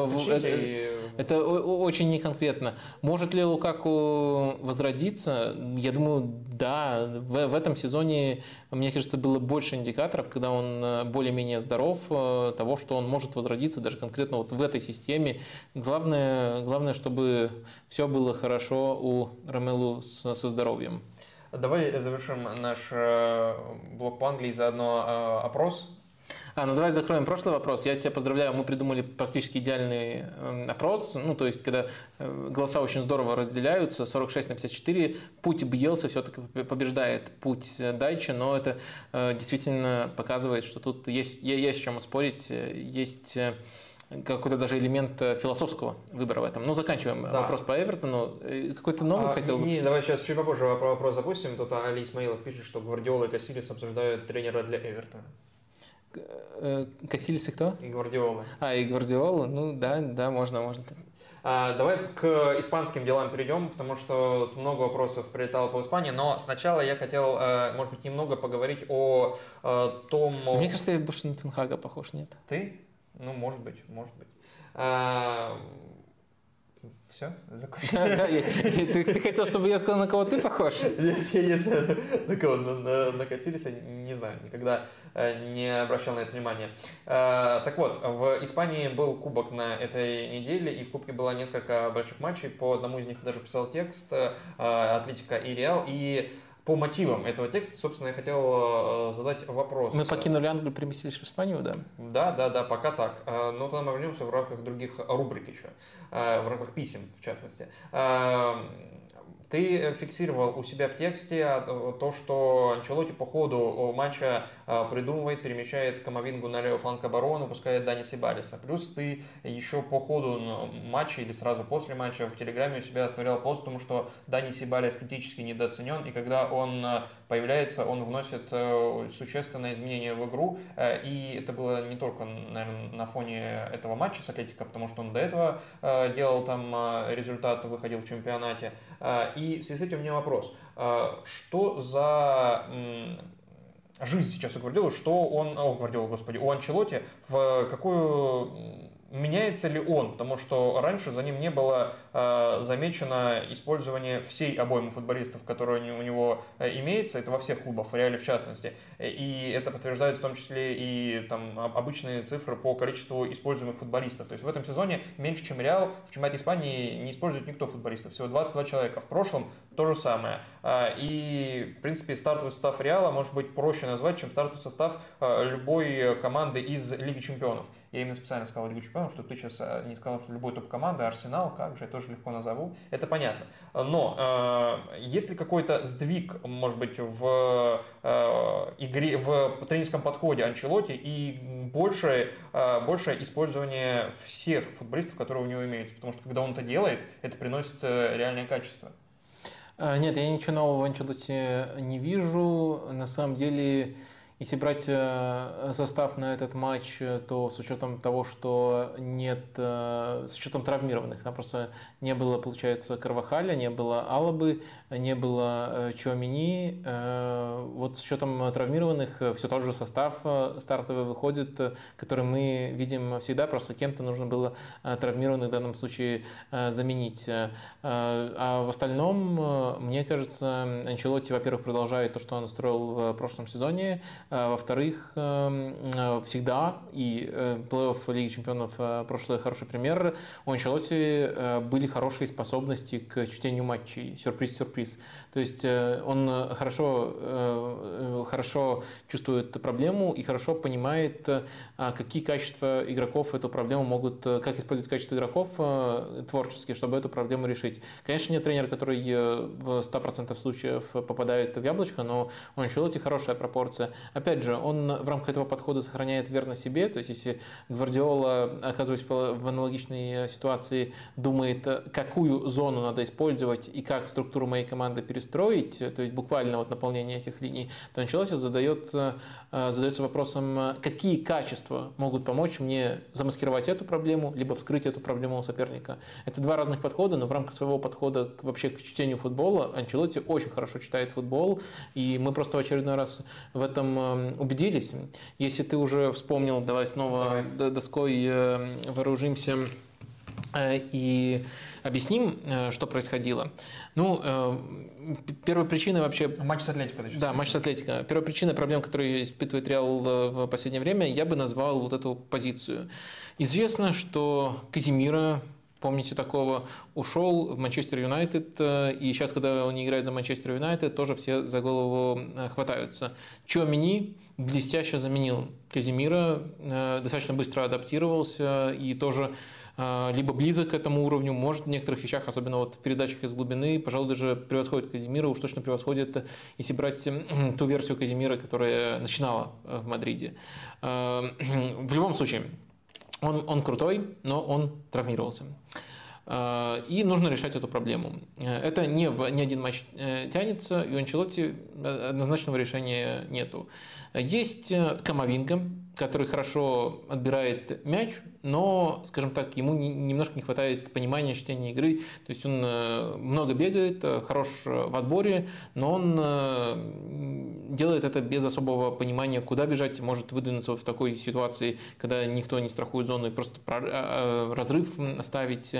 это очень неконкретно. Может ли Лукаку возродиться? Я думаю, да. В этом сезоне, мне кажется, было больше индикаторов, когда он более-менее здоров, того, что он может возродиться даже конкретно вот в этой системе. Главное, чтобы все было хорошо у Ромелу со здоровьем. Давай завершим наш блок по Англии, заодно опрос. Ну давай закроем прошлый вопрос. Я тебя поздравляю, мы придумали практически идеальный опрос. Ну, то есть, когда голоса очень здорово разделяются, 46-54, путь Бьелса все-таки побеждает путь Дайча, но это действительно показывает, что тут есть с чем спорить, есть какой-то даже элемент философского выбора в этом. Ну, заканчиваем вопрос по Эвертону. Какой-то новый хотел запустить? Давай сейчас чуть попозже вопрос запустим. Тут Али Исмаилов пишет, что Гвардиола и Кассилис обсуждают тренера для Эвертона. Кассилис и кто? И Гвардиола. И Гвардиола, ну да, можно. Давай к испанским делам перейдем, потому что тут много вопросов прилетало по Испании, но сначала я хотел, может быть, немного поговорить о том... Мне кажется, я больше на Тен Хага похож, нет? Ты? Ну, может быть. Все? Ты хотел, чтобы я сказал, на кого ты похож? Я не знаю, на кого, на Кассилиса не знаю, никогда не обращал на это внимание. Так вот, в Испании был кубок на этой неделе, и в кубке было несколько больших матчей, по одному из них даже писал текст, Атлетико и Реал, и по мотивам этого текста, собственно, я хотел задать вопрос. Мы покинули Англию, переместились в Испанию, да? Да, пока так. Но тогда мы вернемся в рамках других рубрик еще, в рамках писем, в частности. Ты фиксировал у себя в тексте то, что Анчелотти по ходу матча придумывает, перемещает Камавингу на левый фланг обороны, пускает Дани Сибалиса. Плюс ты еще по ходу матча или сразу после матча в Телеграме у себя оставлял пост о том, что Дани Сибалис критически недооценен, и когда он появляется, он вносит существенное изменение в игру. И это было не только, наверное, на фоне этого матча с Атлетико, потому что он до этого делал там результат, выходил в чемпионате. И в связи с этим у меня вопрос. Что за жизнь сейчас у Гвардиолы, что он, у Анчелотти, в какую меняется ли он? Потому что раньше за ним не было замечено использование всей обоймы футболистов, которые у него имеется. Это во всех клубах, в Реале в частности. И это подтверждает в том числе и там, обычные цифры по количеству используемых футболистов. То есть в этом сезоне меньше, чем Реал, в чемпионате Испании не использует никто футболистов. Всего 22 человека. В прошлом то же самое. И, в принципе, стартовый состав Реала может быть проще назвать, чем стартовый состав любой команды из Лиги Чемпионов. Я именно специально сказал Лигу Чемпионов, чтобы ты сейчас не сказал, что любой топ-команда, Арсенал, как же, я тоже легко назову. Это понятно. Но есть ли какой-то сдвиг, может быть, в игре, в тренерском подходе Анчелотти и большее использование всех футболистов, которые у него имеются? Потому что когда он это делает, это приносит реальное качество. Нет, я ничего нового в Анчелотти не вижу. На самом деле, если брать состав на этот матч, то с учетом того, что нет, с учетом травмированных, там просто не было, получается, Карвахаля, не было Алабы, не было Чуамени. Вот с учетом травмированных все тот же состав стартовый выходит, который мы видим всегда, просто кем-то нужно было травмированных в данном случае заменить. А в остальном, мне кажется, Анчелотти, во-первых, продолжает то, что он строил в прошлом сезоне. Во-вторых, всегда, и плей-офф Лиги Чемпионов прошлый хороший пример, у Анчелотти были хорошие способности к чтению матчей, сюрприз-сюрприз. То есть он хорошо чувствует проблему и хорошо понимает, какие качества игроков эту проблему могут, как использовать качество игроков творчески, чтобы эту проблему решить. Конечно, нет тренера, который в 100% случаев попадает в яблочко, но у Анчелотти хорошая пропорция. Опять же, он в рамках этого подхода сохраняет верность себе, то есть если Гвардиола, оказываясь в аналогичной ситуации, думает, какую зону надо использовать и как структуру моей команды перестроить, то есть буквально вот наполнение этих линий, то Анчелотти задается вопросом, какие качества могут помочь мне замаскировать эту проблему, либо вскрыть эту проблему у соперника. Это два разных подхода, но в рамках своего подхода вообще к чтению футбола Анчелотти очень хорошо читает футбол, и мы просто в очередной раз в этом убедились. Если ты уже вспомнил, давай снова доской вооружимся и объясним, что происходило. Ну, первой причиной вообще... Матч с Атлетико. Да, матч с Атлетико. Первой причиной проблем, которые испытывает Реал в последнее время, я бы назвал вот эту позицию. Известно, что Каземиро, помните такого, ушел в Манчестер Юнайтед, и сейчас, когда он не играет за Манчестер Юнайтед, тоже все за голову хватаются. Чуамени блестяще заменил Каземиро, достаточно быстро адаптировался и тоже либо близок к этому уровню, может в некоторых вещах, особенно вот в передачах из глубины, пожалуй, даже превосходит Каземиро, уж точно превосходит, если брать ту версию Каземиро, которая начинала в Мадриде. В любом случае, он крутой, но он травмировался. И нужно решать эту проблему. Это не один матч тянется, и у Анчелотти однозначного решения нету. Есть Камавинга, который хорошо отбирает мяч, но, скажем так, ему немножко не хватает понимания чтения игры. То есть он много бегает, хорош в отборе, но он делает это без особого понимания, куда бежать, может выдвинуться в такой ситуации, когда никто не страхует зону, и просто разрыв оставить.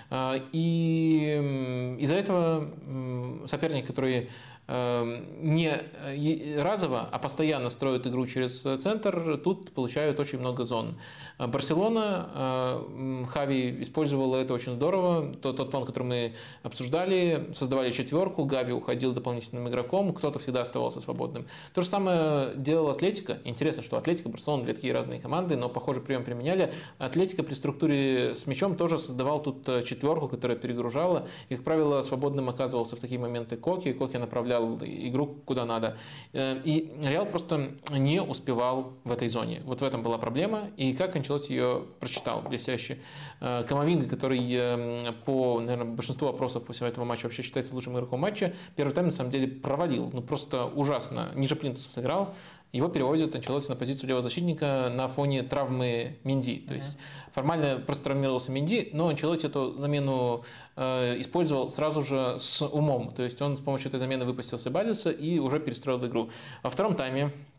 И из-за этого соперник, который не разово, а постоянно строят игру через центр, тут получают очень много зон. Барселона, Хави использовала это очень здорово. Тот план, который мы обсуждали, создавали четверку, Гави уходил дополнительным игроком, кто-то всегда оставался свободным. То же самое делал Атлетико. Интересно, что Атлетико, Барселона, две такие разные команды, но похожий прием применяли. Атлетико при структуре с мячом тоже создавал тут четверку, которая перегружала. И, как правило, свободным оказывался в такие моменты Коки. Коки направлял игру куда надо. И Реал просто не успевал в этой зоне. Вот в этом была проблема. И как Анчелотти ее прочитал блестяще. Камавинга, который по, наверное, большинству опросов после этого матча вообще считается лучшим игроком матча, первый тайм на самом деле провалил. Ну просто ужасно. Ниже плинтуса сыграл. Его переводят Анчелотти на позицию левого защитника на фоне травмы Менди. То есть формально просто травмировался Менди, но Анчелотти эту замену использовал сразу же с умом. То есть он с помощью этой замены выпустил Себальоса и уже перестроил игру. Во втором тайме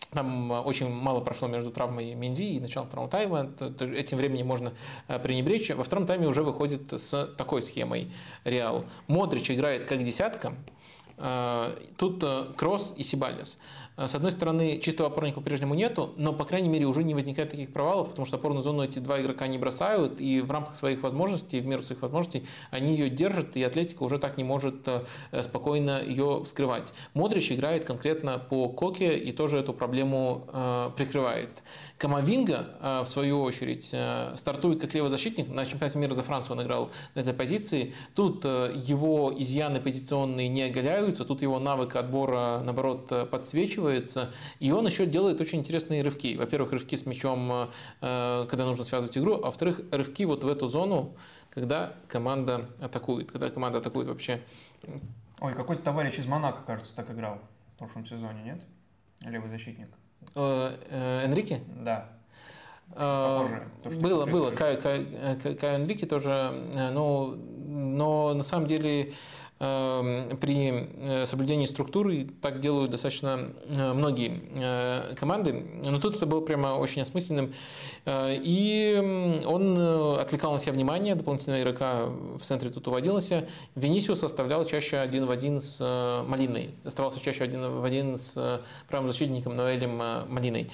Там очень мало прошло между травмой Менди и началом второго тайма. Этим временем можно пренебречь. Во втором тайме уже выходит с такой схемой Реал. Модрич играет как десятка. Тут Кросс и Сибальес. С одной стороны, чистого опорника по-прежнему нету, но, по крайней мере, уже не возникает таких провалов, потому что опорную зону эти два игрока не бросают, и в рамках своих возможностей, в меру своих возможностей, они ее держат, и Атлетико уже так не может спокойно ее вскрывать. Модрич играет конкретно по Коке и тоже эту проблему прикрывает. Камавинга, в свою очередь, стартует как левый защитник. На чемпионате мира за Францию он играл на этой позиции. Тут его изъяны позиционные не оголяются, тут его навык отбора, наоборот, подсвечивается. И он еще делает очень интересные рывки. Во-первых, рывки с мячом, когда нужно связывать игру, а во-вторых, рывки вот в эту зону, когда команда атакует. Когда команда атакует вообще. Ой, какой-то товарищ из Монако, кажется, так играл в прошлом сезоне, нет? Левый защитник. Энрике? Да. Похоже, было. Кай Энрике тоже. Но на самом деле при соблюдении структуры так делают достаточно многие команды. Но тут это было прямо очень осмысленным. И он отвлекал на себя внимание, дополнительного игрока в центре тут уводился. Винисиус оставлял чаще один в один с Малиной. Оставался чаще один в один с правым защитником Ноэлем Малиной.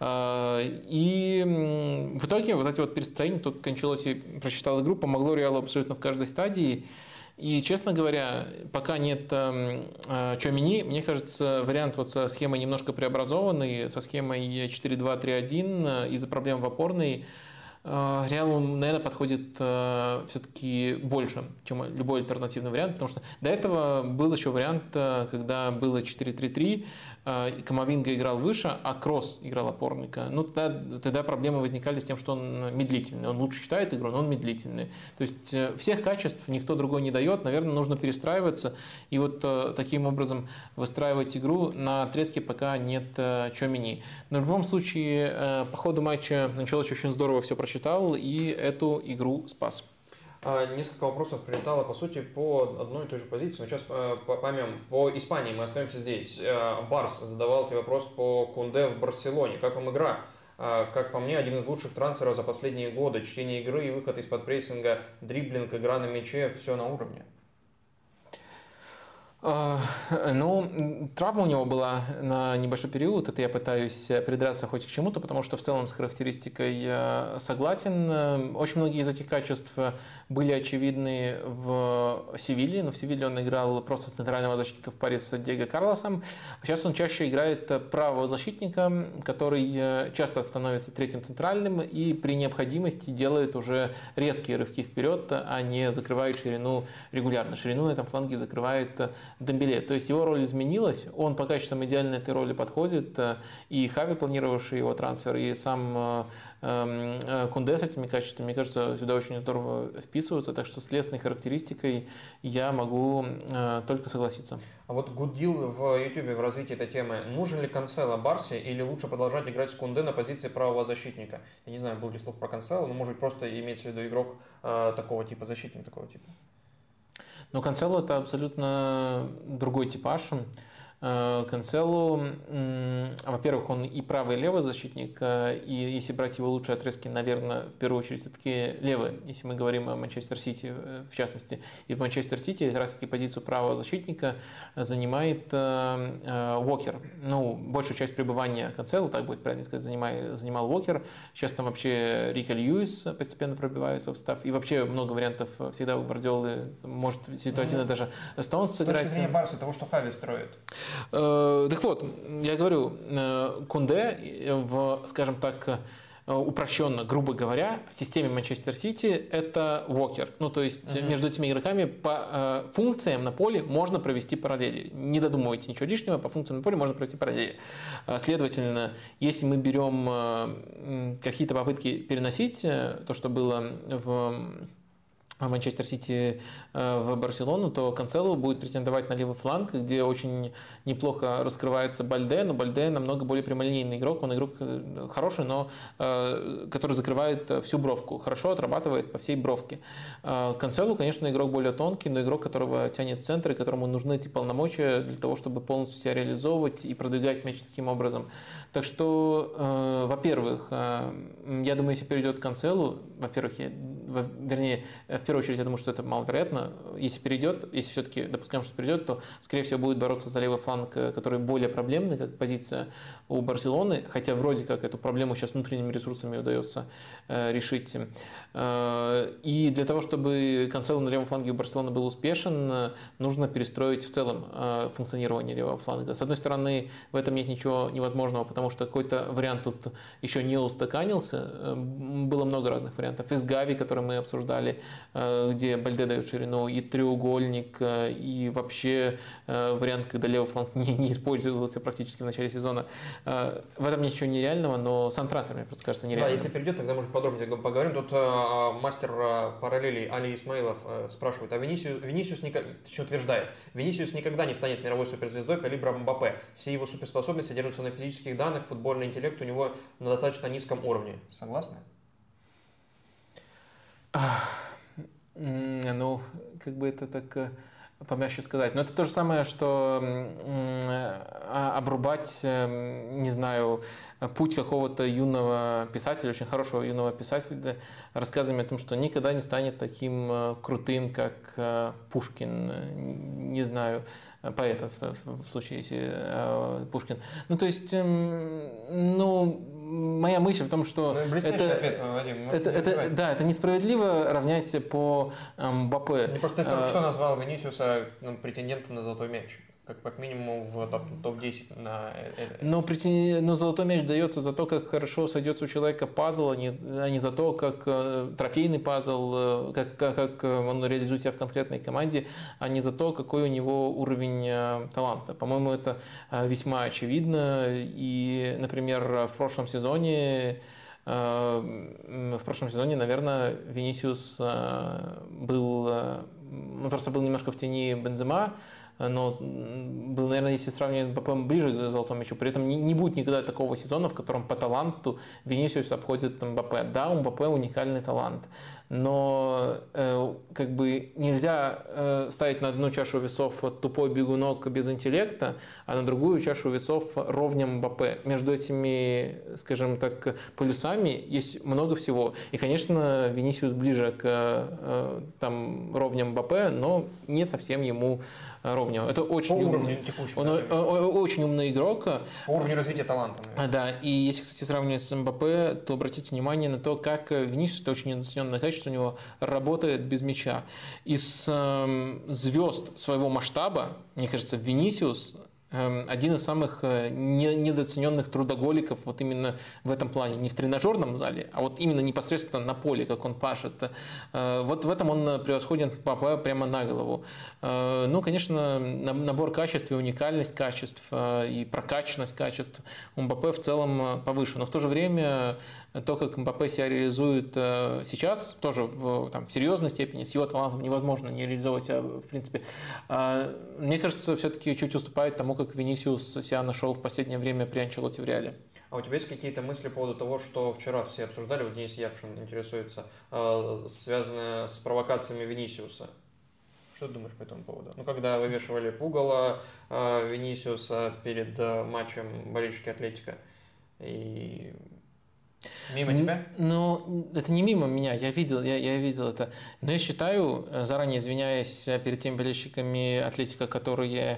И в итоге вот эти вот перестроения, тут Анчелотти просчитал игру, помогло Реалу абсолютно в каждой стадии. И, честно говоря, пока нет Чуамени, мне кажется, вариант вот со схемой немножко преобразованный, со схемой 4-2-3-1 из-за проблем в опорной, Реалу, наверное, подходит все-таки больше, чем любой альтернативный вариант, потому что до этого был еще вариант, когда было 4-3-3, Камавинга играл выше, а Кросс играл опорника. Ну, тогда проблемы возникали с тем, что он медлительный. Он лучше читает игру, но он медлительный. То есть всех качеств никто другой не дает. Наверное, нужно перестраиваться и вот таким образом выстраивать игру на отрезке, пока нет Чуамени. Но в любом случае, по ходу матча Анчелотти очень здорово все прочитал и эту игру спас. Несколько вопросов прилетало, по сути, по одной и той же позиции. Но сейчас поймем. По Испании мы остаемся здесь. Барс задавал тебе вопрос по Кунде в Барселоне. Как вам игра? Как по мне, один из лучших трансферов за последние годы. Чтение игры и выход из-под прессинга, дриблинг, игра на мяче, все на уровне. Ну, травма у него была на небольшой период, это я пытаюсь придраться хоть к чему-то, потому что в целом с характеристикой согласен. Очень многие из этих качеств были очевидны в Севилье, но в Севилье он играл просто центрального защитника в паре с Диего Карлосом. Сейчас он чаще играет правого защитника, который часто становится третьим центральным и при необходимости делает уже резкие рывки вперед, а не закрывает ширину регулярно. Ширину на этом фланге закрывает Дембеле. То есть его роль изменилась, он по качествам идеально этой роли подходит, и Хави, планировавший его трансфер, и сам Кунде с этими качествами, мне кажется, сюда очень здорово вписываются, так что с лестной характеристикой я могу только согласиться. А вот Гуддил в YouTube в развитии этой темы. Нужен ли Канцело Барсе или лучше продолжать играть с Кунде на позиции правого защитника? Я не знаю, был ли слух про Канцело, но может быть просто имеется в виду игрок такого типа, защитник такого типа. Но Канцело это абсолютно другой типаж. Канцело, во-первых, он и правый, и левый защитник, и если брать его лучшие отрезки, наверное, в первую очередь все-таки левый, если мы говорим о Манчестер Сити в частности. И в Манчестер Сити как раз таки позицию правого защитника занимает Уокер. Ну, большую часть пребывания Канцело, так будет правильно сказать, занимал Уокер. Сейчас там вообще Рико Льюис постепенно пробивается в состав. И вообще много вариантов всегда у Гвардиолы, может ситуативно даже Стоунс сыграть. С точки зрения Барса, того, что Хави строит. Так вот, я говорю, Кунде, скажем так, упрощенно, грубо говоря, в системе Манчестер Сити это Уокер. Ну, то есть между этими игроками по функциям на поле можно провести параллели. Не додумывайте ничего лишнего, по функциям на поле можно провести параллели. Следовательно, если мы берем какие-то попытки переносить то, что было в Манчестер Сити в Барселону, то Канцело будет претендовать на левый фланг, где очень неплохо раскрывается Бальде, но Бальде намного более прямолинейный игрок, он игрок хороший, но который закрывает всю бровку, хорошо отрабатывает по всей бровке. Канцело, конечно, игрок более тонкий, но игрок, которого тянет в центр и которому нужны эти полномочия для того, чтобы полностью себя реализовывать и продвигать мяч таким образом. Так что, во-первых, я думаю, если перейдет Канцело, во-первых, вернее, в первую очередь, я думаю, что это маловероятно. Если перейдет, если все-таки допускаем, что перейдет, то, скорее всего, будет бороться за левый фланг, который более проблемный, как позиция у Барселоны, хотя вроде как эту проблему сейчас внутренними ресурсами удается решить. И для того, чтобы Канцело на левом фланге у Барселоны был успешен, нужно перестроить в целом функционирование левого фланга. С одной стороны, в этом нет ничего невозможного, потому что какой-то вариант тут еще не устаканился. Было много разных вариантов. Из Гави, который мы обсуждали, где Бальде дает ширину, и треугольник, и вообще вариант, когда левый фланг не использовался практически в начале сезона. В этом ничего нереального, но сам трансфер, мне просто кажется, нереальным. Да, если перейдет, тогда, может, подробнее поговорим. Тут мастер параллелей Али Исмаилов спрашивает, а Винисиус точнее утверждает, Винисиус никогда не станет мировой суперзвездой калибра Мбаппе. Все его суперспособности держатся на физических данных, футбольный интеллект у него на достаточно низком уровне. Согласны? Ну, как бы это так помягче сказать. Но это то же самое, что обрубать, не знаю, путь какого-то юного писателя, очень хорошего юного писателя, рассказами о том, что никогда не станет таким крутым, как Пушкин, не знаю, поэта в случае, если Пушкин. Ну, то есть, ну, моя мысль в том, что ответ, Вадим. это несправедливо равнять по Мбаппе. Мне просто ты только что назвал Винисиуса претендентом на золотой мяч. Как минимум в топ-10 на это. Но золотой мяч дается за то, как хорошо сойдется у человека пазл, а не за то, как трофейный пазл, как он реализует себя в конкретной команде, а не за то, какой у него уровень таланта. По-моему, это весьма очевидно. И, например, в прошлом сезоне, наверное, Винисиус просто был немножко в тени Бензема, но был, наверное, если сравнивать с Мбаппе, ближе к золотому мячу. При этом не будет никогда такого сезона, в котором по таланту Винисиус обходит Мбаппе. Да, у Мбаппе уникальный талант, но как бы нельзя ставить на одну чашу весов тупой бегунок без интеллекта, а на другую чашу весов ровня Мбаппе. Между этими, скажем так, полюсами есть много всего. И, конечно, Винисиус ближе к ровням Мбаппе, но не совсем ему ровня. Это очень очень умный игрок. По уровню развития таланта. Да, и если, кстати, сравнивать с Мбаппе, то обратите внимание на то, как Винисиус, это очень недооцененное качество, у него работает без мяча. Из звезд своего масштаба, мне кажется, Винисиус один из самых недооцененных трудоголиков вот именно в этом плане. Не в тренажерном зале, а вот именно непосредственно на поле, как он пашет. Вот в этом он превосходен Мбаппе прямо на голову. Ну, конечно, набор качеств и уникальность качеств, и прокачанность качеств у Мбаппе в целом повыше. Но в то же время то, как Мбаппе себя реализует сейчас, тоже в серьезной степени, с его талантом невозможно не реализовать себя, в принципе. Мне кажется, все-таки чуть уступает тому, как Винисиус себя нашел в последнее время при Анчелотти в Реале. А у тебя есть какие-то мысли по поводу того, что вчера все обсуждали, вот Денис Якшин интересуется, связанное с провокациями Винисиуса? Что ты думаешь по этому поводу? Ну, когда вывешивали пугало Винисиуса перед матчем болельщики Атлетико, и... Мимо тебя? Ну, это не мимо меня, я видел это. Но я считаю, заранее извиняясь перед теми болельщиками Атлетико, которые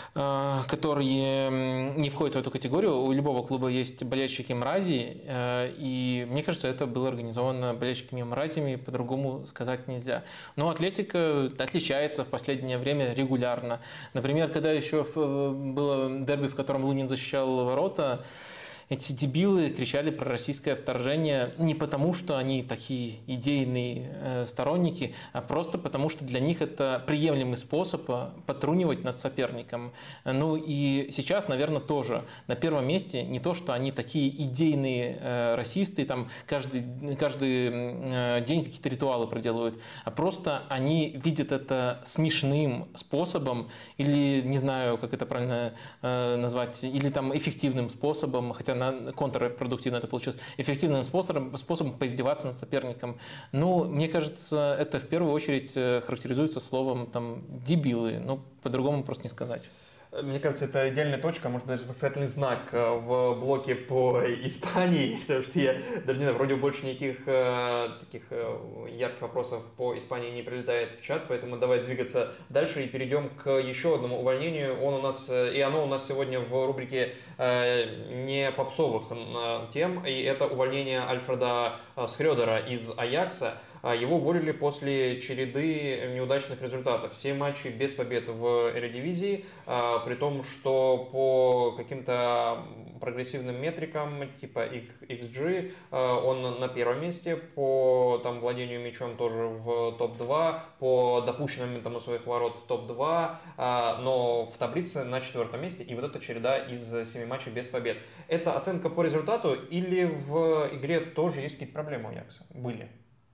не входят в эту категорию. У любого клуба есть болельщики мрази, и мне кажется, это было организовано болельщиками мразями, по-другому сказать нельзя. Но Атлетико отличается в последнее время регулярно. Например, когда еще было дерби, в котором Лунин защищал ворота, эти дебилы кричали про российское вторжение не потому, что они такие идейные сторонники, а просто потому, что для них это приемлемый способ потрунивать над соперником. Ну и сейчас, наверное, тоже на первом месте не то, что они такие идейные расисты, там каждый день какие-то ритуалы проделывают, а просто они видят это смешным способом или, не знаю, как это правильно назвать, или там эффективным способом, хотя контрпродуктивно это получилось, эффективным способом поиздеваться над соперником. Ну, мне кажется, это в первую очередь характеризуется словом там дебилы, ну, по-другому просто не сказать. Мне кажется, это идеальная точка, может быть, восклицательный знак в блоке по Испании, потому что я даже не знаю, вроде больше никаких таких ярких вопросов по Испании не прилетает в чат, поэтому давай двигаться дальше и перейдем к еще одному увольнению. Оно у нас сегодня в рубрике не попсовых тем, и это увольнение Альфреда Схрёдера из Аякса. Его уволили после череды неудачных результатов. 7 матчей без побед в Эредивизии, при том, что по каким-то прогрессивным метрикам типа XG он на первом месте, по там, владению мячом тоже в топ-2, по допущенным моментам у своих ворот в топ-2, но в таблице на 4-м месте, и вот эта череда из 7 матчей без побед. Это оценка по результату или в игре тоже есть какие-то проблемы у Аякса? Были?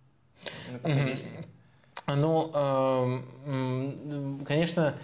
Ну, конечно,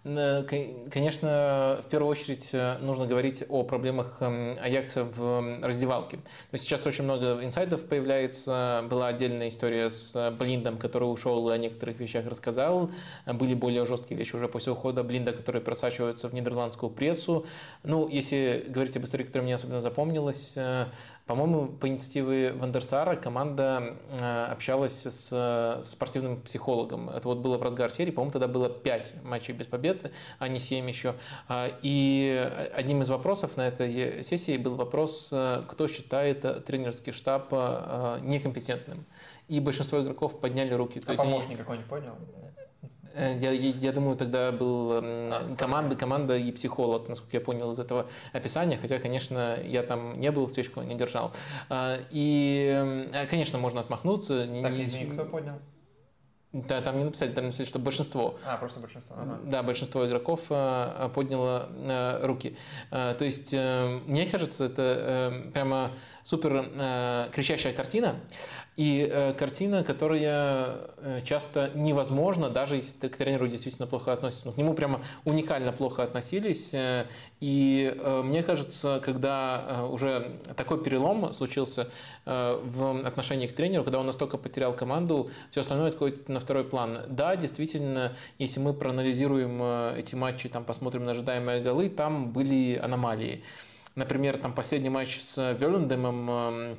в первую очередь нужно говорить о проблемах Аякса в раздевалке. То есть сейчас очень много инсайдов появляется. Была отдельная история с Блиндом, который ушел и о некоторых вещах рассказал. Были более жесткие вещи уже после ухода Блинда, которые просачиваются в нидерландскую прессу. Ну, если говорить об истории, которая мне особенно запомнилась, по-моему, по инициативе Вандерсара команда общалась со спортивным психологом. Это вот было в разгар серии, по-моему, тогда было 5 матчей без побед, а не 7 еще. И одним из вопросов на этой сессии был вопрос, кто считает тренерский штаб некомпетентным. И большинство игроков подняли руки. А помощник какой-нибудь поднял? Я думаю, тогда был команда и психолог, насколько я понял из этого описания, хотя, конечно, я там не был, свечку не держал. И, конечно, можно отмахнуться. Так, извини, кто поднял? Да, там не написали, там написали, что большинство. Просто большинство. Ага. Да, большинство игроков подняло руки. То есть, мне кажется, это прямо супер кричащая картина. И картина, которая часто невозможна, даже если ты к тренеру действительно плохо относишься. Но к нему прямо уникально плохо относились. И мне кажется, когда уже такой перелом случился в отношении к тренеру, когда он настолько потерял команду, все остальное отходит на второй план. Да, действительно, если мы проанализируем эти матчи, там, посмотрим на ожидаемые голы, там были аномалии. Например, там последний матч с Воллендемом,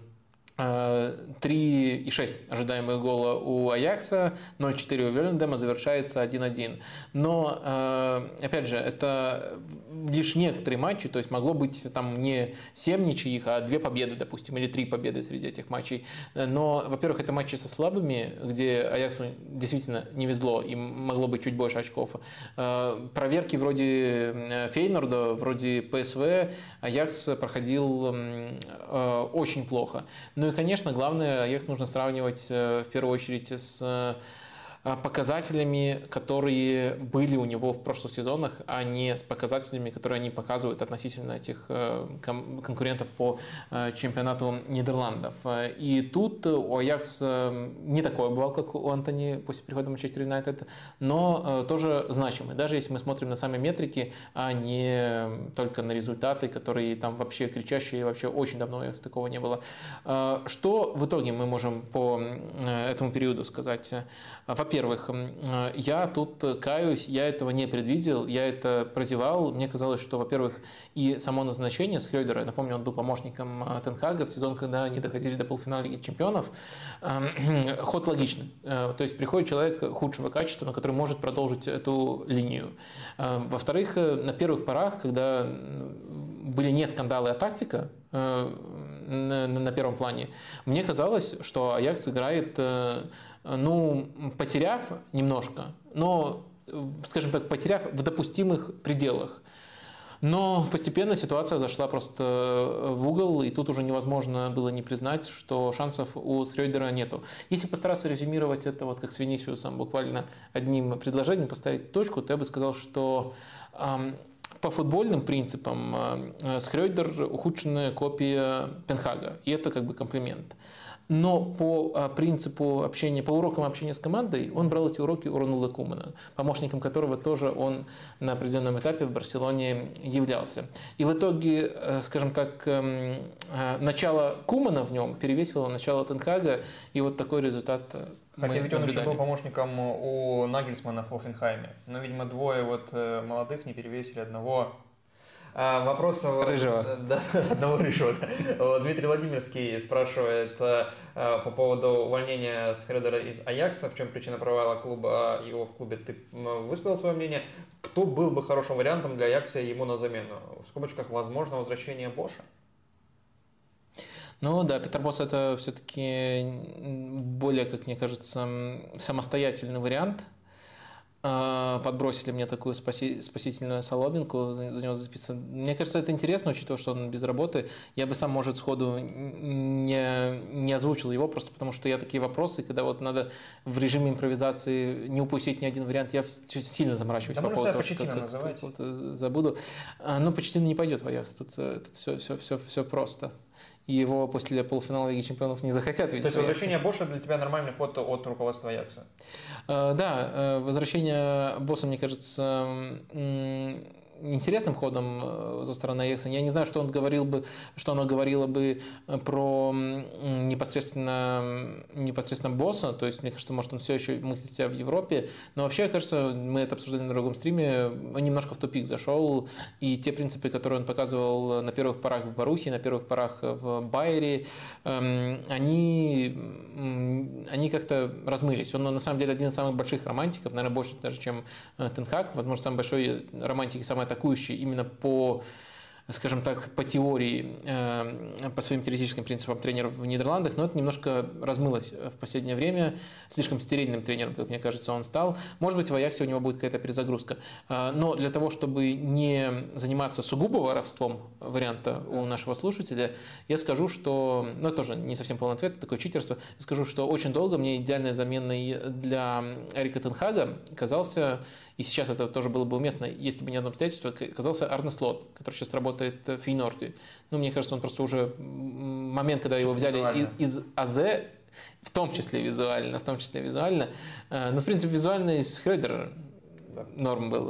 3,6 ожидаемых гола у Аякса, 0,4 у Воллендема, завершается 1-1. Но, опять же, это лишь некоторые матчи, то есть могло быть там не 7 ничьих, а 2 победы, допустим, или 3 победы среди этих матчей. Но, во-первых, это матчи со слабыми, где Аяксу действительно не везло, им могло быть чуть больше очков. Проверки вроде Фейнорда, вроде ПСВ Аякс проходил очень плохо. Ну и, конечно, главное, Аякс нужно сравнивать в первую очередь с показателями, которые были у него в прошлых сезонах, а не с показателями, которые они показывают относительно этих конкурентов по чемпионату Нидерландов. И тут у Аякса не такой обвал, как у Антони после прихода в Манчестер Юнайтед, но тоже значимый. Даже если мы смотрим на сами метрики, а не только на результаты, которые там вообще кричащие, вообще очень давно у Аякса такого не было. Что в итоге мы можем по этому периоду сказать? Во-первых, я тут каюсь, я этого не предвидел, я это прозевал. Мне казалось, что, во-первых, и само назначение Схрёдера, напомню, он был помощником Тен Хага в сезон, когда они доходили до полуфинала Лиги Чемпионов, ход логичный. То есть приходит человек худшего качества, но который может продолжить эту линию. Во-вторых, на первых порах, когда были не скандалы, а тактика на первом плане, мне казалось, что Аякс играет, ну, потеряв немножко, но, скажем так, потеряв в допустимых пределах. Но постепенно ситуация зашла просто в угол, и тут уже невозможно было не признать, что шансов у Шрёдера нету. Если постараться резюмировать это вот как с Винисиусом, буквально одним предложением поставить точку, то я бы сказал, что по футбольным принципам Шрёдер ухудшенная копия Тен-Хага, и это как бы комплимент. Но по принципу общения, по урокам общения с командой, он брал эти уроки у Роналда Кумана, помощником которого тоже он на определенном этапе в Барселоне являлся. И в итоге, скажем так, начало Кумана в нем перевесило начало Тен-Хага, и вот такой результат мы Хотя ведь он еще наблюдали. был помощником у Нагельсмана в Хофенхайме. Но, видимо, двое вот молодых не перевесили одного вопрос Рыжего. одного рыжего. Да. Дмитрий Владимирский спрашивает по поводу увольнения Шрёдера из Аякса. В чем причина провала клуба его в клубе? Ты высказал свое мнение. Кто был бы хорошим вариантом для Аякса ему на замену? В скобочках, возможно, возвращение Боша? Ну да, Петер Босс это все-таки более, как мне кажется, самостоятельный вариант. Подбросили мне такую спасительную соломинку, за него зацепиться. Мне кажется, это интересно, учитывая, что он без работы. Я бы сам, может, сходу не озвучил его, просто потому что я такие вопросы, когда вот надо в режиме импровизации не упустить ни один вариант, я чуть сильно заморачиваюсь Да по можно поводу себя того, Почеттино как забуду. Ну, Почеттино не пойдет в Аякс, тут все просто. И его после полуфинала Лиги Чемпионов не захотят видеть. То есть возвращение Боша для тебя нормальный ход от руководства Аякса? Да, возвращение Босса, мне кажется, интересным ходом со стороны Аякса. Я не знаю, что оно говорило бы про непосредственно Босса. То есть, мне кажется, может, он все еще мыслит себя в Европе. Но вообще, кажется, мы это обсуждали на другом стриме, он немножко в тупик зашел. И те принципы, которые он показывал на первых порах в Боруссии, на первых порах в Байере, они как-то размылись. Он, на самом деле, один из самых больших романтиков, наверное, больше даже, чем Тен-Хаг. Возможно, самый большой романтик и самый атакующий именно по, скажем так, по теории, по своим теоретическим принципам тренеров в Нидерландах, но это немножко размылось в последнее время. Слишком стерильным тренером, как мне кажется, он стал. Может быть, в Аяксе у него будет какая-то перезагрузка. Но для того, чтобы не заниматься сугубо воровством варианта у нашего слушателя, я скажу, что, ну, это тоже не совсем полный ответ, такое читерство, я скажу, что очень долго мне идеальной заменой для Эрика Тен-Хага казался, и сейчас это тоже было бы уместно, если бы не одно обстоятельство, казался Арне Слот, который сейчас работает в Фейнорде. Ну, мне кажется, он просто уже момент, когда его взяли из АЗ, в том числе визуально, но, в принципе, визуально из Шрёдера норм был.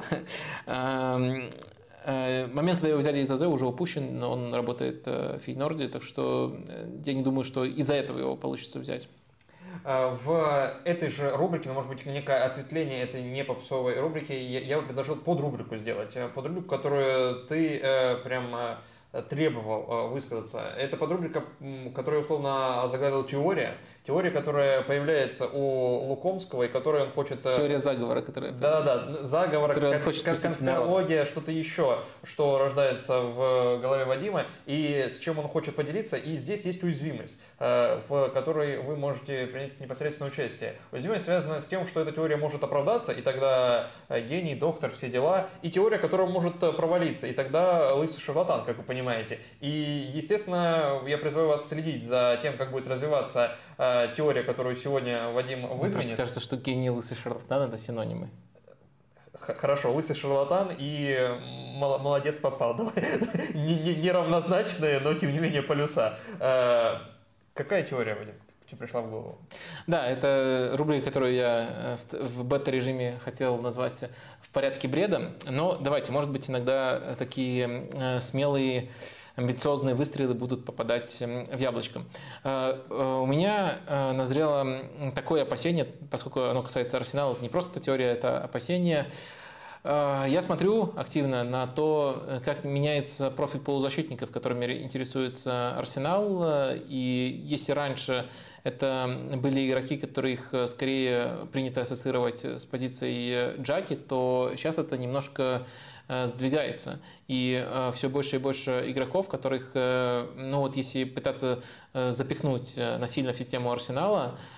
Момент, когда его взяли из АЗ, уже упущен, но он работает в Фейнорде, так что я не думаю, что из-за этого его получится взять. В этой же рубрике, но может быть некое ответвление этой не попсовой рубрики, я бы предложил подрубрику сделать. Подрубрику, которую ты прям требовал высказаться. Это подрубрика, которую условно заглавил «Теория». Теория, которая появляется у Лукомского и которую он хочет... Теория заговора, которая... Да-да, заговор, конспирология, что-то еще, что рождается в голове Вадима и с чем он хочет поделиться. И здесь есть уязвимость, в которой вы можете принять непосредственное участие. Уязвимость связана с тем, что эта теория может оправдаться, и тогда гений, доктор, все дела. И теория, которая может провалиться, и тогда лысый шарлатан, как вы понимаете. И, естественно, я призываю вас следить за тем, как будет развиваться теория, которую сегодня Вадим выдвинет. Мне просто кажется, что гений, лысый шарлатан – это синонимы. Хорошо, лысый шарлатан и молодец попал. Неравнозначные, но тем не менее полюса. Какая теория, Вадим, тебе пришла в голову? Да, это рубрика, которую я в бета-режиме хотел назвать «В порядке бреда». Но давайте, может быть, иногда такие смелые, амбициозные выстрелы будут попадать в яблочко. У меня назрело такое опасение, поскольку оно касается Арсенала, это не просто теория, это опасение. Я смотрю активно на то, как меняется профиль полузащитников, которыми интересуется Арсенал. И если раньше это были игроки, которых скорее принято ассоциировать с позицией Джаки, то сейчас это немножко сдвигается. И все больше и больше игроков, которых, ну вот если пытаться запихнуть насильно в систему Арсенала,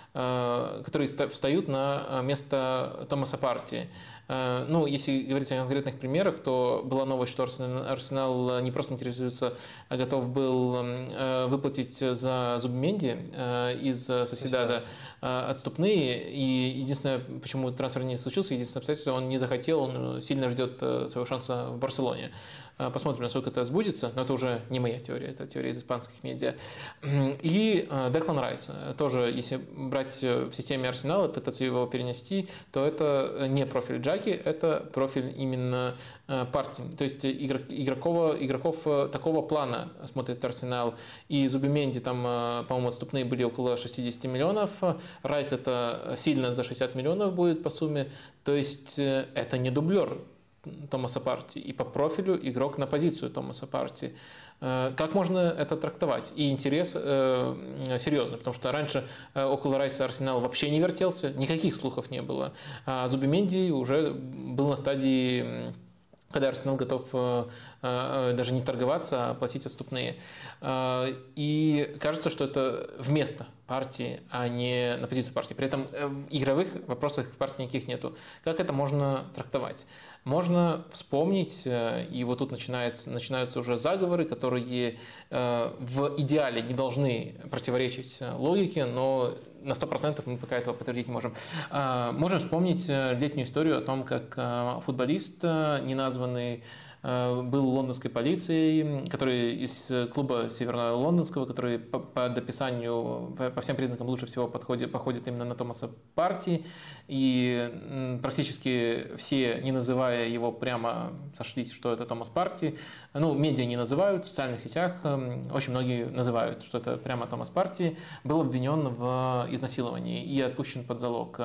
которые встают на место Томаса Партии. Ну, если говорить о конкретных примерах, то была новость, что Арсенал не просто интересуется, а готов был выплатить за Зубименди из Сосьедада отступные. И единственное, почему трансфер не случился, единственное обстоятельство, он не захотел, он сильно ждет своего шанса в Барселоне. Посмотрим, насколько это сбудется, но это уже не моя теория, это теория из испанских медиа. И Деклан Райс, тоже, если брать в системе Арсенала, пытаться его перенести, то это не профиль Джаки, это профиль именно партии. То есть игроков такого плана смотрит Арсенал. И Зубименди там, по-моему, отступные были около 60 миллионов, Райс это сильно за 60 миллионов будет по сумме, то есть это не дублер Томаса Парти, и по профилю игрок на позицию Томаса Парти. Как можно это трактовать? И интерес серьезный, потому что раньше около Райса Арсенал вообще не вертелся, никаких слухов не было. А Зубименди уже был на стадии, когда Арсенал готов даже не торговаться, а платить отступные. И кажется, что это вместо партии, а не на позицию партии. При этом игровых вопросов в партии никаких нету. Как это можно трактовать? Можно вспомнить, и вот тут начинаются уже заговоры, которые в идеале не должны противоречить логике, но на 100% мы пока этого подтвердить не можем. Можем вспомнить летнюю историю о том, как футболист неназванный был лондонской полицией, который из клуба северного лондонского, который по описанию, по всем признакам лучше всего походит именно на Томаса Парти. И практически все, не называя его прямо, сошлись, что это Томас Парти. Ну, медиа не называют, в социальных сетях очень многие называют, что это прямо Томас Парти. Был обвинен в изнасиловании и отпущен под залог.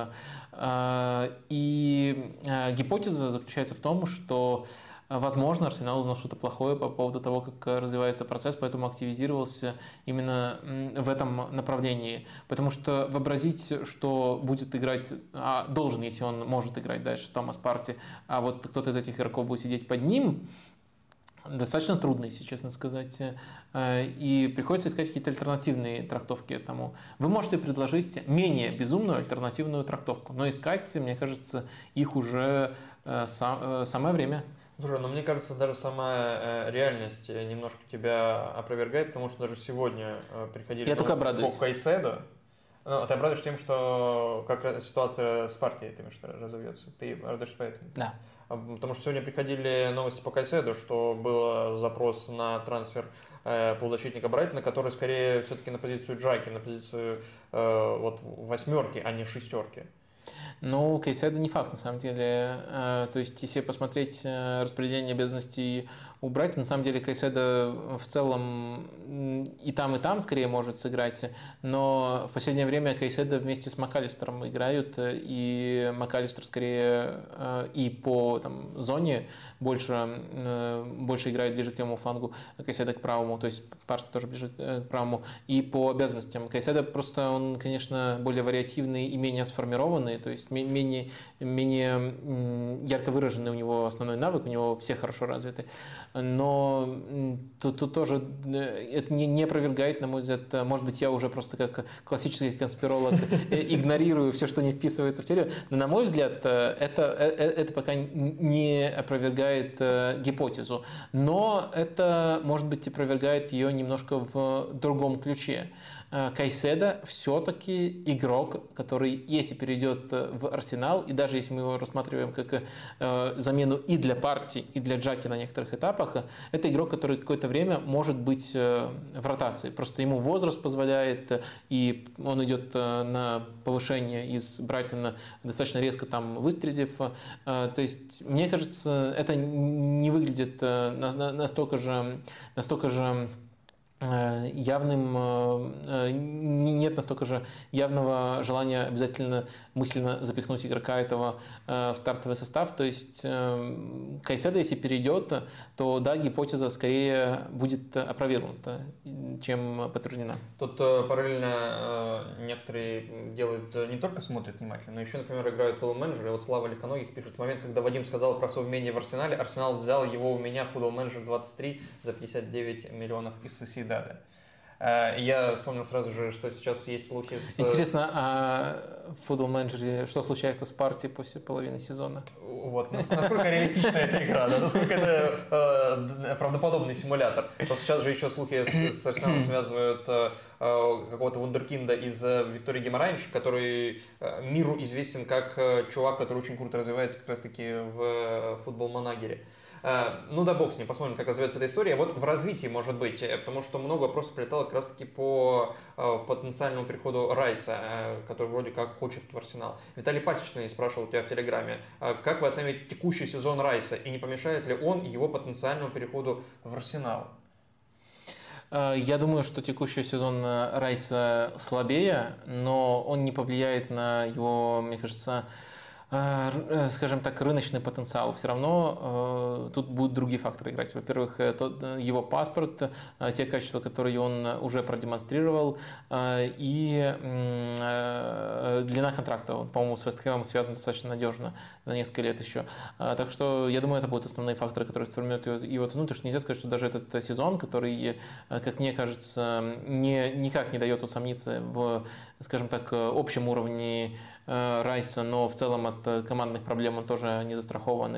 И гипотеза заключается в том, что возможно, Арсенал узнал что-то плохое по поводу того, как развивается процесс, поэтому активизировался именно в этом направлении. Потому что вообразить, что будет играть, должен, если он может играть дальше Томас Парти, а вот кто-то из этих игроков будет сидеть под ним, достаточно трудно, если честно сказать. И приходится искать какие-то альтернативные трактовки этому. Вы можете предложить менее безумную альтернативную трактовку, но искать, мне кажется, их уже самое время. Слушай, но мне кажется, даже сама реальность немножко тебя опровергает, потому что даже сегодня приходили новости по Кайседо. Ну, ты обрадуешься тем, что как ситуация с партией разовьется. Ты радуешься поэтому? Да. Потому что сегодня приходили новости по Кайседо, что был запрос на трансфер полузащитника Брайтона, который скорее все-таки на позицию Джаки, на позицию вот восьмерки, а не шестерки. Ну, Кайседо не факт, на самом деле. То есть, если посмотреть распределение обязанностей у Брайтона, на самом деле Кайседо в целом и там скорее может сыграть, но в последнее время Кайседо вместе с МакАлистером играют, и МакАлистер скорее и по зоне больше играет ближе к левому флангу, Кайседо к правому, то есть Парти тоже ближе к правому, и по обязанностям. Кайседо просто, он, конечно, более вариативный и менее сформированный, то есть менее ярко выраженный у него основной навык, у него все хорошо развиты. Но тут тоже это не опровергает, на мой взгляд, может быть, я уже просто как классический конспиролог игнорирую все, что не вписывается в теорию, но, на мой взгляд, это пока не опровергает гипотезу. Но это, может быть, опровергает ее немножко в другом ключе. Кайседо все-таки игрок, который, если перейдет в Арсенал, и даже если мы его рассматриваем как замену и для партии, и для Джаки на некоторых этапах, это игрок, который какое-то время может быть в ротации. Просто ему возраст позволяет, и он идет на повышение из Брайтона, достаточно резко там выстрелив. То есть, мне кажется, это не выглядит настолько же явным, нет настолько же явного желания обязательно мысленно запихнуть игрока этого в стартовый состав. То есть Кайседо, если перейдет, то да, гипотеза скорее будет опровергнута, чем подтверждена. Тут параллельно некоторые делают, не только смотрят внимательно, но еще, например, играют Football Manager. И вот Слава Лихоногих пишет: в момент, когда Вадим сказал про свое мнение в Арсенале, Арсенал взял его у меня в Football Manager 23 за 59 миллионов из Сосьедада. Я вспомнил сразу же, что сейчас есть слухи с... Интересно, а в Football Manager что случается с партией после половины сезона? Вот, насколько реалистична эта игра, да, насколько это правдоподобный симулятор. Вот сейчас же еще слухи с Арсеналом связывают какого-то вундеркинда из Виктории Гимараньш, который миру известен как чувак, который очень круто развивается как раз-таки в футбол-манагере. Ну да бог с ним, посмотрим, как развивается эта история. Вот в развитии, может быть, потому что много вопросов прилетало как раз-таки по потенциальному приходу Райса, который вроде как хочет в Арсенал. Виталий Пасечный спрашивал у тебя в Телеграме, как вы оцениваете текущий сезон Райса и не помешает ли он его потенциальному переходу в Арсенал? Я думаю, что текущий сезон Райса слабее, но он не повлияет на его, мне кажется, скажем так, рыночный потенциал. Все равно тут будут другие факторы играть. Во-первых, его паспорт, те качества, которые он уже продемонстрировал, и длина контракта. Он, по-моему, с Вест Хэмом связан достаточно надежно на несколько лет еще. Так что я думаю, это будут основные факторы, которые сформируют его цену. Потому что нельзя сказать, что даже этот сезон, который, как мне кажется, никак не дает усомниться в, скажем так, общем уровне Райса, но в целом от командных проблем он тоже не застрахован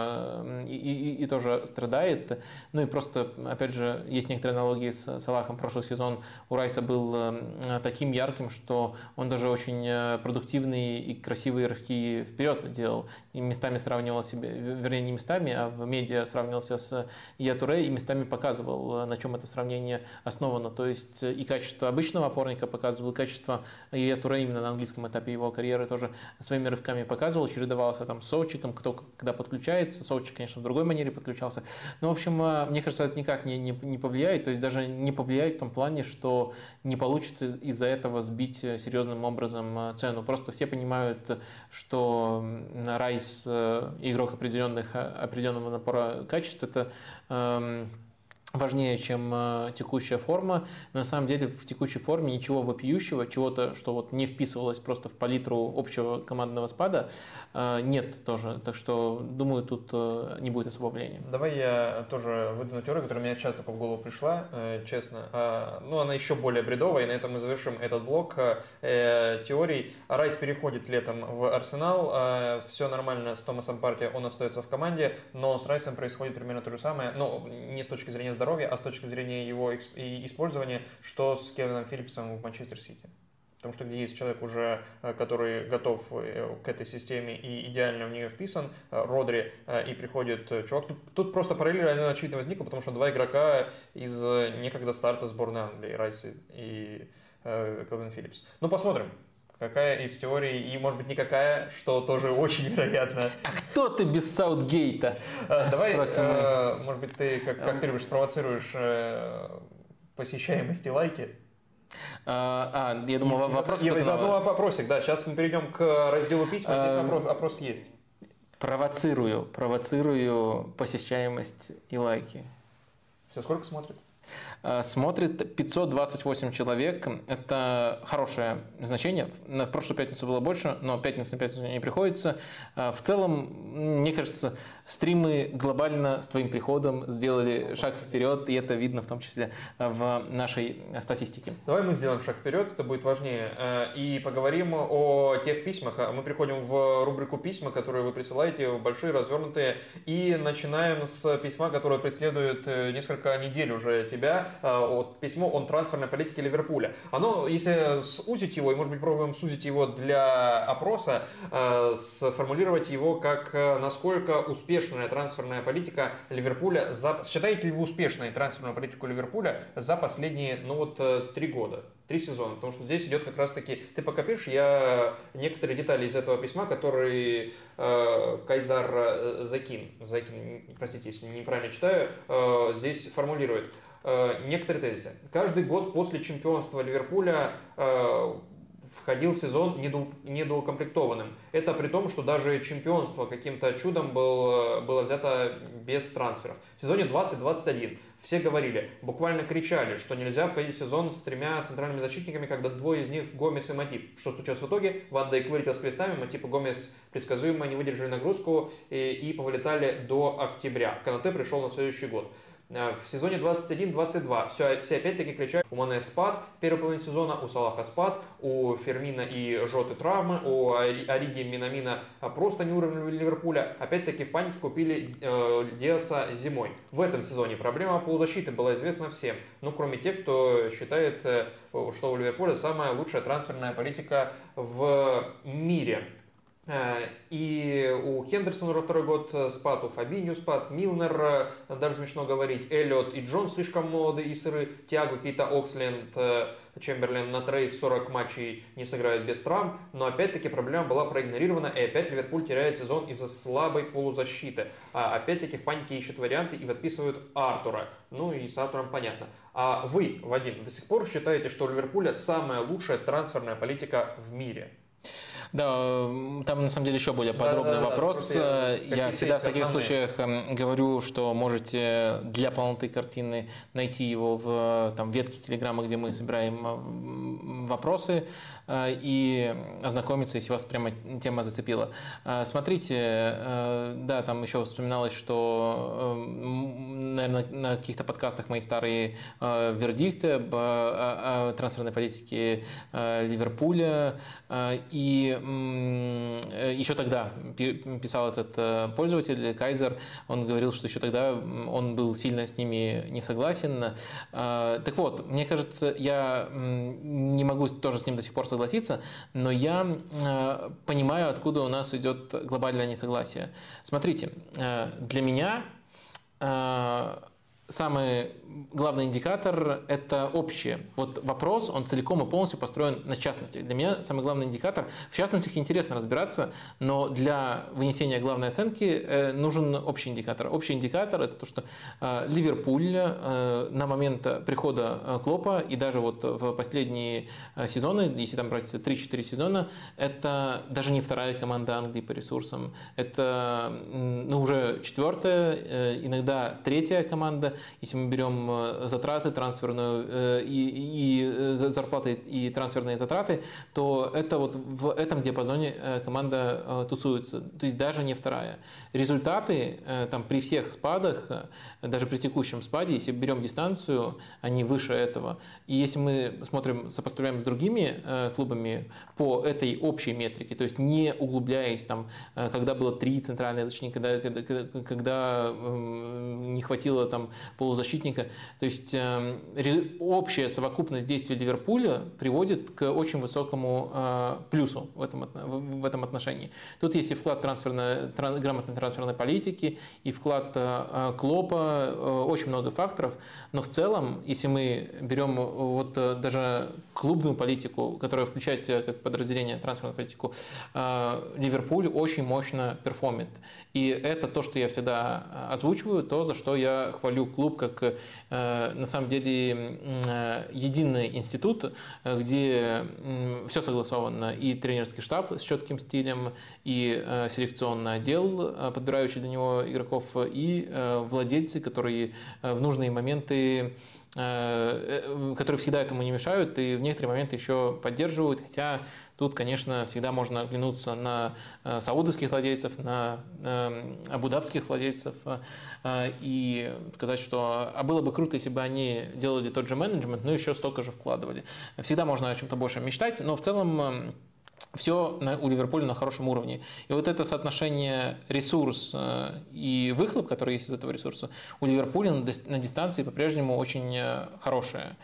и тоже страдает. Ну и просто, опять же, есть некоторые аналогии с Салахом. Прошлый сезон у Райса был таким ярким, что он даже очень продуктивные и красивые рывки вперед делал. И местами сравнивал себя, вернее, не местами, а в медиа сравнивался с Яя Туре и местами показывал, на чем это сравнение основано. То есть и качество обычного опорника показывал, и качество Яя Туре именно на английском этапе его карьеры тоже своими рывками показывал, чередовался там с Совчиком, кто когда подключается. Совчик, конечно, в другой манере подключался. Но, в общем, мне кажется, это никак не повлияет. То есть даже не повлияет в том плане, что не получится из-за этого сбить серьезным образом цену. Просто все понимают, что Райс игрок определенного напора качеств. Это важнее, чем текущая форма. Но на самом деле в текущей форме ничего вопиющего, чего-то, что вот не вписывалось просто в палитру общего командного спада, нет тоже. Так что, думаю, тут не будет особого влияния. Давай я тоже выдвину теорию, которая мне сейчас только в голову пришла, честно. Ну, она еще более бредовая, и на этом мы завершим этот блок теорий. Райс переходит летом в Арсенал, все нормально с Томасом Парти, он остается в команде, но с Райсом происходит примерно то же самое, ну, не с точки зрения здоровья, а с точки зрения его использования, что с Кевином Филлипсом в Манчестер Сити. Потому что где есть человек уже, который готов к этой системе и идеально в нее вписан, Родри, и приходит чувак. Тут просто параллель, она очевидно возникла, потому что два игрока из некогда старта сборной Англии, Райс и Кевин Филлипс. Ну, посмотрим. Какая из теорий, и может быть никакая, что тоже очень вероятно. А кто ты без Саутгейта? Давай, может быть, ты, как ты любишь, спровоцируешь посещаемость и лайки. Я думал, вопрос... Заодно вопросик, да. Сейчас мы перейдем к разделу письма, здесь вопрос есть. Провоцирую посещаемость и лайки. Все, сколько смотрит? Смотрит 528 человек. Это хорошее значение. В прошлую пятницу было больше, но пятница на пятницу не приходится. В целом, мне кажется, стримы глобально с твоим приходом сделали шаг вперед, и это видно в том числе в нашей статистике. Давай мы сделаем шаг вперед, это будет важнее, и поговорим о тех письмах. Мы приходим в рубрику «Письма», которые вы присылаете, большие, развернутые, и начинаем с письма, которое преследует несколько недель уже тебя. Письмо о трансферной политике Ливерпуля. Оно, если сузить его, и может быть пробуем сузить его для опроса, сформулировать его как насколько успешная трансферная политика Ливерпуля, считаете ли вы успешной трансферную политику Ливерпуля за последние, 3 года? 3 сезона, потому что здесь идет как раз таки, ты пока пишешь, я некоторые детали из этого письма, который Кайзар Закин, простите, если неправильно читаю, здесь формулирует. Некоторые тезисы. Каждый год после чемпионства Ливерпуля входил в сезон недоукомплектованным. Это при том, что даже чемпионство каким-то чудом было взято без трансферов. В сезоне 2021 все говорили, буквально кричали, что нельзя входить в сезон с 3 центральными защитниками, когда двое из них Гомес и Матип. Что случилось в итоге? Ван Дейк вылетел с крестами, Матип и Гомес предсказуемо не выдержали нагрузку и повылетали до октября. Канате пришел на следующий год. В сезоне 21-22 все опять-таки кричат: у Мане спад в первой половине сезона, у Салаха спад, у Фермина и Жоты травмы, у Ориги Минамина просто не уровень Ливерпуля. Опять-таки в панике купили Диаса зимой. В этом сезоне проблема полузащиты была известна всем, ну кроме тех, кто считает, что у Ливерпуля самая лучшая трансферная политика в мире. И у Хендерсона уже второй год спад, у Фабиньо спад, Милнер, даже смешно говорить, Эллиот и Джон слишком молоды и сыры, Тиаго, Кейта, Оксленд, Чемберлен на троих 40 матчей не сыграют без травм, но опять-таки проблема была проигнорирована, и опять Ливерпуль теряет сезон из-за слабой полузащиты. Опять-таки в панике ищут варианты и подписывают Артура. Ну и с Артуром понятно. А вы, Вадим, до сих пор считаете, что у Ливерпуля самая лучшая трансферная политика в мире? Да, там на самом деле еще более подробный вопрос. Я всегда в таких случаях говорю, что можете для полноты картины найти его в ветке Телеграма, где мы собираем вопросы, и ознакомиться, если вас прямо тема зацепила. Смотрите, да, там еще вспоминалось, что, наверное, на каких-то подкастах мои старые вердикты о трансферной политике Ливерпуля, и еще тогда писал этот пользователь Кайзер, он говорил, что еще тогда он был сильно с ними не согласен. Так вот, мне кажется, я не могу тоже с ним до сих пор согласиться, но я понимаю, откуда у нас идет глобальное несогласие. Смотрите, для меня самый главный индикатор – это общее. Вот вопрос, он целиком и полностью построен на частности. Для меня самый главный индикатор, в частностях интересно разбираться, но для вынесения главной оценки нужен общий индикатор. Общий индикатор – это то, что Ливерпуль на момент прихода Клопа и даже вот в последние сезоны, если там брать 3-4 сезона, это даже не вторая команда Англии по ресурсам, это уже четвертая, иногда третья команда. Если мы берем затраты трансферную и зарплаты и трансферные затраты, то это вот в этом диапазоне команда тусуется, то есть даже не вторая. Результаты там при всех спадах, даже при текущем спаде, если берем дистанцию, они выше этого. И если мы смотрим, сопоставляем с другими клубами по этой общей метрике, то есть не углубляясь там, когда было 3 центральных защитника, когда не хватило там полузащитника. То есть общая совокупность действий Ливерпуля приводит к очень высокому плюсу в этом отношении. Тут есть и вклад грамотной трансферной политики, и вклад Клопа, очень много факторов. Но в целом, если мы берем вот даже клубную политику, которая включает в себя как подразделение трансферную политику, Ливерпуль очень мощно перформит. И это то, что я всегда озвучиваю, то, за что я хвалю клуб как на самом деле единый институт, где все согласовано, и тренерский штаб с четким стилем, и селекционный отдел, подбирающий для него игроков, и владельцы, которые в нужные моменты, которые всегда этому не мешают и в некоторые моменты еще поддерживают, хотя тут, конечно, всегда можно оглянуться на саудовских владельцев, на абу-дабских владельцев и сказать, что было бы круто, если бы они делали тот же менеджмент, но еще столько же вкладывали. Всегда можно о чем-то большем мечтать, но в целом все у Ливерпуля на хорошем уровне. И вот это соотношение ресурс и выхлоп, который есть из этого ресурса, у Ливерпуля на дистанции по-прежнему очень хорошее.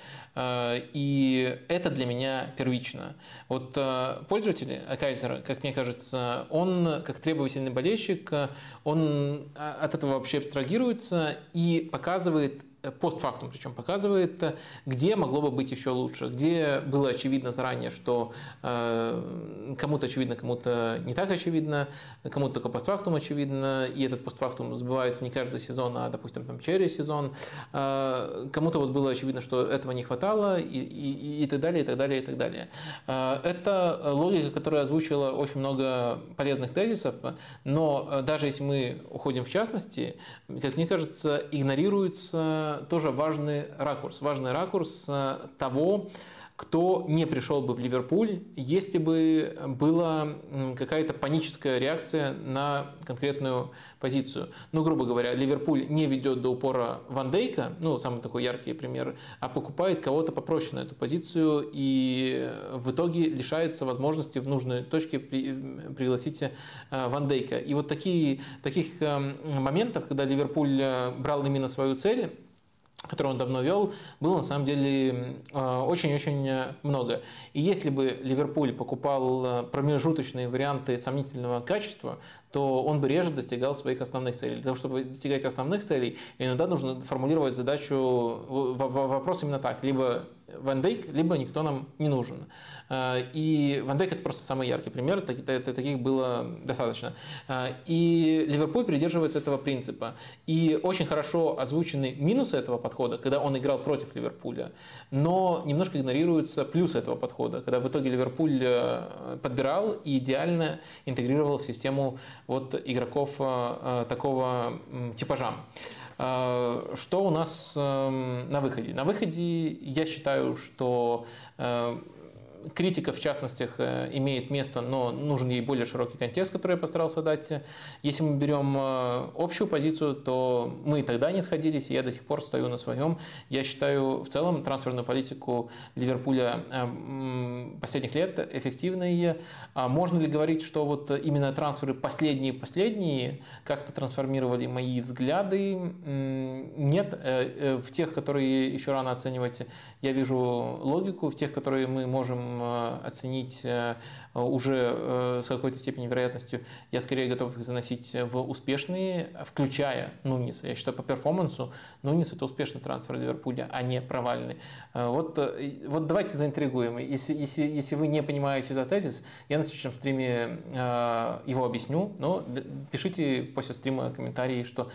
И это для меня первично. Вот пользователь Кайзера, как мне кажется, он, как требовательный болельщик, он от этого вообще абстрагируется и показывает, постфактум причем показывает, где могло бы быть еще лучше, где было очевидно заранее, что кому-то очевидно, кому-то не так очевидно, кому-то только постфактум очевидно, и этот постфактум сбывается не каждый сезон, а, допустим, там через сезон. Кому-то вот было очевидно, что этого не хватало, и так далее, и так далее, и так далее. Это логика, которая озвучила очень много полезных тезисов, но даже если мы уходим в частности, как мне кажется, игнорируется тоже важный ракурс того, кто не пришел бы в Ливерпуль, если бы была какая-то паническая реакция на конкретную позицию. Ну, грубо говоря, Ливерпуль не ведет до упора Ван Дейка, ну, самый такой яркий пример, а покупает кого-то попроще на эту позицию и в итоге лишается возможности в нужной точке пригласить Ван Дейка. И вот таких моментов, когда Ливерпуль брал именно свою цель, который он давно вел, было на самом деле очень-очень много. И если бы Ливерпуль покупал промежуточные варианты сомнительного качества, то он бы реже достигал своих основных целей. Для того, чтобы достигать основных целей, иногда нужно формулировать задачу, вопрос именно так. Либо Ван Дейк, либо никто нам не нужен. И Ван Дейк — это просто самый яркий пример, таких было достаточно. И Ливерпуль придерживается этого принципа. И очень хорошо озвучены минусы этого подхода, когда он играл против Ливерпуля, но немножко игнорируются плюсы этого подхода, когда в итоге Ливерпуль подбирал и идеально интегрировал в систему вот игроков такого типажа. Что у нас на выходе? На выходе я считаю, что критика, в частности, имеет место, но нужен ей более широкий контекст, который я постарался дать. Если мы берем общую позицию, то мы тогда не сходились, и я до сих пор стою на своем. Я считаю в целом трансферную политику Ливерпуля последних лет эффективной. Можно ли говорить, что вот именно трансферы последние как-то трансформировали мои взгляды? Нет. В тех, которые еще рано оценивать, я вижу логику. В тех, которые мы можем оценить уже с какой-то степенью вероятностью, я скорее готов их заносить в успешные, включая Нуниса. Я считаю, по перформансу Нунис — это успешный трансфер Ливерпуля, а не провальный. Вот давайте заинтригуем. Если вы не понимаете этот тезис, я на следующем стриме его объясню, но пишите после стрима комментарии, что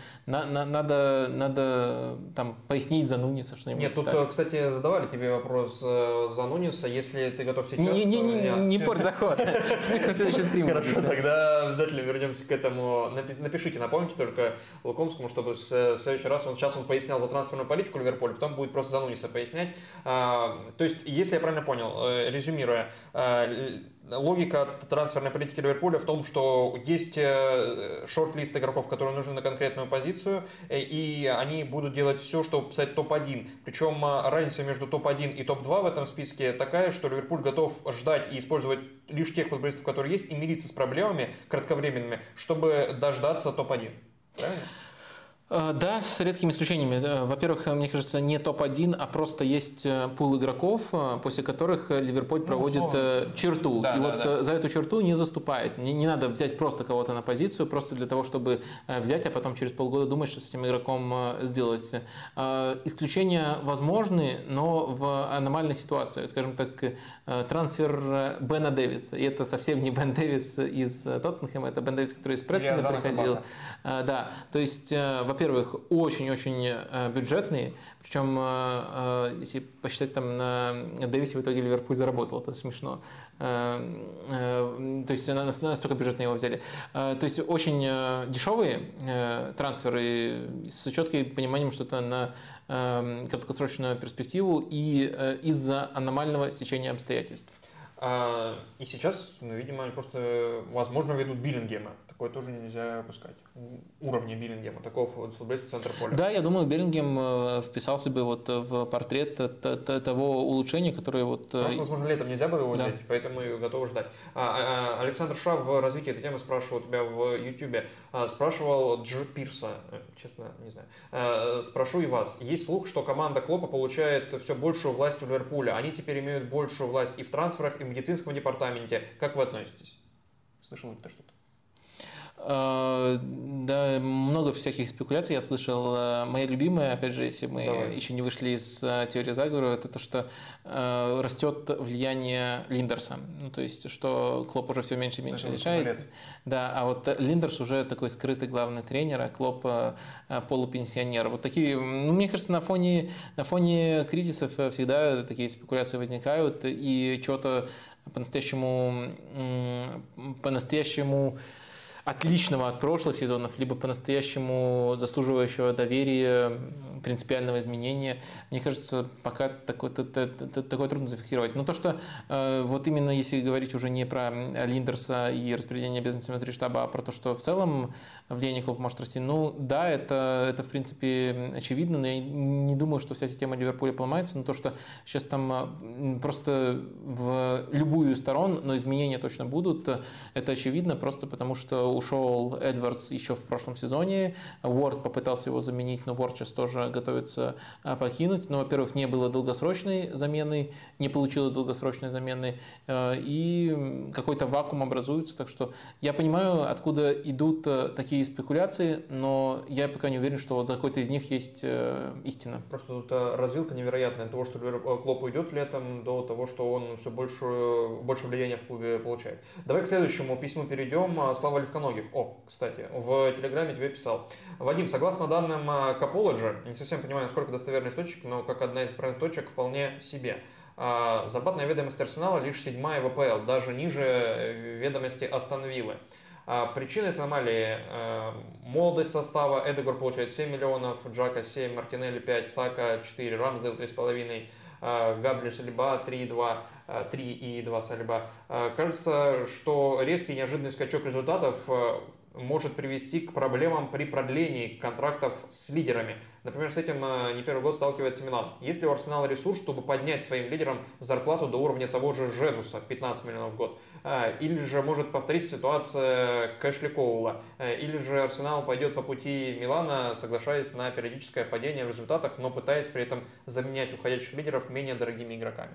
надо там пояснить за Нуниса что-нибудь. Нет, тут, кстати, задавали тебе вопрос за Нуниса, если ты готов сейчас... Не порть заход. Хорошо, тогда обязательно вернемся к этому. Напишите, напомните только Лукомскому, чтобы в следующий раз, сейчас он пояснял за трансферную политику Ливерпуля, потом будет просто за Нуниса пояснять. То есть, если я правильно понял, резюмируя, логика трансферной политики Ливерпуля в том, что есть шорт-лист игроков, которые нужны на конкретную позицию, и они будут делать все, чтобы стать топ-1. Причем разница между топ-1 и топ-2 в этом списке такая, что Ливерпуль готов ждать и использовать лишь тех футболистов, которые есть, и мириться с проблемами кратковременными, чтобы дождаться топ-1. Правильно? Да, с редкими исключениями. Во-первых, мне кажется, не топ-1, а просто есть пул игроков, после которых Ливерпуль проводит черту. Да, за эту черту не заступает. Не надо взять просто кого-то на позицию, просто для того, чтобы взять, а потом через полгода думать, что с этим игроком сделать. Исключения возможны, но в аномальных ситуациях. Скажем так, трансфер Бена Дэвиса. И это совсем не Бен Дэвис из Тоттенхэма, это Бен Дэвис, который из Престона приходил. Да, то есть, во-первых, очень-очень бюджетные, причем, если посчитать, там на Дэвисе в итоге Ливерпуль заработал, это смешно. То есть настолько бюджетно его взяли. То есть очень дешевые трансферы с четким пониманием, что это на краткосрочную перспективу и из-за аномального стечения обстоятельств. И сейчас, видимо, они просто, возможно, ведут Биллингема. Такое тоже нельзя опускать. Уровня Биллингема, такого футболиста центра поля. Да, я думаю, Биллингем вписался бы вот в портрет того улучшения, которое вот... Просто, возможно, летом нельзя было его взять, поэтому и готовы ждать. Александр Ша в развитии этой темы спрашивал тебя в Ютубе. Спрашивал Дж. Пирса, честно, не знаю. Спрошу и вас. Есть слух, что команда Клопа получает все большую власть в Ливерпуле. Они теперь имеют большую власть и в трансферах, и в медицинском департаменте. Как вы относитесь? Слышал ли ты что-то? Да, много всяких спекуляций я слышал. Моя любимая, опять же, если мы еще не вышли из теории заговора, это то, что растет влияние Линдерса. Ну, то есть, что Клоп уже все меньше и меньше решает. Да, а вот Линдерс уже такой скрытый главный тренер, а Клоп полупенсионер. Вот такие, ну, мне кажется, на фоне кризисов всегда такие спекуляции возникают, и чего-то по-настоящему отличного от прошлых сезонов, либо по-настоящему заслуживающего доверия, принципиального изменения. Мне кажется, пока такое трудно зафиксировать. Но то, что вот именно если говорить уже не про Линдерса и распределение обязанностей внутри штаба, а про то, что в целом влияние клуба может расти, ну да, это в принципе очевидно, но я не думаю, что вся система Ливерпуля поломается, но то, что сейчас там просто в любую сторону, но изменения точно будут, это очевидно, просто потому что ушел Эдвардс еще в прошлом сезоне, Уорд попытался его заменить, но Уорд сейчас тоже готовится покинуть. Но, во-первых, не было долгосрочной замены, не получилось долгосрочной замены, и какой-то вакуум образуется. Так что я понимаю, откуда идут такие спекуляции, но я пока не уверен, что вот за какой-то из них есть истина. Просто тут развилка невероятная от того, что Клоп уйдет летом, до того, что он все больше влияния в клубе получает. Давай к следующему письму перейдем. Слава Легконогих. О, кстати, в Телеграме тебе писал. Вадим, согласно данным Capology, не совсем понимаю, насколько достоверный источник, но как одна из правильных точек вполне себе. Зарплатная ведомость Арсенала лишь 7-я в АПЛ, даже ниже ведомости Астон Виллы. Причины этой аномалии: молодость состава: Эдегор получает 7 миллионов, Джака 7, Мартинелли 5, Сака 4, Рамсдейл 3,5, Габриэль Салиба 3,2 Салиба. Кажется, что резкий и неожиданный скачок результатов может привести к проблемам при продлении контрактов с лидерами. Например, с этим не первый год сталкивается Милан. Есть ли у Арсенала ресурс, чтобы поднять своим лидерам зарплату до уровня того же Жезуса, 15 миллионов в год? Или же может повториться ситуация Кэшли Коула? Или же Арсенал пойдет по пути Милана, соглашаясь на периодическое падение в результатах, но пытаясь при этом заменять уходящих лидеров менее дорогими игроками?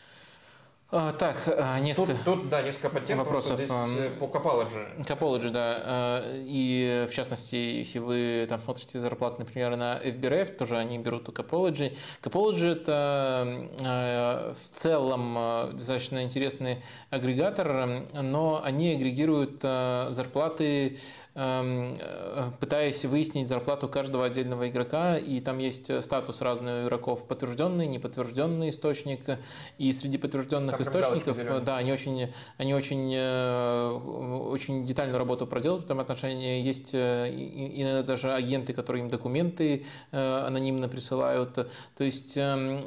Так, несколько несколько подтекстов вопросов здесь по Capology. Capology, да. И в частности, если вы там смотрите зарплаты, например, на FBref, тоже они берут у Capology. Capology это в целом достаточно интересный агрегатор, но они агрегируют зарплаты, пытаясь выяснить зарплату каждого отдельного игрока, и там есть статус разных игроков: подтвержденный, неподтвержденный источник, и среди подтвержденных источников, да, они очень детальную работу проделают в этом отношении. Есть иногда даже агенты, которые им документы анонимно присылают. То есть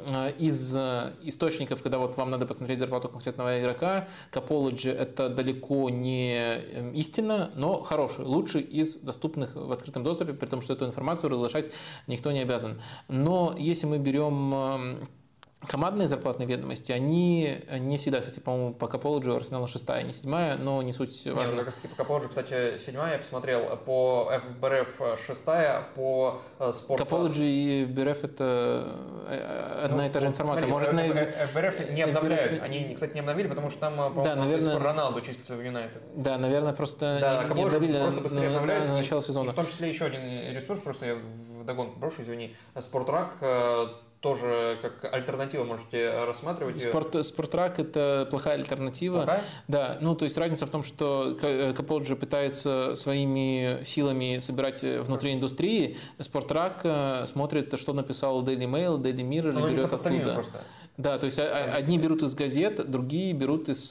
из источников, когда вот вам надо посмотреть зарплату конкретного игрока, Capology это далеко не истина, но хороший, лучший из доступных в открытом доступе, при том, что эту информацию разглашать никто не обязан. Но если мы берем командные зарплатные ведомости, они не всегда, кстати, по-моему, по Capology у Арсенала 6-я, не 7-я, но не суть важно. Нет, как раз таки по Capology, кстати, 7-я, я посмотрел, по FBref 6-я, по Sport... Capology и FBref это одна и та же информация. Смотри, Может, FBref не обновляют, они, кстати, не обновили, потому что там, по-моему, да, наверное, Роналду числится в Юнайтед. Да, наверное, просто да, не обновили просто быстрее обновляют, на начало сезона. В том числе еще один ресурс, просто я вдогонку брошу, извини, Sportrack, тоже как альтернатива можете рассматривать. Спортрак это плохая альтернатива. Плохая? Да, ну то есть разница в том, что Capology пытается своими силами собирать внутри индустрии, Спортрак смотрит, что написал Daily Mail, Daily Mirror, и берет оттуда. Просто. Да, то есть одни берут из газет, другие берут из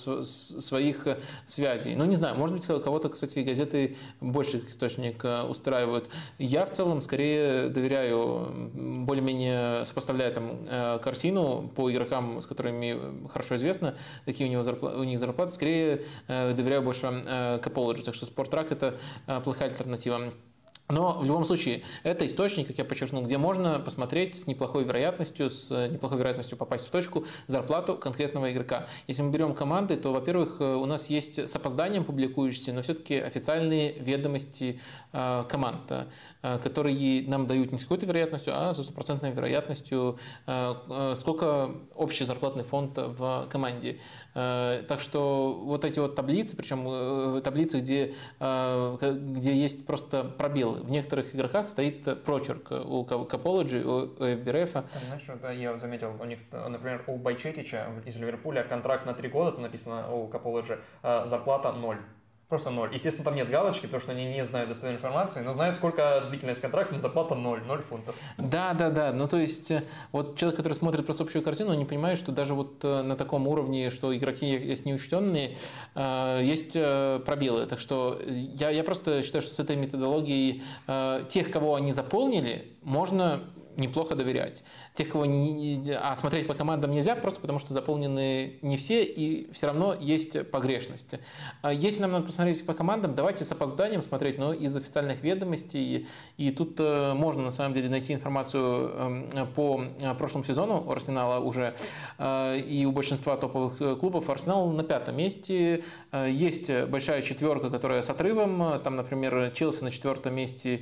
своих связей. Ну, не знаю, может быть, кого-то, кстати, газеты больше источник устраивают. Я в целом скорее доверяю, более-менее сопоставляя там картину по игрокам, с которыми хорошо известно, какие у них зарплаты, скорее доверяю больше Capology. Так что Sportrack это плохая альтернатива. Но в любом случае, это источник, как я подчеркнул, где можно посмотреть с неплохой вероятностью попасть в точку зарплату конкретного игрока. Если мы берем команды, то, во-первых, у нас есть с опозданием публикующиеся, но все-таки официальные ведомости команд, которые нам дают не с какой-то вероятностью, а со стопроцентной вероятностью, сколько общий зарплатный фонд в команде. Так что вот эти вот таблицы, причем таблицы, где есть просто пробелы. В некоторых игроках стоит прочерк у Capology, у FBref. Знаешь, это я заметил, у них, например, у Байчетича из Ливерпуля контракт на 3 года, там написано у Capology, зарплата 0. Просто 0. Естественно, там нет галочки, потому что они не знают достоверной информации, но знают, сколько длительность контракта, зарплата 0 фунтов. Да. Ну, то есть, вот человек, который смотрит просто общую картину, он не понимает, что даже вот на таком уровне, что игроки есть неучтенные, есть пробелы. Так что я просто считаю, что с этой методологией тех, кого они заполнили, можно неплохо доверять. Тех, кого а смотреть по командам нельзя, просто потому что заполнены не все, и все равно есть погрешности. Если нам надо посмотреть по командам, давайте с опозданием смотреть, но из официальных ведомостей. И тут можно на самом деле найти информацию по прошлому сезону у Арсенала уже, и у большинства топовых клубов. Арсенал на 5-м месте. Есть большая четверка, которая с отрывом. Там, например, Челси на 4-м месте,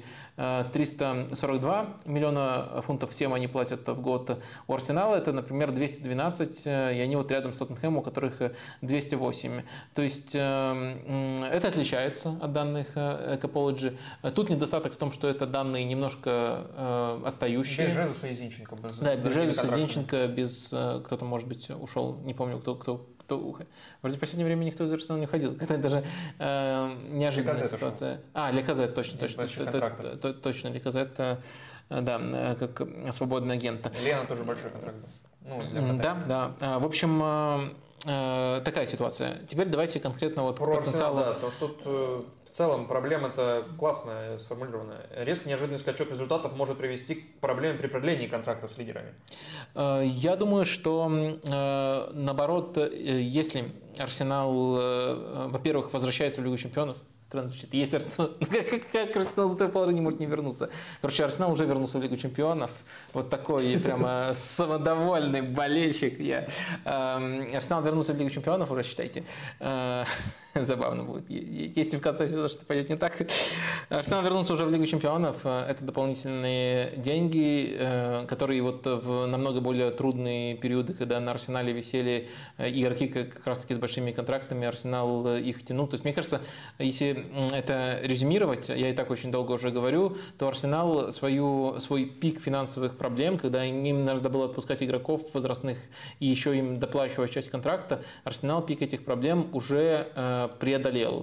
342 миллиона фунтов всем они платят в год. У Арсенала это, например, 212, и они вот рядом с Тоттенхэмом, у которых 208. То есть это отличается от данных Ecopology. Тут недостаток в том, что это данные немножко отстающие. Без Жезуса и Зинченко. Да, без Жезуса, Зинченко, без кто-то, может быть, ушел, не помню, кто вроде в последнее время никто из Арсенала не уходил. Какая-то даже неожиданная ситуация. Леказет, точно. Точно, Леказет, да, как свободный агент. Лена тоже большой контракт был. Да. В общем, такая ситуация. Теперь давайте конкретно вот про потенциал. Арсенал, да, потому что тут в целом проблема-то классно сформулирована. Резкий неожиданный скачок результатов может привести к проблеме при продлении контрактов с лидерами. Я думаю, что наоборот, если Арсенал, во-первых, возвращается в Лигу чемпионов, странно звучит. Если Арсенал, как Арсенал за твое положение может не вернуться? Короче, Арсенал уже вернулся в Лигу чемпионов. Вот такой прямо самодовольный болельщик. Арсенал вернулся в Лигу чемпионов уже, считайте. Забавно будет, если в конце сезона что-то пойдет не так. Арсенал вернулся уже в Лигу чемпионов. Это дополнительные деньги, которые вот в намного более трудные периоды, когда на Арсенале висели игроки как раз-таки с большими контрактами, Арсенал их тянул. То есть, мне кажется, если это резюмировать, я и так очень долго уже говорю, то Арсенал свой пик финансовых проблем, когда им надо было отпускать игроков возрастных и еще им доплачивать часть контракта, Арсенал пик этих проблем уже преодолел.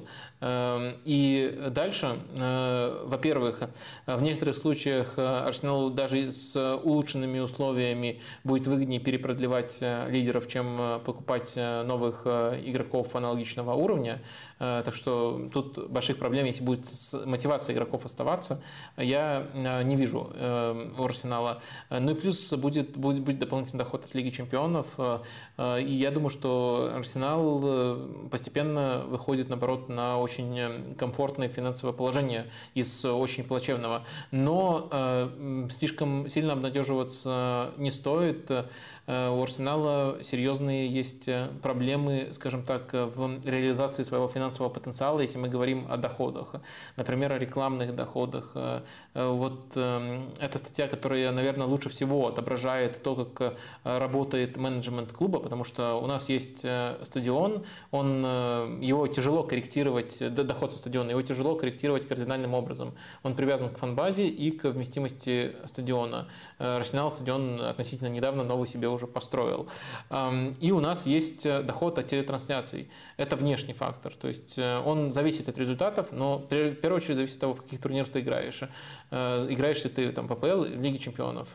И дальше, во-первых, в некоторых случаях Арсеналу даже с улучшенными условиями будет выгоднее перепродлевать лидеров, чем покупать новых игроков аналогичного уровня. Так что тут больших проблем, если будет с мотивацией игроков оставаться, я не вижу у Арсенала. Ну и плюс будет дополнительный доход от Лиги чемпионов. И я думаю, что Арсенал постепенно выходит, наоборот, на очень комфортное финансовое положение из очень плачевного. Но слишком сильно обнадеживаться не стоит. У Арсенала серьезные есть проблемы, скажем так, в реализации своего финансового потенциала, если мы говорим о доходах. Например, о рекламных доходах. Вот эта статья, которая, наверное, лучше всего отображает то, как работает менеджмент клуба, потому что у нас есть стадион, его тяжело корректировать, доход со стадиона, его тяжело корректировать кардинальным образом. Он привязан к фан-базе и к вместимости стадиона. Арсенал стадион относительно недавно новый себе уже построил. И у нас есть доход от телетрансляций. Это внешний фактор. То есть он зависит от результатов, но в первую очередь зависит от того, в каких турнирах ты играешь. Играешь ли ты там, в АПЛ, в Лиге чемпионов.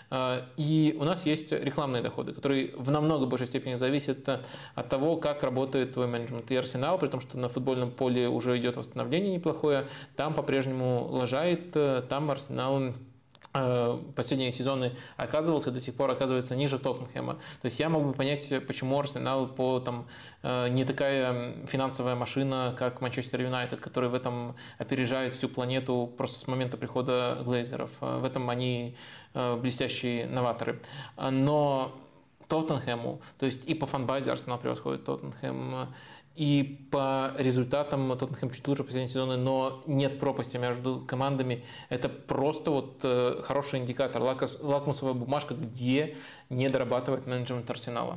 И у нас есть рекламные доходы, которые в намного большей степени зависят от того, как работает твой менеджмент. И Арсенал, при том, что на футбольном поле уже идет восстановление неплохое, там по-прежнему лажает, там Арсенал последние сезоны оказывался, до сих пор оказывается ниже Тоттенхэма. То есть я мог бы понять, почему Арсенал не такая финансовая машина, как Манчестер Юнайтед, который в этом опережает всю планету просто с момента прихода Глейзеров. В этом они блестящие новаторы. Но Тоттенхэму, то есть и по фан-базе Арсенал превосходит Тоттенхэм, и по результатам Тоттенхэм чуть лучше последние сезоны, но нет пропасти между командами. Это просто вот хороший индикатор, лакмусовая бумажка, где не дорабатывает менеджмент Арсенала.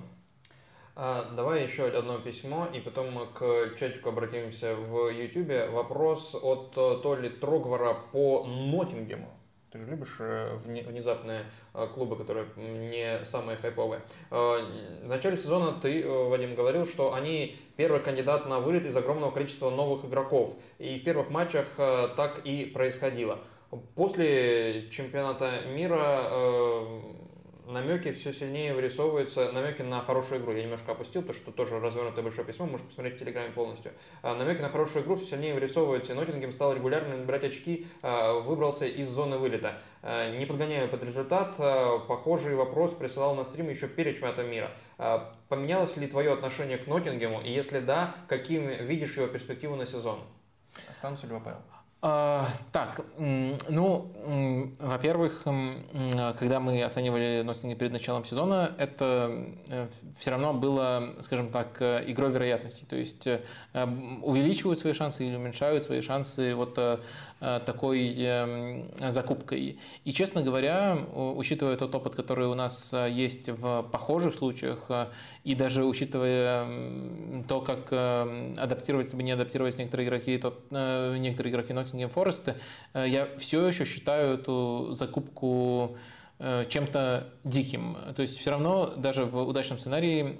Давай еще одно письмо, и потом мы к чатику обратимся в YouTube. Вопрос от Толи Трогвара по Ноттингему. Ты же любишь внезапные клубы, которые не самые хайповые. В начале сезона ты, Вадим, говорил, что они первый кандидат на вылет из огромного количества новых игроков. И в первых матчах так и происходило. После чемпионата мира намеки все сильнее вырисовываются, намеки на хорошую игру. Я немножко опустил, потому что тоже развернутое большое письмо, можешь посмотреть в Телеграме полностью. Намеки на хорошую игру все сильнее вырисовываются, и Ноттингем стал регулярно набирать очки, выбрался из зоны вылета. Не подгоняю под результат, похожий вопрос присылал на стрим еще перед чемпионатом мира. Поменялось ли твое отношение к Ноттингему, и если да, каким видишь его перспективу на сезон? Останутся ли в АПЛ? Так, ну, во-первых, когда мы оценивали Ноттингем перед началом сезона, это все равно было, скажем так, игрой вероятностей. То есть увеличивают свои шансы или уменьшают свои шансы вот такой закупкой. И, честно говоря, учитывая тот опыт, который у нас есть в похожих случаях, и даже учитывая то, как адаптировать, либо не адаптировать некоторые игроки Ноттингем Форест, я все еще считаю эту закупку чем-то диким. То есть все равно даже в удачном сценарии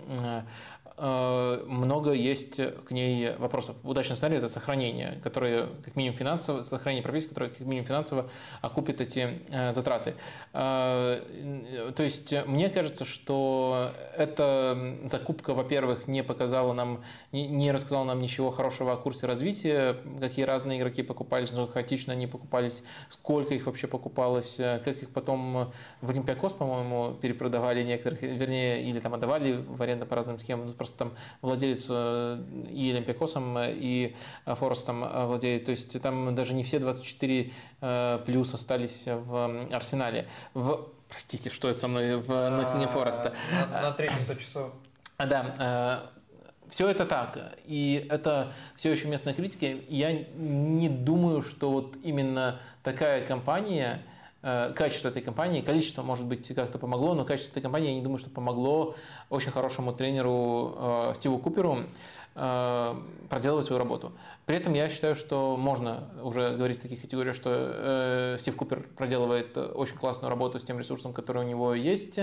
много есть к ней вопросов. В удачном сценарии это сохранение, которое как минимум финансово, сохранение профессии, которое как минимум финансово окупит эти затраты. То есть мне кажется, что эта закупка, во-первых, не показала нам, не рассказала нам ничего хорошего о курсе развития, какие разные игроки покупались, насколько хаотично они покупались, сколько их вообще покупалось, как их потом в Олимпиакос, по-моему, перепродавали некоторых, вернее, или там отдавали в аренду по разным схемам. Просто там владелец и Олимпиакосом, и Форестом владеет. То есть там даже не все 24 плюс остались в Арсенале. Простите, что это со мной в Ноттингем Фореста. На третьем-то часу. Да, все это так, и это все еще местная критика. Я не думаю, что вот именно такая компания, качество этой компании, количество, может быть, как-то помогло, но качество этой компании, я не думаю, что помогло очень хорошему тренеру Стиву Куперу проделывать свою работу. При этом я считаю, что можно уже говорить в таких категориях, что Стив Купер проделывает очень классную работу с тем ресурсом, который у него есть.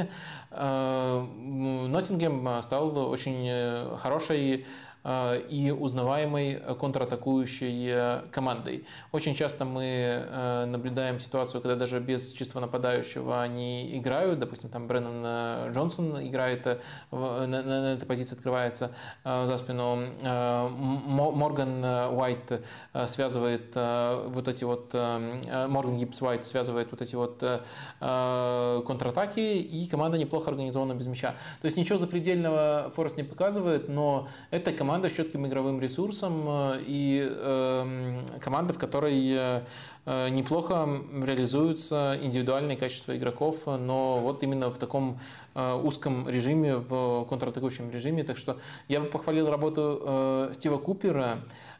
Ноттингем стал очень хорошей и узнаваемой контратакующей командой. Очень часто мы наблюдаем ситуацию, когда даже без чистого нападающего они играют. Допустим, там Бреннан Джонсон играет, на этой позиции открывается за спину. Морган Уайт связывает вот эти вот... Морган Гибс Уайт связывает вот эти вот контратаки, и команда неплохо организована без мяча. То есть ничего запредельного Форест не показывает, но это команда с четким игровым ресурсом и команда, в которой неплохо реализуются индивидуальные качества игроков, но вот именно в таком узком режиме, в контратакующем режиме. Так что я бы похвалил работу Стива Купера.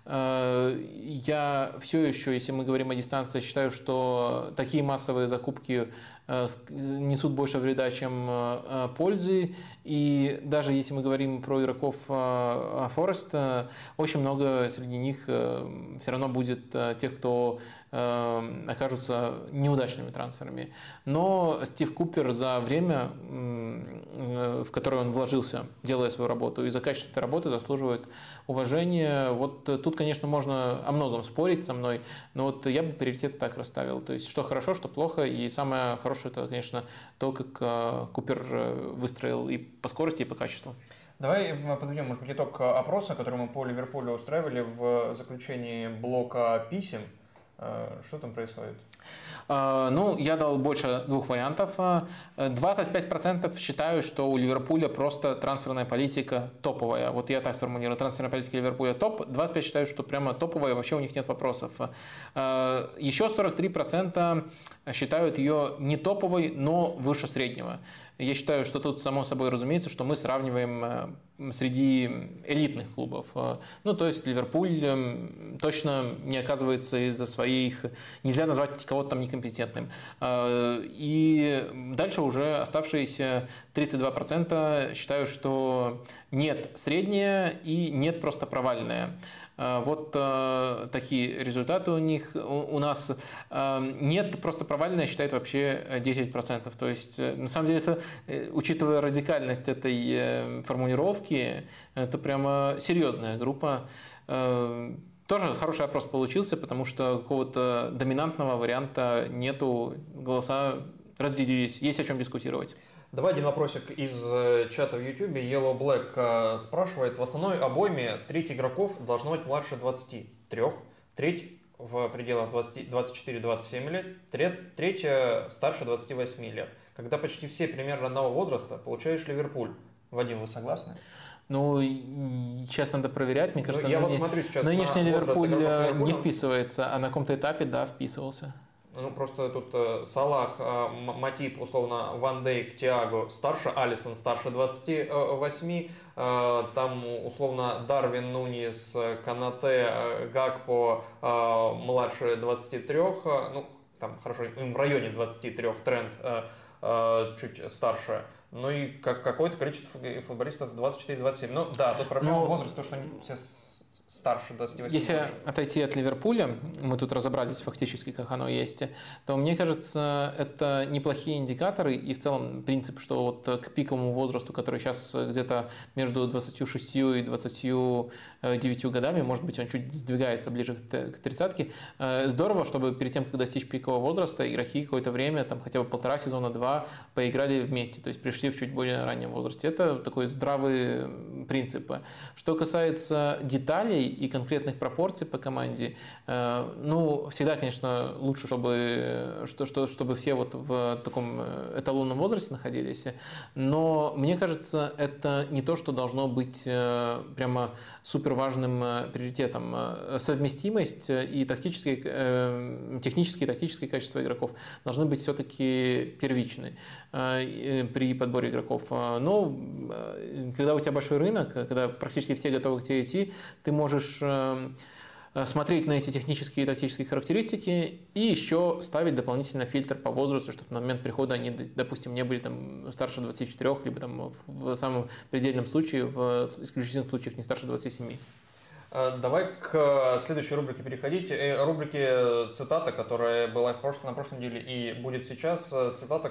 Я все еще, если мы говорим о дистанции, считаю, что такие массовые закупки несут больше вреда, чем пользы. И даже если мы говорим про игроков Фореста, очень много среди них все равно будет тех, кто окажутся неудачными трансферами. Но Стив Купер за время, в которое он вложился, делая свою работу, и за качество этой работы заслуживает уважения. Вот тут, конечно, можно о многом спорить со мной, но вот я бы приоритеты так расставил. То есть, что хорошо, что плохо, и самое хорошее, это, конечно, то, как Купер выстроил и по скорости, и по качеству. Давай подведем, может быть, итог опроса, который мы по Ливерпулю устраивали в заключении блока писем. Что там происходит? Ну, я дал больше двух вариантов. 25% считают, что у Ливерпуля просто трансферная политика топовая. Вот я так сформулирую. Трансферная политика Ливерпуля топ. 25% считают, что прямо топовая, вообще у них нет вопросов. Еще 43% считают ее не топовой, но выше среднего. Я считаю, что тут само собой разумеется, что мы сравниваем среди элитных клубов. Ну, то есть Ливерпуль точно не оказывается из-за своих... Нельзя назвать кого-то там некомпетентным. И дальше уже оставшиеся 32% считают, что нет среднее и нет просто провальное. Вот такие результаты у них. У нас нет, просто провальная считает вообще 10%. То есть, на самом деле, это, учитывая радикальность этой формулировки, это прямо серьезная группа. Тоже хороший опрос получился, потому что какого-то доминантного варианта нету, голоса разделились, есть о чем дискутировать. Давай один вопросик из чата в YouTube. Yellow Black спрашивает, в основной обойме треть игроков должно быть младше 23, треть в пределах 24-27 лет, третья старше 28 лет. Когда почти все примерно одного возраста, получаешь Ливерпуль. Вадим, вы согласны? Ну, сейчас надо проверять. Мне кажется, я вот смотрю сейчас нынешний на возраст Ливерпуль игроков не вписывается, а на каком-то этапе, да, вписывался. Ну, просто тут Салах, Матип, условно, Ван Дейк, Тиаго старше, Алисон старше 28, там, условно, Дарвин, Нуньес, Канате, Гакпо младше 23, ну, там, хорошо, им в районе 23, Трент чуть старше. Ну и какое-то количество футболистов 24-27. Ну да, тут проблема возраста, то, что они все старше 28. Если отойти от Ливерпуля, мы тут разобрались фактически, как оно есть, то мне кажется, это неплохие индикаторы и в целом принцип, что вот к пиковому возрасту, который сейчас где-то между 26 и 29 годами, может быть, он чуть сдвигается ближе к 30-ке, здорово, чтобы перед тем, как достичь пикового возраста, игроки какое-то время, там хотя бы полтора сезона, два, поиграли вместе, то есть пришли в чуть более раннем возрасте. Это такой здравый принцип. Что касается деталей и конкретных пропорций по команде, ну, всегда, конечно, лучше, чтобы все вот в таком эталонном возрасте находились, но мне кажется, это не то, что должно быть прямо супер важным приоритетом. Совместимость и технические и тактические качества игроков должны быть все-таки первичны при подборе игроков. Но когда у тебя большой рынок, когда практически все готовы к тебе идти, ты можешь смотреть на эти технические и тактические характеристики и еще ставить дополнительно фильтр по возрасту, чтобы на момент прихода они, допустим, не были там старше 24, либо там в самом предельном случае, в исключительных случаях не старше 27. Давай к следующей рубрике переходить. Рубрике цитата, которая была на прошлой неделе и будет сейчас. Цитата,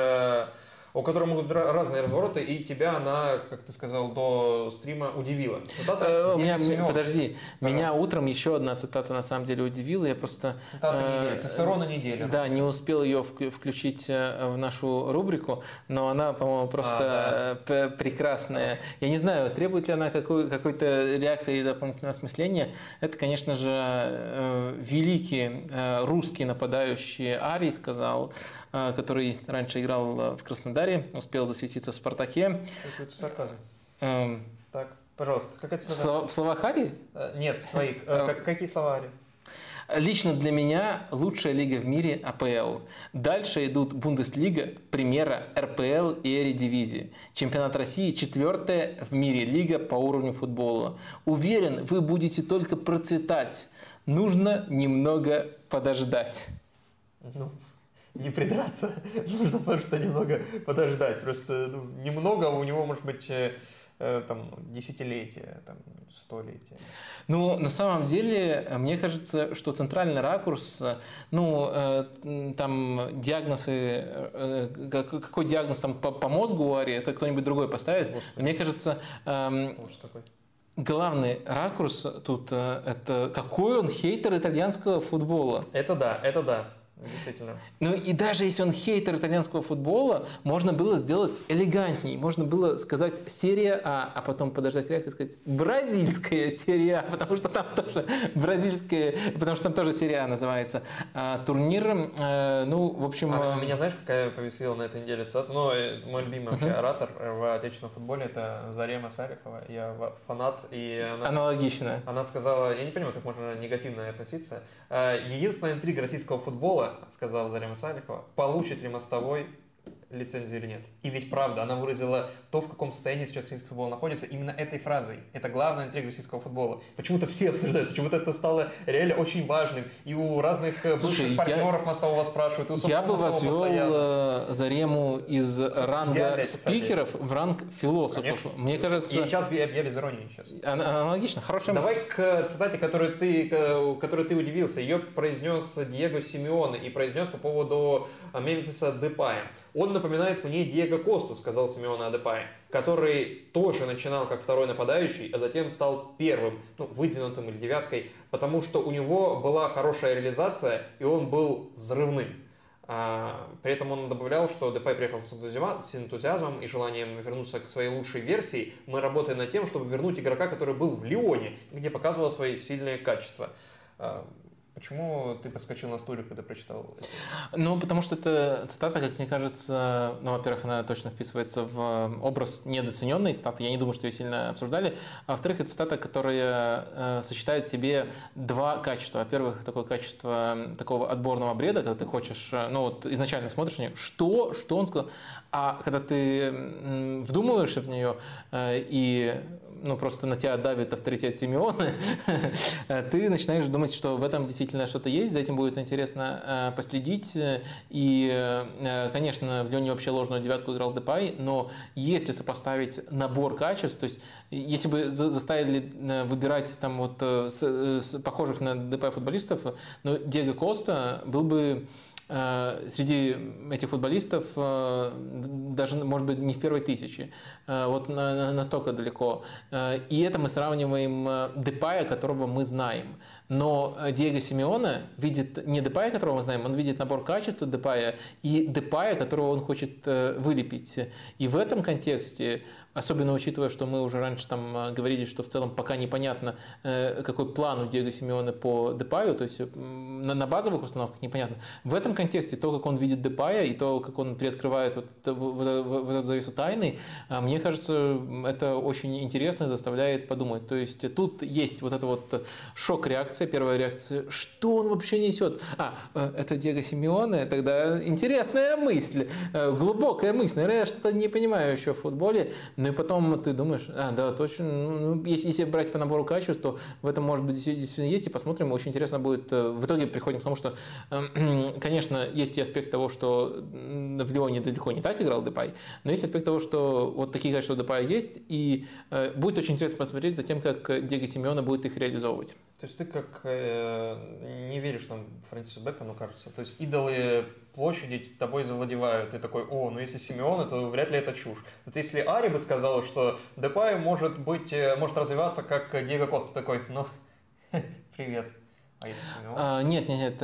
у которой могут быть разные развороты, и тебя она, как ты сказал, до стрима удивила. Цитата Подожди, меня утром еще одна цитата на самом деле удивила. Я просто... Цитата недели, Цицерона недели. Да, не успел ее включить в нашу рубрику, но она, по-моему, просто прекрасная. Я не знаю, требует ли она какой-то реакции или дополнительного осмысления. Это, конечно же, великий русский нападающий Арий сказал, который раньше играл в Краснодаре, успел засветиться в «Спартаке». Чувствуется сарказм. Так, пожалуйста, какая цитата? В словах Арии? Нет, в твоих. Какие слова Арии? Лично для меня лучшая лига в мире АПЛ. Дальше идут Бундеслига, Примера, РПЛ и Эредивизия. Чемпионат России 4-я в мире лига по уровню футбола. Уверен, вы будете только процветать. Нужно немного подождать. Ну, не придраться. Нужно просто немного подождать. Просто немного, у него может быть там десятилетие, там столетие. Ну, на самом деле, мне кажется, что центральный ракурс, ну, там диагнозы, какой диагноз там по мозгу у Ари, это кто-нибудь другой поставит. Господи. Мне кажется, главный ракурс тут, это какой он хейтер итальянского футбола. Это да. Действительно. Ну и даже если он хейтер итальянского футбола, можно было сделать элегантней. Можно было сказать серия А потом подождать реакцию и сказать бразильская серия А, потому что там тоже серия А называется. Турнир, ну, в общем... Меня знаешь, какая повеселила на этой неделе цитата? Ну, мой любимый вообще оратор в отечественном футболе — это Зарема Салихова. Я фанат. И аналогично. Она сказала, я не понимаю, как можно негативно относиться. Единственная интрига российского футбола, сказала Зарема Салихова, получит ли Мостовой лицензию или нет. И ведь правда, она выразила то, в каком состоянии сейчас российский футбол находится, именно этой фразой. Это главная интрига российского футбола. Почему-то все обсуждают, почему-то это стало реально очень важным. И у разных бывших партнеров Мостового спрашивают, и у Я бы Мостового возвел Зарему из ранга Идеальное спикеров в ранг философов. Конечно. Мне кажется... И сейчас я без иронии сейчас. Аналогично, хорошая мысль. Давай к цитате, которой ты удивился. Ее произнес Диего Симеоне и произнес по поводу Мемфиса Депая. Он напоминает мне Диего Косту, сказал Симеоне о Депае, который тоже начинал как второй нападающий, а затем стал первым, выдвинутым или девяткой, потому что у него была хорошая реализация, и он был взрывным. При этом он добавлял, что Депай приехал с энтузиазмом и желанием вернуться к своей лучшей версии. Мы работаем над тем, чтобы вернуть игрока, который был в Лионе, где показывал свои сильные качества. Почему ты подскочил на стуле, когда прочитал это? Ну, потому что эта цитата, как мне кажется, во-первых, она точно вписывается в образ недооцененной цитаты. Я не думаю, что ее сильно обсуждали. А во-вторых, это цитата, которая сочетает в себе два качества. Во-первых, такое качество такого отборного бреда, когда ты хочешь, изначально смотришь на нее, что он сказал. А когда ты вдумываешься в нее и просто на тебя давит авторитет Симеона, ты начинаешь думать, что в этом действительно что-то есть, за этим будет интересно последить. И, конечно, в Лионе вообще ложную девятку играл Депай, но если сопоставить набор качеств, то есть если бы заставили выбирать там похожих на Депай футболистов, Диего Коста был бы среди этих футболистов даже, может быть, не в первой тысяче. Настолько далеко. И это мы сравниваем Депая, которого мы знаем. Но Диего Симеоне видит не Депая, которого мы знаем, он видит набор качеств Депая и Депая, которого он хочет вылепить. И в этом контексте, особенно учитывая, что мы уже раньше там говорили, что в целом пока непонятно, какой план у Диего Симеоне по Депаю, то есть на базовых установках непонятно. В этом контексте то, как он видит Депая и то, как он приоткрывает эту завесу тайны, мне кажется, это очень интересно и заставляет подумать. То есть тут есть вот эта вот шок-реакция, первая реакция, что он вообще несет? Это Диего Симеоне, тогда интересная мысль, глубокая мысль, наверное, я что-то не понимаю еще в футболе, и потом ты думаешь, да, точно, если брать по набору качеств, то в этом, может быть, действительно есть, и посмотрим, очень интересно будет. В итоге приходим к тому, что, конечно, есть и аспект того, что в Лионе далеко не так играл Депай, но есть аспект того, что вот такие качества Депая есть, и будет очень интересно посмотреть за тем, как Диего Симеоне будет их реализовывать. То есть ты как не веришь там Фрэнсису Бэкону, кажется. То есть идолы площади тобой завладевают. Ты такой, если Симеоне, то вряд ли это чушь. Вот если Ари бы сказал, что Депай может развиваться как Диего Коста, такой, привет. А если Симеоне? Нет,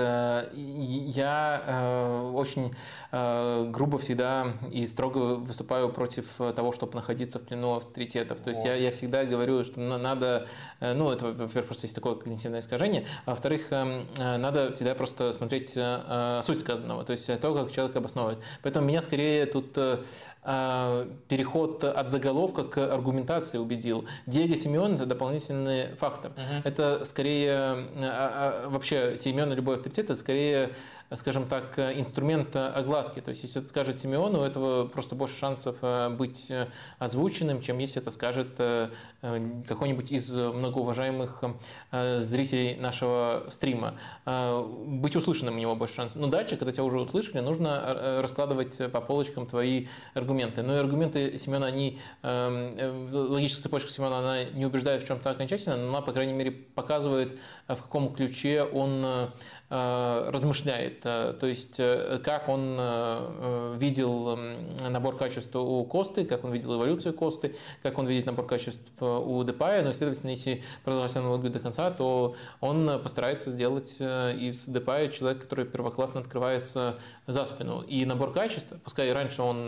я очень грубо всегда и строго выступаю против того, чтобы находиться в плену авторитетов. То есть я всегда говорю, что надо, это, во-первых, просто есть такое когнитивное искажение, а во-вторых, надо всегда просто смотреть суть сказанного, то есть то, как человек обосновывает. Поэтому меня скорее тут переход от заголовка к аргументации убедил. Диего Симеоне – это дополнительный фактор. Это скорее, вообще Симеоне, любой авторитет, это скорее, скажем так, инструмент огласки. То есть, если это скажет Симеоне, у этого просто больше шансов быть озвученным, чем если это скажет какой-нибудь из многоуважаемых зрителей нашего стрима. Быть услышанным у него больше шансов. Но дальше, когда тебя уже услышали, нужно раскладывать по полочкам твои аргументы. Но и аргументы Семена, они, логическая цепочка Семена, она не убеждает в чем-то окончательно, но она, по крайней мере, показывает, в каком ключе он размышляет. То есть, как он видел набор качеств у Косты, как он видел эволюцию Косты, как он видит набор качеств у Депая. Но, следовательно, если продолжать аналогию до конца, то он постарается сделать из Депая человека, который первоклассно открывается за спину. И набор качеств, пускай раньше он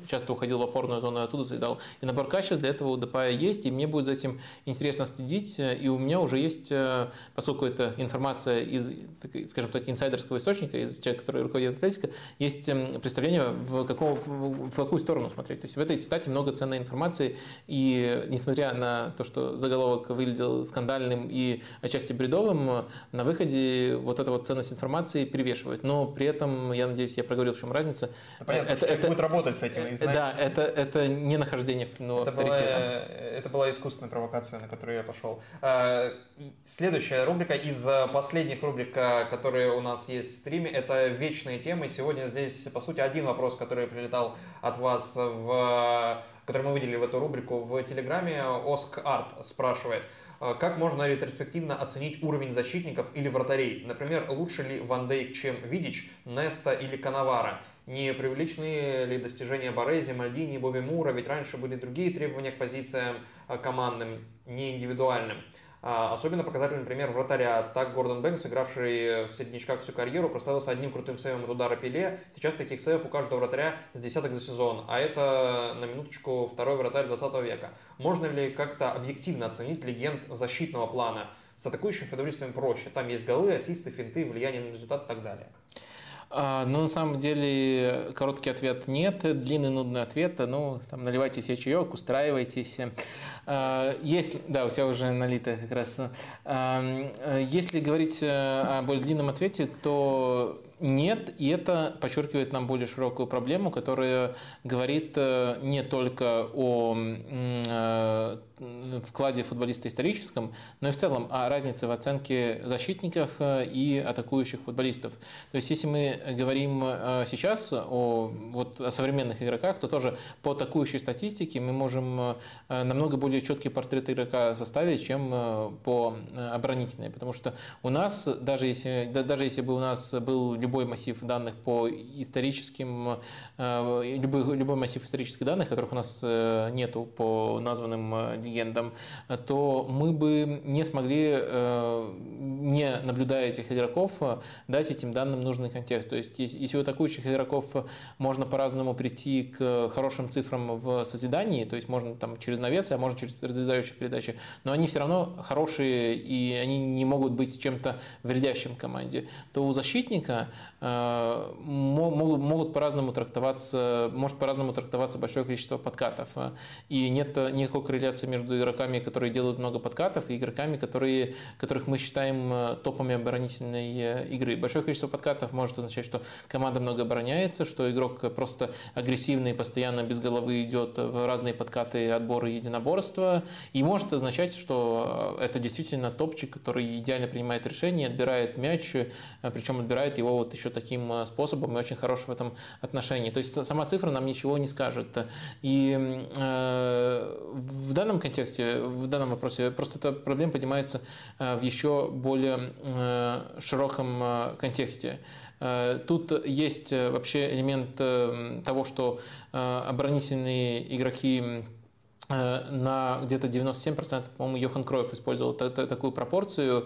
часто уходил в опорную зону и оттуда заедал. И набор качеств для этого у Депая есть, и мне будет за этим интересно следить. И у меня уже есть, поскольку это информация из, скажем так, инсайдерского источника, из человека, который руководит Атлетико, есть представление, в какую сторону смотреть. То есть в этой цитате много ценной информации, и несмотря на то, что заголовок выглядел скандальным и отчасти бредовым, на выходе вот эта вот ценность информации перевешивает. Но при этом, я надеюсь, я проговорил, в чем разница. Понятно, что человек будет работать с этим. И знать. Да, это не нахождение авторитета. Это была искусственная провокация, на которую я пошел. Следующая рубрика из последних рубрик, которые у нас есть в стриме, это вечные темы. Сегодня здесь, по сути, один вопрос, который прилетал от вас, который мы выделили в эту рубрику в Телеграме. Оск Арт спрашивает. Как можно ретроспективно оценить уровень защитников или вратарей? Например, лучше ли Ван Дейк, чем Видич, Неста или Канавара? Не преувеличены ли достижения Барези, Мальдини, Бобби Мура? Ведь раньше были другие требования к позициям командным, не индивидуальным. Особенно показательный пример вратаря. Так Гордон Бэнкс, игравший в середнячках всю карьеру, прославился одним крутым сейвом от удара Пеле. Сейчас таких сейвов у каждого вратаря с десяток за сезон. А это, на минуточку, второй вратарь 20 века. Можно ли как-то объективно оценить легенд защитного плана? С атакующим футболистами проще. Там есть голы, ассисты, финты, влияние на результат и так далее. Ну, на самом деле, короткий ответ нет, длинный нудный ответ, ну, там, наливайте себе чаек, устраивайтесь. Есть, да, у тебя уже налито как раз. Если говорить о более длинном ответе, то нет, и это подчеркивает нам более широкую проблему, которая говорит не только о вкладе футболиста историческом, но и в целом о разнице в оценке защитников и атакующих футболистов. То есть, если мы говорим сейчас о современных игроках, то тоже по атакующей статистике мы можем намного более четкий портрет игрока составить, чем по оборонительной. Потому что у нас, даже если бы у нас был любой массив данных по историческим, любой массив исторических данных, которых у нас нету по названным легендам, то мы бы не смогли, не наблюдая этих игроков, дать этим данным нужный контекст. То есть, если у атакующих игроков можно по-разному прийти к хорошим цифрам в созидании, то есть можно там через навесы, а можно через разрезающие передачи, но они все равно хорошие, и они не могут быть чем-то вредящим команде, то у защитника может по-разному трактоваться большое количество подкатов. И нет никакой корреляции между игроками, которые делают много подкатов, и игроками, которых мы считаем топами оборонительной игры. Большое количество подкатов может означать, что команда много обороняется, что игрок просто агрессивный, постоянно без головы идет в разные подкаты, отборы и единоборства. И может означать, что это действительно топчик, который идеально принимает решения, отбирает мяч, причем отбирает его вот еще таким способом и очень хорош в этом отношении. То есть сама цифра нам ничего не скажет. И в данном контексте, в данном вопросе просто эта проблема поднимается в еще более широком контексте. Тут есть вообще элемент того, что оборонительные игроки на где-то 97%, по-моему, Йохан Кройф использовал такую пропорцию,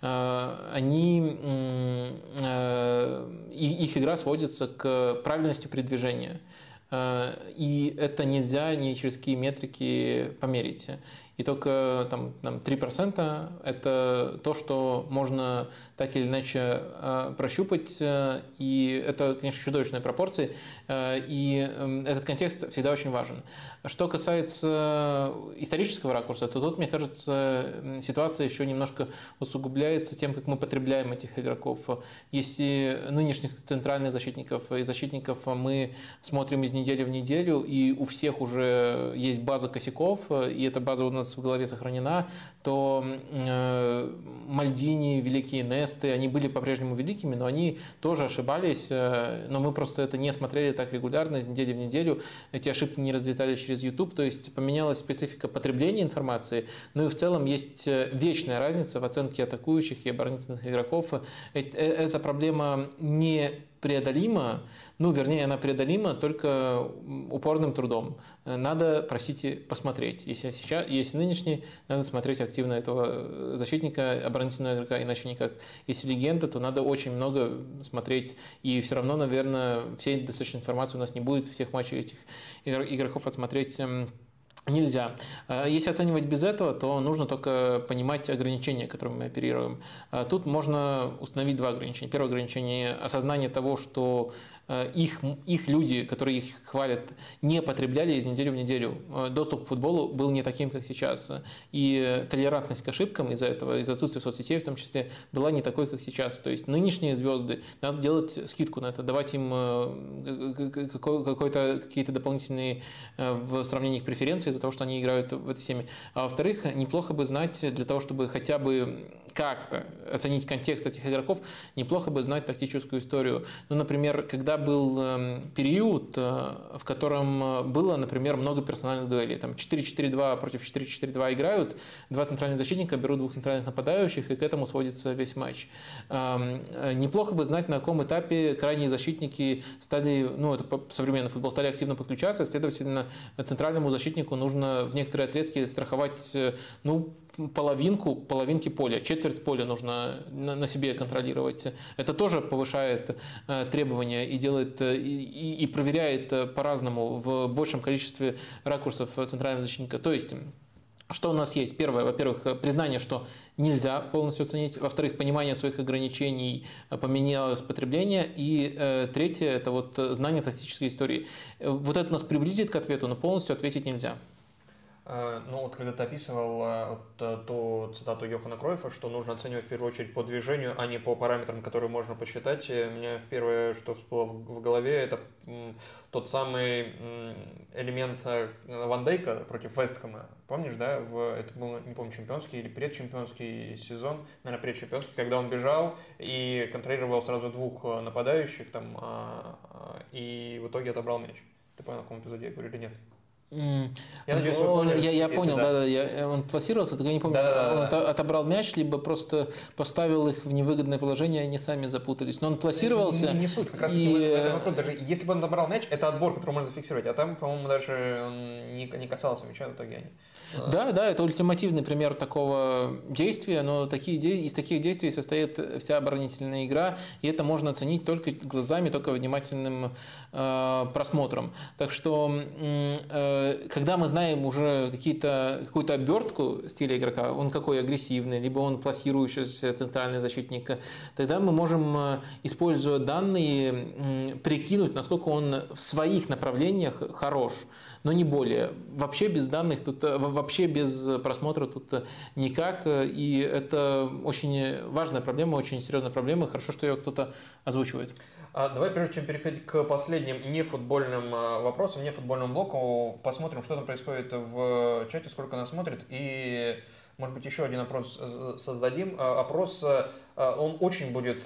их игра сводится к правильности передвижения. И это нельзя ни через какие метрики померить. И только там 3% это то, что можно так или иначе прощупать. И это, конечно, чудовищные пропорции. И этот контекст всегда очень важен. Что касается исторического ракурса, то тут, мне кажется, ситуация еще немножко усугубляется тем, как мы потребляем этих игроков. Если нынешних центральных защитников и защитников мы смотрим из недели в неделю, и у всех уже есть база косяков, и эта база у нас в голове сохранена, то Мальдини, великие Несты, они были по-прежнему великими, но они тоже ошибались, но мы просто это не смотрели так регулярно, из недели в неделю, эти ошибки не разлетали через YouTube, то есть поменялась специфика потребления информации, ну и в целом есть вечная разница в оценке атакующих и оборонительных игроков. Эта проблема не преодолима, ну, вернее, она преодолима только упорным трудом. Надо, простите, посмотреть. Если нынешний, надо смотреть активно этого защитника, оборонительного игрока, иначе никак. Если легенда, то надо очень много смотреть, и все равно, наверное, всей достаточной информации у нас не будет, всех матчей этих игроков отсмотреть нельзя. Если оценивать без этого, то нужно только понимать ограничения, которыми мы оперируем. Тут можно установить два ограничения. Первое ограничение – осознание того, что их люди, которые их хвалят, не потребляли из недели в неделю. Доступ к футболу был не таким, как сейчас. И толерантность к ошибкам из-за этого, из-за отсутствия соцсетей в том числе, была не такой, как сейчас. То есть нынешние звезды, надо делать скидку на это, давать им какие-то дополнительные в сравнении их преференции из-за того, что они играют в этой теме. А во-вторых, неплохо бы знать, для того, чтобы хотя бы как-то оценить контекст этих игроков, неплохо бы знать тактическую историю. Ну, например, когда был период, в котором было, например, много персональных дуэлей, там 4-4-2 против 4-4-2 играют, два центральных защитника берут двух центральных нападающих, и к этому сводится весь матч. Неплохо бы знать, на каком этапе крайние защитники стали, ну, это современный футбол, стали активно подключаться, следовательно, центральному защитнику нужно в некоторые отрезки страховать, ну, половинки поля, четверть поля нужно на себе контролировать. Это тоже повышает требования и делает и проверяет по-разному в большем количестве ракурсов центрального защитника. То есть, что у нас есть? Первое, во-первых, признание, что нельзя полностью оценить. Во-вторых, понимание своих ограничений, поменялось потребление. И третье, это вот знание тактической истории. Вот это нас приблизит к ответу, но полностью ответить нельзя. Ну вот когда ты описывал ту цитату Йохана Кройфа, что нужно оценивать в первую очередь по движению, а не по параметрам, которые можно посчитать, мне первое, что всплыло в голове, это тот самый элемент Ван Дейка против Вестхэма. Помнишь, да? Это был, не помню, чемпионский или предчемпионский сезон, наверное, предчемпионский, когда он бежал и контролировал сразу двух нападающих там, и в итоге отобрал мяч. Ты понял, о каком эпизоде я говорю или нет? Я надеюсь, вы поняли, я понял, да. Он пласировался, только я не помню, он отобрал мяч, либо просто поставил их в невыгодное положение, и они сами запутались. Но он пласировался. Не суть, как раз таки даже если бы он отобрал мяч, это отбор, который можно зафиксировать, а там, по-моему, даже он не касался мяча в итоге. Да, это ультимативный пример такого действия, но из таких действий состоит вся оборонительная игра, и это можно оценить только глазами, только внимательным просмотром. Так что, когда мы знаем уже какую-то обертку стиля игрока, он какой агрессивный, либо он пласирующийся центральный защитник, тогда мы можем, используя данные, прикинуть, насколько он в своих направлениях хорош, но не более. Вообще без данных, вообще без просмотра тут никак, и это очень важная проблема, очень серьезная проблема, хорошо, что ее кто-то озвучивает. Давай, прежде чем переходить к последним нефутбольным вопросам, нефутбольному блоку, посмотрим, что там происходит в чате, сколько нас смотрит, и, может быть, еще один опрос создадим. Опрос, он очень будет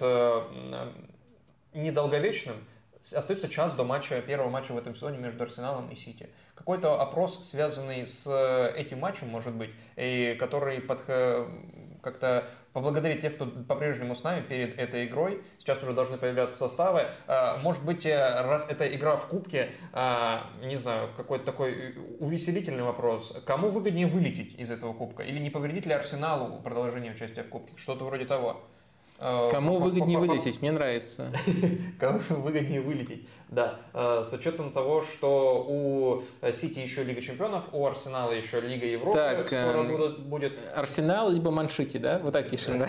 недолговечным. Остается час до первого матча в этом сезоне между Арсеналом и Сити. Какой-то опрос, связанный с этим матчем, может быть, и который как-то поблагодарить тех, кто по-прежнему с нами перед этой игрой. Сейчас уже должны появляться составы. Может быть, раз это игра в кубке, не знаю, какой-то такой увеселительный вопрос. Кому выгоднее вылететь из этого кубка? Или не повредит ли Арсеналу продолжение участия в кубке? Что-то вроде того. Кому выгоднее вылететь? Мне нравится. Кому выгоднее вылететь, да. С учетом того, что у Сити еще Лига Чемпионов, у Арсенала еще Лига Европы скоро будет. Арсенал либо Маншити, да? Вот так пишем, да?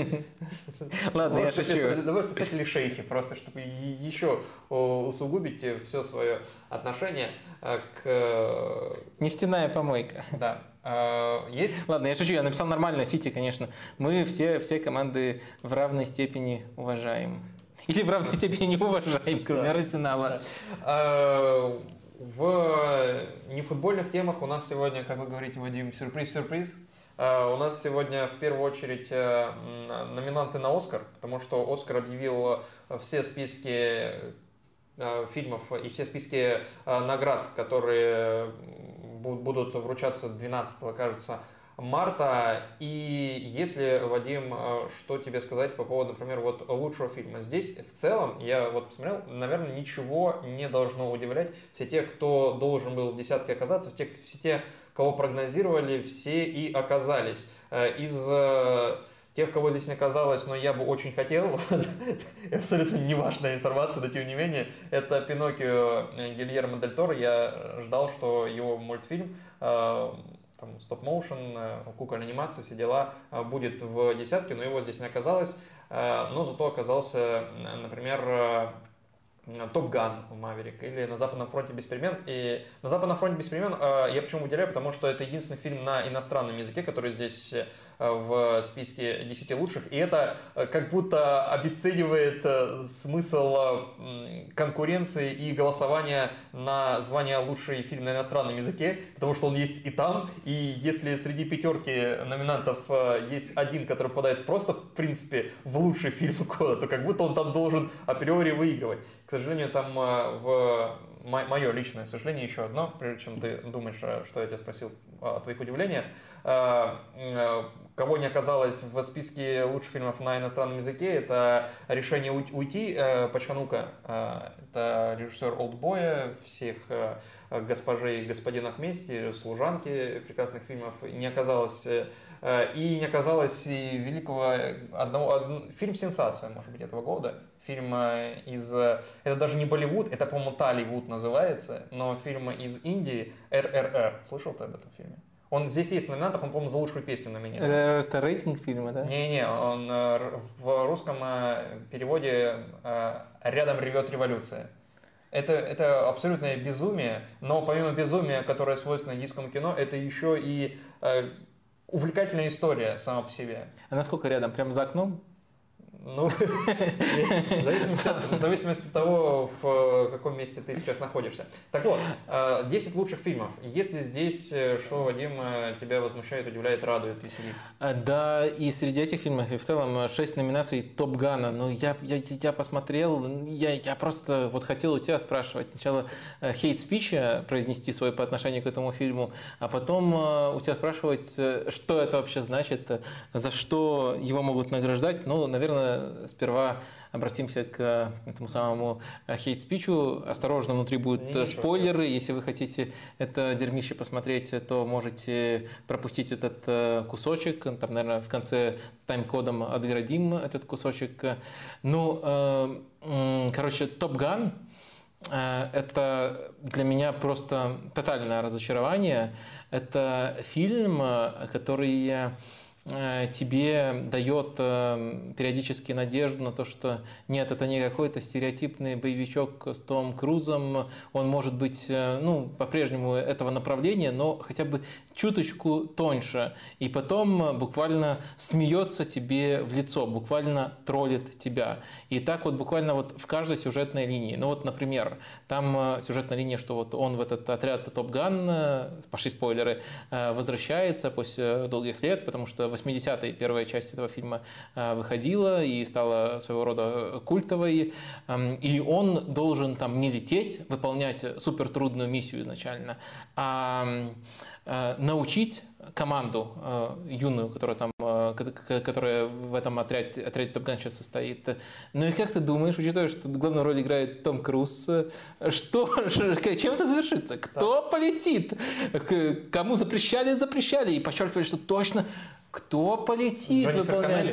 Ладно, я шучу. Давай создатели шейхи, просто чтобы еще усугубить все свое отношение к... Нефтяная помойка. Да. Есть? Ладно, я шучу, я написал нормально, Сити, конечно. Мы все команды в равной степени уважаем. Или в равной степени не уважаем, кроме Арсенала. В нефутбольных темах у нас сегодня, как вы говорите, Вадим, сюрприз-сюрприз. У нас сегодня в первую очередь номинанты на Оскар, потому что Оскар объявил все списки фильмов и все списки наград, которые будут вручаться 12, кажется, марта. И если, Вадим, что тебе сказать по поводу, например, вот лучшего фильма? Здесь в целом, я вот посмотрел, наверное, ничего не должно удивлять. Все те, кто должен был в десятке оказаться, все те, кого прогнозировали, все и оказались. Из тех, кого здесь не оказалось, но я бы очень хотел, абсолютно неважная информация, но тем не менее, это «Пиноккио» Гильермо Дель Торо. Я ждал, что его мультфильм, там, стоп-моушен, кукольная анимация, все дела, будет в десятке, но его здесь не оказалось. Но зато оказался, например, Топ Ган Маверик или На Западном фронте без перемен. И На Западном фронте без перемен я почему выделяю, потому что это единственный фильм на иностранном языке, который здесь в списке 10 лучших. И это как будто обесценивает смысл конкуренции и голосования на звание лучший фильм на иностранном языке, потому что он есть и там. И если среди пятерки номинантов есть один, который попадает просто в принципе в лучший фильм года, то как будто он там должен априори выигрывать. К сожалению, там мое личное сожаление еще одно, прежде чем ты думаешь, что я тебя спросил о твоих удивлениях. Кого не оказалось в списке лучших фильмов на иностранном языке, это «Решение уйти» Пачханука. Это режиссер «Олдбоя», всех «Госпожи и господина вместе», «Служанки», прекрасных фильмов. Не оказалось. И не оказалось и великого фильм-сенсация, может быть, этого года. Фильм из... Это даже не Болливуд, это, по-моему, Талливуд называется, но фильм из Индии «РРР». Слышал ты об этом фильме? Он здесь есть в номинантах, он, по-моему, за лучшую песню номинирован. Это рейтинг фильма, да? Не-не, он в русском переводе «Рядом ревет революция». Это абсолютное безумие, но помимо безумия, которое свойственно индийскому кино, это еще и увлекательная история сама по себе. А насколько рядом? Прямо за окном? Ну, в зависимости от того, в каком месте ты сейчас находишься. Так вот, 10 лучших фильмов. Есть ли здесь, что, Вадим, тебя возмущает, удивляет, радует, веселит? Да, и среди этих фильмов, и в целом 6 номинаций Топ Гана. Ну, я посмотрел, я просто вот хотел у тебя спрашивать. Сначала хейт-спич произнести свой по отношению к этому фильму, а потом у тебя спрашивать, что это вообще значит, за что его могут награждать. Ну, наверное, сперва обратимся к этому самому хейт-спичу. Осторожно, внутри будут спойлеры. Если вы хотите это дерьмище посмотреть, то можете пропустить этот кусочек. Там, наверное, в конце тайм-кодом отгородим этот кусочек. Ну, короче, Топ Ган – это для меня просто тотальное разочарование. Это фильм, который тебе дает периодически надежду на то, что нет, это не какой-то стереотипный боевичок с Томом Крузом, он может быть, ну, по-прежнему этого направления, но хотя бы чуточку тоньше, и потом буквально смеется тебе в лицо, буквально троллит тебя. И так вот буквально вот в каждой сюжетной линии. Ну вот, например, там сюжетная линия, что вот он в этот отряд Топ Ган, пошли спойлеры, возвращается после долгих лет, потому что в 80-е первая часть этого фильма выходила и стала своего рода культовой, и он должен там не лететь, выполнять супертрудную миссию изначально, а научить команду юную, которая в этом отряде Топ Ган сейчас состоит. Ну и как ты думаешь, учитывая, что главную роль играет Том Круз, чем это завершится? Кто полетит? Кому запрещали и подчеркивали, что точно кто полетит выполнять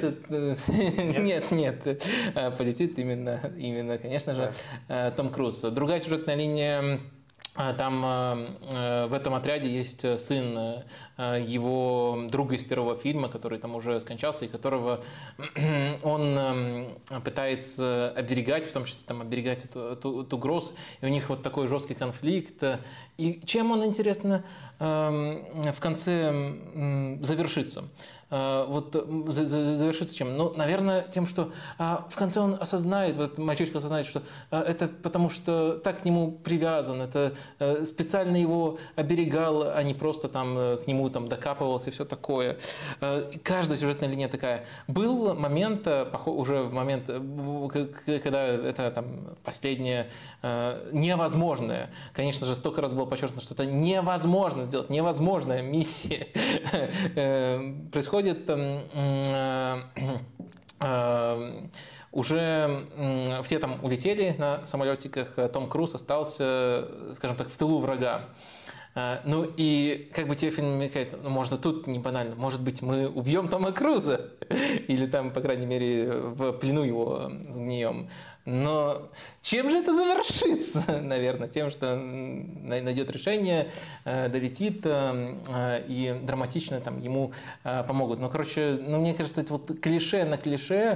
Нет, полетит именно, конечно же, Том Круз. Другая сюжетная линия. Там в этом отряде есть сын его друга из первого фильма, который там уже скончался, и которого он пытается оберегать, в том числе там оберегать от угроз. И у них вот такой жесткий конфликт. И чем он, интересно, в конце завершится? Вот завершится чем? Ну, наверное, тем, что в конце он осознает, вот мальчишка осознает, что это потому что так к нему привязан, это специально его оберегал, а не просто там к нему там докапывался и все такое. Каждая сюжетная линия такая. Был момент, уже в момент, когда это там последнее невозможное. Конечно же, столько раз было подчеркнуто, что это невозможно сделать, невозможная миссия. Происходит уже все там улетели на самолетиках, Том Круз остался, скажем так, в тылу врага. Ну и как бы тебе фильм намекает, ну, может, тут не банально, может быть, мы убьем Тома Круза, или там, по крайней мере, в плену его сгнием. Но чем же это завершится? Наверное, тем, что найдет решение, долетит и драматично там ему помогут. Ну, короче, ну, мне кажется, это вот клише на клише.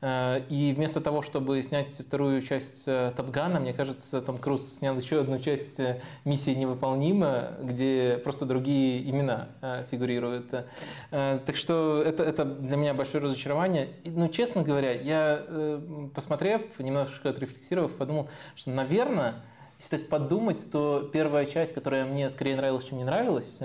И вместо того, чтобы снять вторую часть Топ Гана, мне кажется, Том Круз снял еще одну часть «Миссии невыполнима», где просто другие имена фигурируют. Так что это для меня большое разочарование. Ну, честно говоря, я, посмотрев, немножко отрефлексировав, подумал, что, наверное, если так подумать, то первая часть, которая мне скорее нравилась, чем не нравилась,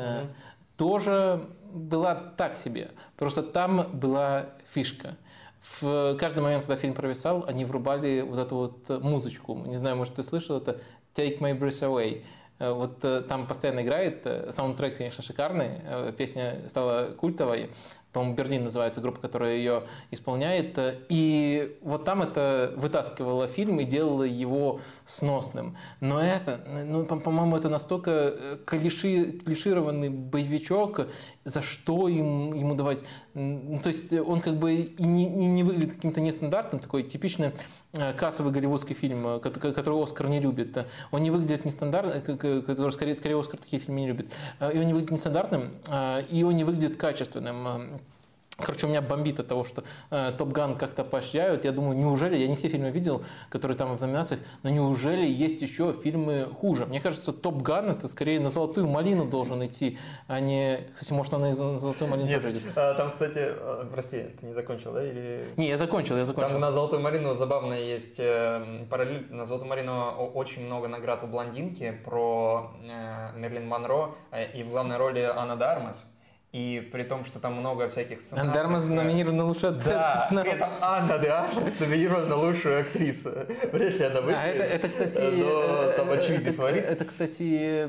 тоже была так себе. Просто там была фишка. В каждый момент, когда фильм провисал, они врубали вот эту вот музычку. Не знаю, может, ты слышал это «Take My Breath Away». Вот там постоянно играет, саундтрек, конечно, шикарный, песня стала культовой. По-моему, «Берлин» называется группа, которая ее исполняет. И вот там это вытаскивало фильм и делало его сносным. Но это, ну, по-моему, это настолько клишированный боевичок, за что ему давать... Ну, то есть он как бы и не выглядит каким-то нестандартным, такой типичный кассовый голливудский фильм, который Оскар не любит. Он не выглядит нестандартным, который скорее Оскар такие фильмы не любит. И он не выглядит нестандартным, и он не выглядит качественным. Короче, у меня бомбит от того, что Топ Ган как-то поощряют. Я думаю, неужели, я не все фильмы видел, которые там в номинациях, но неужели есть еще фильмы хуже? Мне кажется, Топ Ган это скорее на золотую малину должен идти, а не... Кстати, может, он на золотую малину тоже идет. Там, кстати, прости, ты не закончил, да? Или... Не, я закончил. Там на «Золотую малину» забавно есть параллель. На «Золотую малину» очень много наград у блондинки про Мерлин Монро и в главной роли Анна де Армас. И при том, что там много всяких сценарий. Анна де Армас номинирована на лучшую актрису. Да, при этом Анна де Армас номинирована на лучшую актрису. Вряд ли она выиграет. Это, кстати, но там очевидный фаворит. Это, кстати,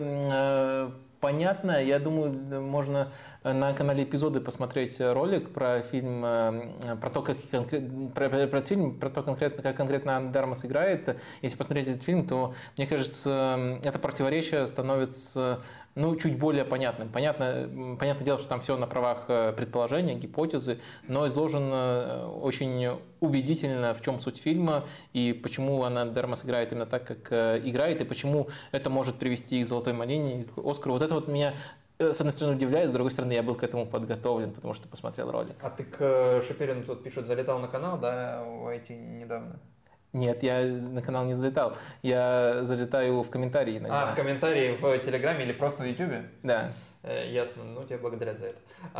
понятно. Я думаю, можно на канале «Эпизоды» посмотреть ролик про фильм, про то, как про этот фильм, про то, как конкретно Анна де Армас играет. Если посмотреть этот фильм, то, мне кажется, это противоречие становится чуть более понятным. Понятное дело, что там все на правах предположения, гипотезы, но изложено очень убедительно, в чем суть фильма и почему Анна де Армас играет именно так, как играет, и почему это может привести к «Золотой малине», к «Оскару». Вот это вот меня, с одной стороны, удивляет, с другой стороны, я был к этому подготовлен, потому что посмотрел ролик. А ты к Шаперину тут пишут, залетал на канал, да, войти недавно? Нет, я на канал не залетал. Я залетаю в комментарии иногда. В комментарии в Телеграме или просто в Ютубе? Да. Ясно, тебя благодарят за это.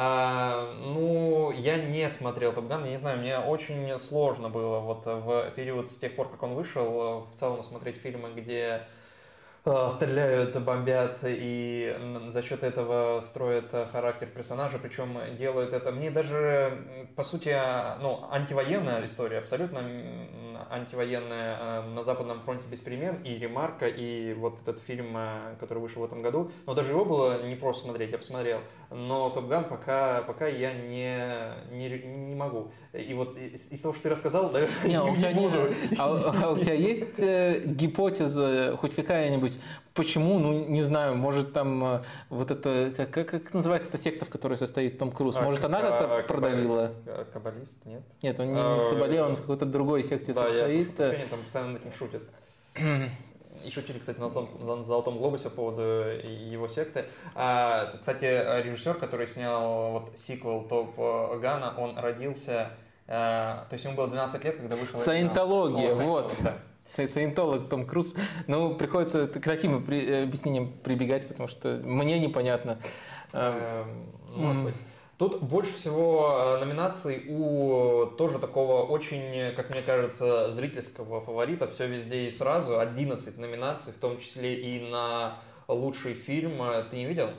Я не смотрел Топ Ган, я не знаю, мне очень сложно было вот в период с тех пор, как он вышел, в целом смотреть фильмы, где стреляют, бомбят и за счет этого строят характер персонажа, причем делают это... Мне даже, по сути, антивоенная история, абсолютно антивоенная на Западном фронте без перемен, и «Ремарка», и вот этот фильм, который вышел в этом году, но даже его было не просто смотреть, я посмотрел, но «Топ Ган» пока я не могу. И вот из того, что ты рассказал, да, не буду. А у тебя есть гипотеза хоть какая-нибудь, почему, не знаю, может там вот это, как называется эта секта, в которой состоит Том Круз, может она как-то продавила? Каббалист, нет? Нет, он не в Кабале, он в какой-то другой секте состоит. Да, я там постоянно над ним шутят. И шутили, кстати, на «Золотом глобусе» по поводу его секты. Кстати, режиссер, который снял вот сиквел «Топ Гана», он родился... То есть ему было 12 лет, когда вышел... Саентология, вот. Да. Саентолог Том Круз. Приходится к таким объяснениям прибегать, потому что мне непонятно. Может быть. Тут больше всего номинаций у тоже такого очень, как мне кажется, зрительского фаворита «Все везде и сразу». 11 номинаций, в том числе и на лучший фильм. Ты не видел?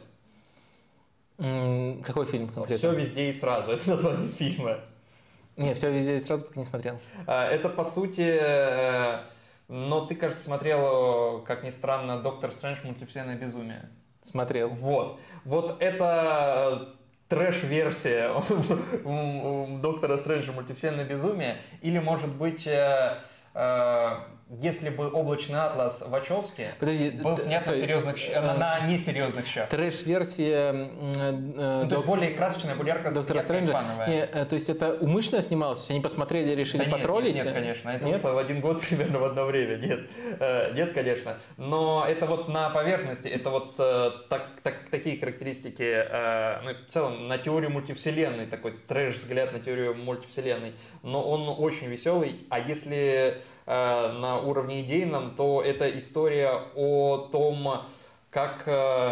Какой фильм конкретно? «Все везде и сразу». Это название фильма. Не, все везде и сразу пока не смотрел. Это, по сути, но ты, кажется, смотрел, как ни странно, «Доктор Стрэндж. Мультивселенная безумие». Смотрел. Вот это трэш-версия Доктора Стрэнджа «Мультивселенная безумие». Или, может быть, если бы «Облачный атлас» Вачовски был снят на несерьезных щах. Трэш-версия То есть более красочная, более яркая, Доктора Стрэнджа. фановая. То есть это умышленно снималось? То есть они посмотрели, решили потроллить? Нет, конечно. Это вышло в один год примерно в одно время. Нет, конечно. Но это вот на поверхности, это вот такие характеристики, ну, в целом, на теорию мультивселенной, такой трэш-взгляд на теорию мультивселенной. Но он очень веселый. А если на уровне идейном, то это история о том, как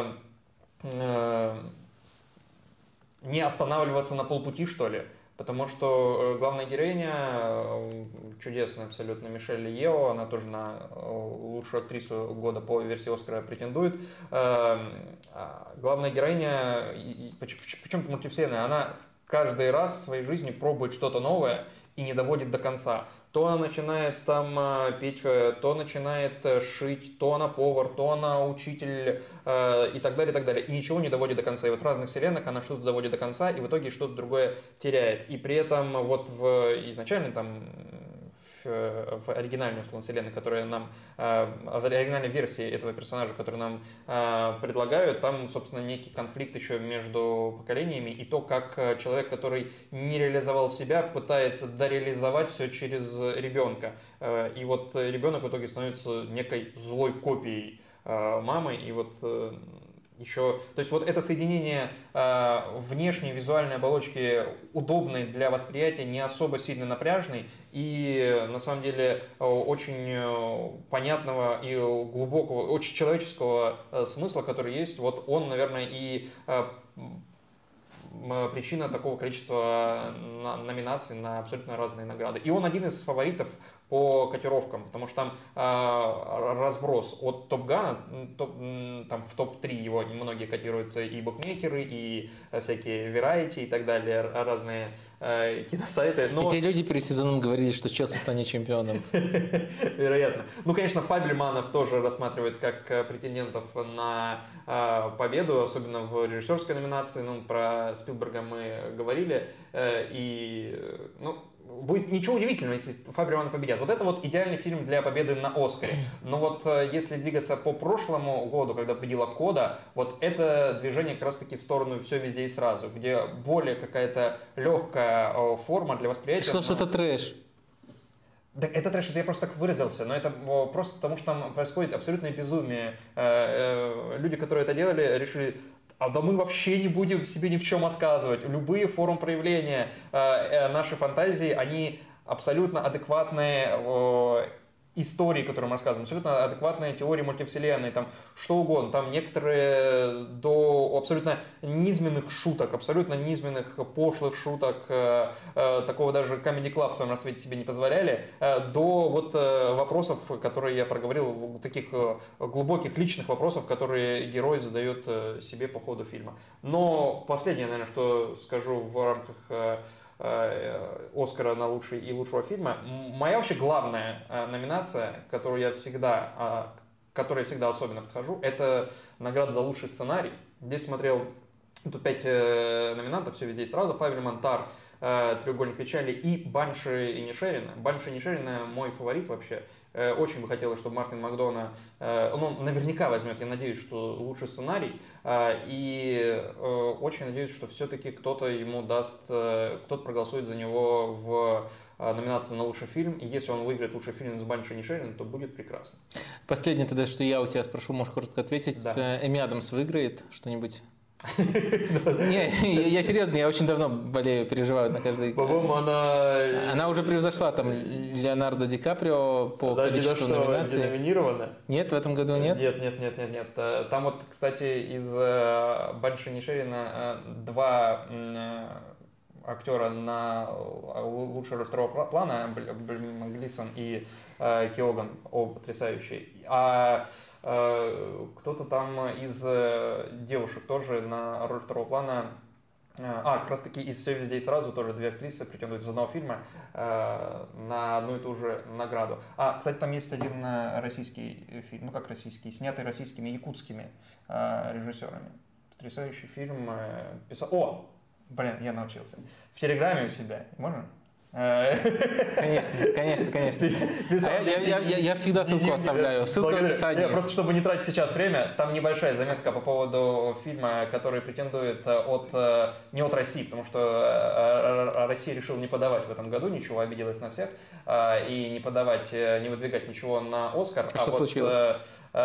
не останавливаться на полпути, что ли. Потому что главная героиня, чудесная абсолютно, Мишель Ео, она тоже на лучшую актрису года по версии Оскара претендует. Главная героиня, причем мультивселенная, она каждый раз в своей жизни пробует что-то новое и не доводит до конца. То она начинает там петь, то начинает шить, то она повар, то она учитель и так далее, и так далее. И ничего не доводит до конца. И вот в разных вселенных она что-то доводит до конца, и в итоге что-то другое теряет. И при этом вот в изначальной там в оригинальной условно вселенной, которая нам, в оригинальной версии этого персонажа, который нам предлагают, там, собственно, некий конфликт еще между поколениями и то, как человек, который не реализовал себя, пытается дореализовать все через ребенка. И вот ребенок в итоге становится некой злой копией мамы, и вот еще, то есть вот это соединение внешней визуальной оболочки удобной для восприятия, не особо сильно напряжной и на самом деле очень понятного и глубокого, очень человеческого смысла, который есть, вот он, наверное, и причина такого количества номинаций на абсолютно разные награды. И он один из фаворитов по котировкам, потому что там разброс от Топ Гана, там в топ-3 его многие котируют и букмекеры, и всякие Variety и так далее, разные киносайты. Но... Эти люди перед сезоном говорили, что Челси станет чемпионом. Вероятно. Ну, конечно, Фабельманов тоже рассматривают как претендентов на победу, особенно в режиссерской номинации. Ну, про Спилберга мы говорили. И, ну, будет ничего удивительного, если Фабельманы победят. Вот это вот идеальный фильм для победы на Оскаре. Но вот если двигаться по прошлому году, когда победила Кода, вот это движение как раз таки в сторону «Все везде и сразу», где более какая-то легкая форма для восприятия. Что-то трэш. Да, это трэш, это я просто так выразился, но это просто потому, что там происходит абсолютное безумие. Люди, которые это делали, решили: а да мы вообще не будем себе ни в чем отказывать. Любые формы проявления нашей фантазии, они абсолютно адекватные истории, которые мы рассказываем, абсолютно адекватные теории мультивселенной, там что угодно, там некоторые до абсолютно низменных шуток, абсолютно низменных пошлых шуток, такого даже Comedy Club в своем рассвете себе не позволяли, до вот вопросов, которые я проговорил, таких глубоких личных вопросов, которые герой задает себе по ходу фильма. Но последнее, наверное, что скажу в рамках Оскара на лучший и лучшего фильма. Моя вообще главная номинация, к которой я всегда особенно подхожу, это награда за лучший сценарий. Здесь смотрел, тут 5 номинантов, все везде и сразу: Фабельман, Тар, «Треугольник печали» и «Банши и Нишерина». «Банши и Нишерина» мой фаворит вообще. Очень бы хотелось, чтобы Мартин Макдона, он наверняка возьмет, я надеюсь, что лучший сценарий, и очень надеюсь, что все-таки кто-то ему даст, кто-то проголосует за него в номинации на лучший фильм, и если он выиграет лучший фильм с «Банши и Нишерина», то будет прекрасно. Последнее тогда, что я у тебя спрошу, можешь коротко ответить. Да. Эми Адамс выиграет что-нибудь? Не, я серьезно, я очень давно болею, переживаю на каждый... По-моему, Она уже превзошла там Леонардо Ди Каприо по она ни на количеству что не номинаций. номинирована. Нет, в этом году нет? Нет. Там вот, кстати, из Банши Нишерина два актера на лучшую роль второго плана, Глисон и Киоган, оба потрясающие. А кто-то там из девушек тоже на роль второго плана. Как раз таки из «Все везде и сразу» тоже две актрисы претендуют из одного фильма на одну и ту же награду. Кстати, там есть один российский фильм, ну как российский, снятый российскими якутскими режиссерами. Потрясающий фильм. Я научился. В Телеграме у себя. Можно? Конечно. Я всегда ссылку оставляю. Ссылка в описании. Просто чтобы не тратить сейчас время, там небольшая заметка по поводу фильма, который претендует не от России, потому что Россия решила не подавать в этом году ничего, обиделась на всех, и не подавать, не выдвигать ничего на Оскар. Что случилось?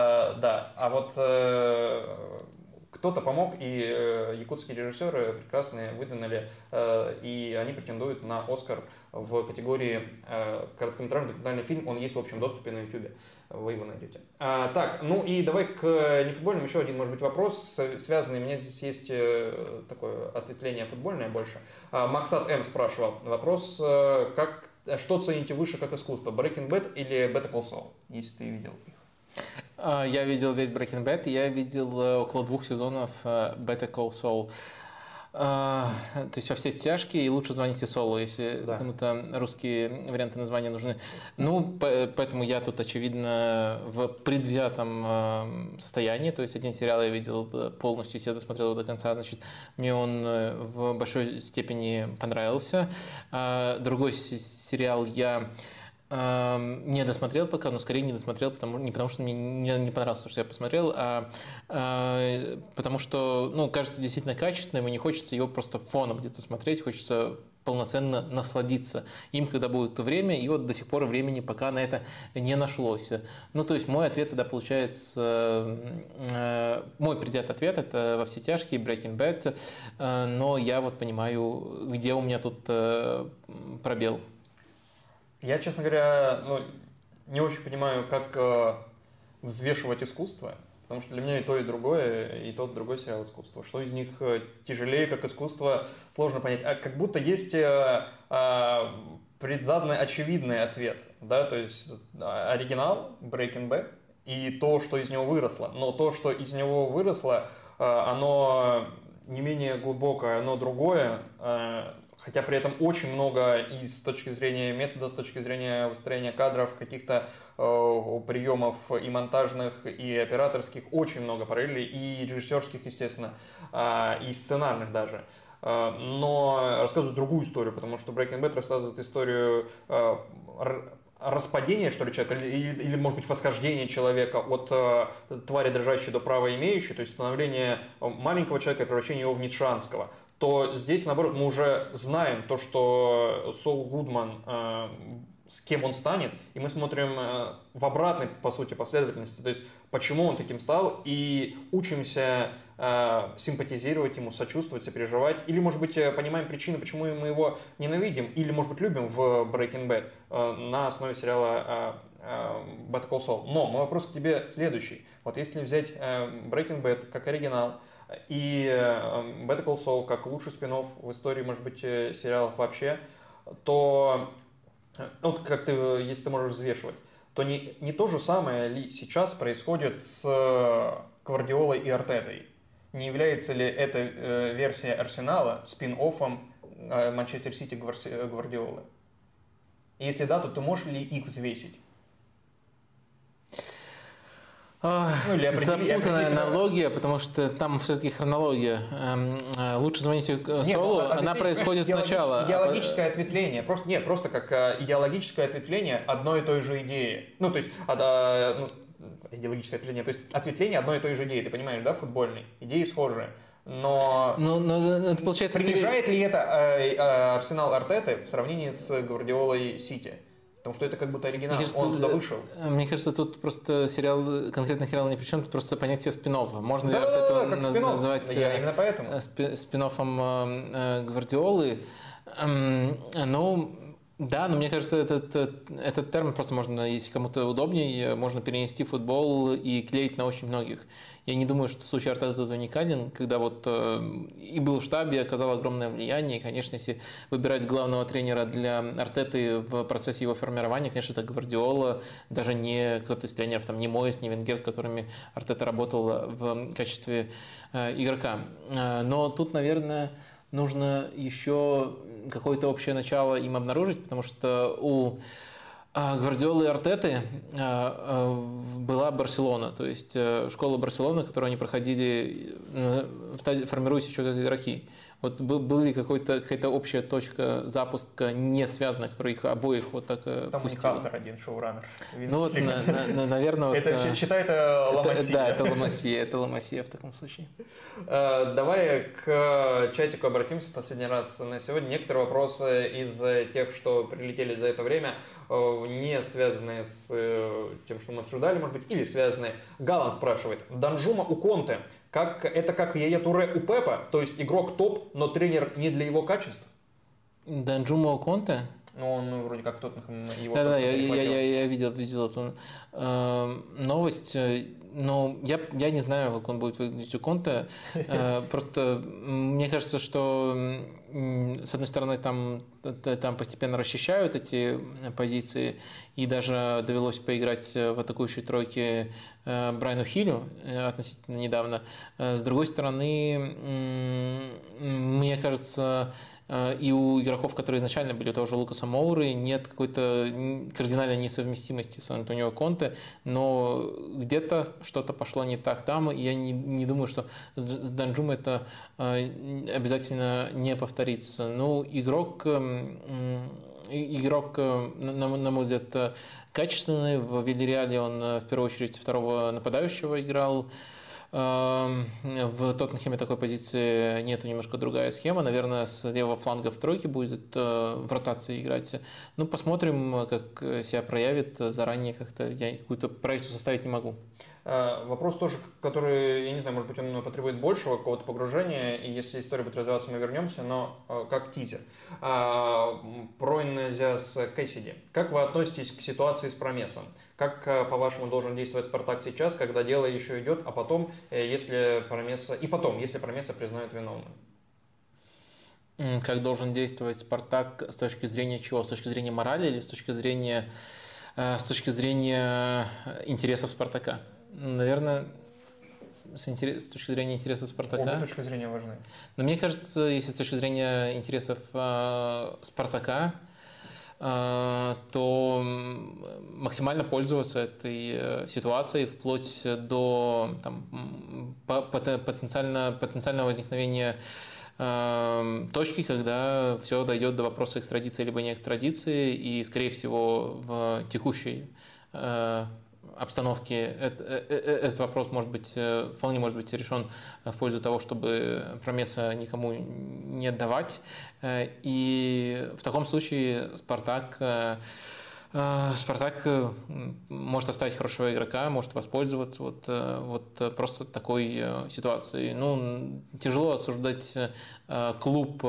Кто-то помог, и якутские режиссеры прекрасные выдвинули, и они претендуют на Оскар в категории короткометражный документальный фильм. Он есть в общем доступе на YouTube, вы его найдете. И давай к нефутбольным еще один, может быть, вопрос, связанный. У меня здесь есть такое ответвление футбольное больше. Максат М спрашивал вопрос, что цените выше как искусство, Breaking Bad или Better Call Saul, если ты видел их? Я видел весь Breaking Bad, я видел около 2 сезонов Better Call Saul. То есть «Во все тяжкие» и «Лучше звоните Солу», если кому-то русские варианты названия нужны. Поэтому я тут, очевидно, в предвзятом состоянии. То есть один сериал я видел полностью, я досмотрел его до конца, значит, мне он в большой степени понравился. Другой сериал я не досмотрел пока, но скорее не досмотрел, не потому что мне не понравилось то, что я посмотрел, потому что, кажется действительно качественным, и не хочется его просто фоном где-то смотреть, хочется полноценно насладиться им, когда будет время, и вот до сих пор времени пока на это не нашлось. То есть мой ответ тогда получается, мой предвзятый ответ – это «Во все тяжкие», Breaking Bad, но я вот понимаю, где у меня тут пробел. Я, честно говоря, не очень понимаю, как взвешивать искусство, потому что для меня и то, и другое, и тот, и другой сериал искусство. Что из них тяжелее, как искусство, сложно понять. Как будто есть предзаданный очевидный ответ, да, то есть оригинал Breaking Bad и то, что из него выросло. Но то, что из него выросло, оно не менее глубокое, оно другое, хотя при этом очень много и с точки зрения метода, с точки зрения выстроения кадров, каких-то приемов и монтажных, и операторских, очень много параллелей, и режиссерских, естественно, и сценарных даже. Но рассказываю другую историю, потому что Breaking Bad рассказывает историю распадения, что ли, человека, или, может быть, восхождения человека от твари дрожащей до права имеющей, то есть становление маленького человека и превращение его в ницшеанского, то здесь, наоборот, мы уже знаем то, что Сол Гудман, с кем он станет, и мы смотрим в обратной, по сути, последовательности, то есть почему он таким стал, и учимся симпатизировать ему, сочувствовать, сопереживать, или, может быть, понимаем причины, почему мы его ненавидим, или, может быть, любим в Breaking Bad на основе сериала Better Call Saul. Но мой вопрос к тебе следующий. Вот если взять Breaking Bad как оригинал, и Better Call Saul как лучший спин-офф в истории, может быть, сериалов вообще, то, как ты, если ты можешь взвешивать, то не то же самое ли сейчас происходит с Гвардиолой и Артетой? Не является ли эта версия Арсенала спин-оффом Манчестер Сити Гвардиолы? Если да, то ты можешь ли их взвесить? Запутанная аналогия, потому что там все-таки хронология. Лучше звоните Солу, она происходит сначала. Идеологическое ответвление. Просто как идеологическое ответвление одной и той же идеи. Идеологическое ответвление, то есть ответвление одной и той же идеи, ты понимаешь, да, футбольной? Идеи схожие. Но это получается... Принижает ли это Арсенал Артеты в сравнении с Гвардиолой Сити? Потому что это как будто оригинал, Мне кажется, он туда вышел. Мне кажется, тут просто конкретно сериал ни при чем, тут просто понятие спин-оффа. Можно ли Да, это как спин-офф. назвать Я именно поэтому. спин-оффом Гвардиолы? Ну, да, но мне кажется, этот термин просто можно, если кому-то удобнее, можно перенести в футбол и клеить на очень многих. Я не думаю, что случай Артета тут уникален, когда вот и был в штабе, оказал огромное влияние. И, конечно, если выбирать главного тренера для Артеты в процессе его формирования, конечно, это Гвардиола, даже не кто-то из тренеров, там, не Моис, не Венгер, с которыми Артета работал в качестве игрока. Но тут, наверное, нужно еще какое-то общее начало им обнаружить, потому что у Гвардиолы и Артеты была Барселона, то есть школа Барселоны, которую они проходили, формируясь еще как игроки. Вот был ли какая-то общая точка запуска, не связанная, которая их обоих вот так Там у них пустила? автор один, шоураннер. Ну вот, наверное... Это, считай, это Ла-Масия. Да, это Ла-Масия в таком случае. Давай к чатику обратимся в последний раз на сегодня. Некоторые вопросы из тех, что прилетели за это время, не связанные с тем, что мы обсуждали, может быть, или связанные. Галан спрашивает. Данжума у Конте. Это как Яя Туре у Пепа? То есть игрок топ, но тренер не для его качеств? Данжума Конте? Ну, он вроде как в Тоттенхэм его Да, перехватил. я видел эту новость. Но я не знаю, как он будет выглядеть у Конте. Просто мне кажется, что с одной стороны там постепенно расчищают эти позиции, и даже довелось поиграть в атакующей тройке Брайану Хиллю относительно недавно. С другой стороны, мне кажется, и у игроков, которые изначально были у того же Лукаса Моуры, нет какой-то кардинальной несовместимости с Антонио Конте, но где-то что-то пошло не так там, и я не думаю, что с Данджума это обязательно не повторится. Ну, игрок, на мой взгляд, качественный. В Вильяреале он в первую очередь второго нападающего играл. В Тоттенхэме такой позиции нету, немножко другая схема. Наверное, с левого фланга в тройке будет в ротации играть. Ну, посмотрим, как себя проявит. Заранее как-то я какую-то проекцию составить не могу. Вопрос тоже, который, я не знаю, может быть, он потребует большего какого-то погружения, и если история будет развиваться, мы вернемся, но как тизер. Про Инезиас Кэссиди. Как вы относитесь к ситуации с Промесом? Как, по-вашему, должен действовать Спартак сейчас, когда дело еще идет, а потом, если Промеса признают виновным? Как должен действовать Спартак с точки зрения чего? С точки зрения морали или с точки зрения интересов Спартака? Наверное, с точки зрения интересов Спартака. Обе точки зрения важны. Но мне кажется, если с точки зрения интересов Спартака, то максимально пользоваться этой ситуацией вплоть до потенциального возникновения точки, когда все дойдет до вопроса экстрадиции либо не экстрадиции, и, скорее всего, в текущей обстановке этот вопрос вполне может быть решен в пользу того, чтобы Промеса никому не отдавать. И в таком случае Спартак может оставить хорошего игрока, может воспользоваться вот просто такой ситуацией. Ну, тяжело осуждать клуб,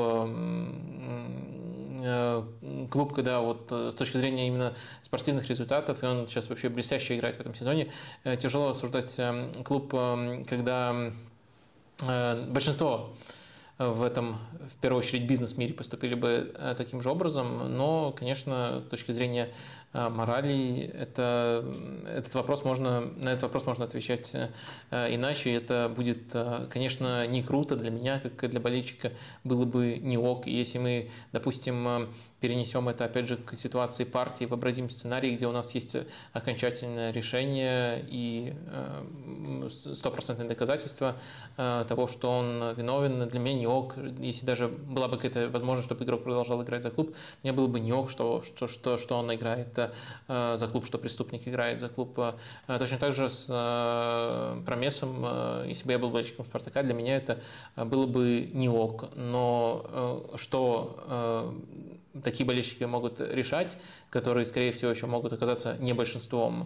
когда вот с точки зрения именно спортивных результатов, и он сейчас вообще блестяще играет в этом сезоне, тяжело осуждать клуб, когда большинство в первую очередь, бизнес-мире поступили бы таким же образом, но, конечно, с точки зрения морали, на этот вопрос можно отвечать иначе. Это будет, конечно, не круто для меня, как и для болельщика, было бы не ок, если мы, допустим, перенесем это, опять же, к ситуации партии, вообразим сценарий, где у нас есть окончательное решение и стопроцентное доказательство того, что он виновен. Для меня не ок, если даже была бы какая-то возможность, чтобы игрок продолжал играть за клуб, мне было бы не ок, что он играет за клуб, что преступник играет за клуб. Точно так же с Промесом, если бы я был болельщиком Спартака, для меня это было бы не ок. Но что такие болельщики могут решать, которые, скорее всего, еще могут оказаться не большинством.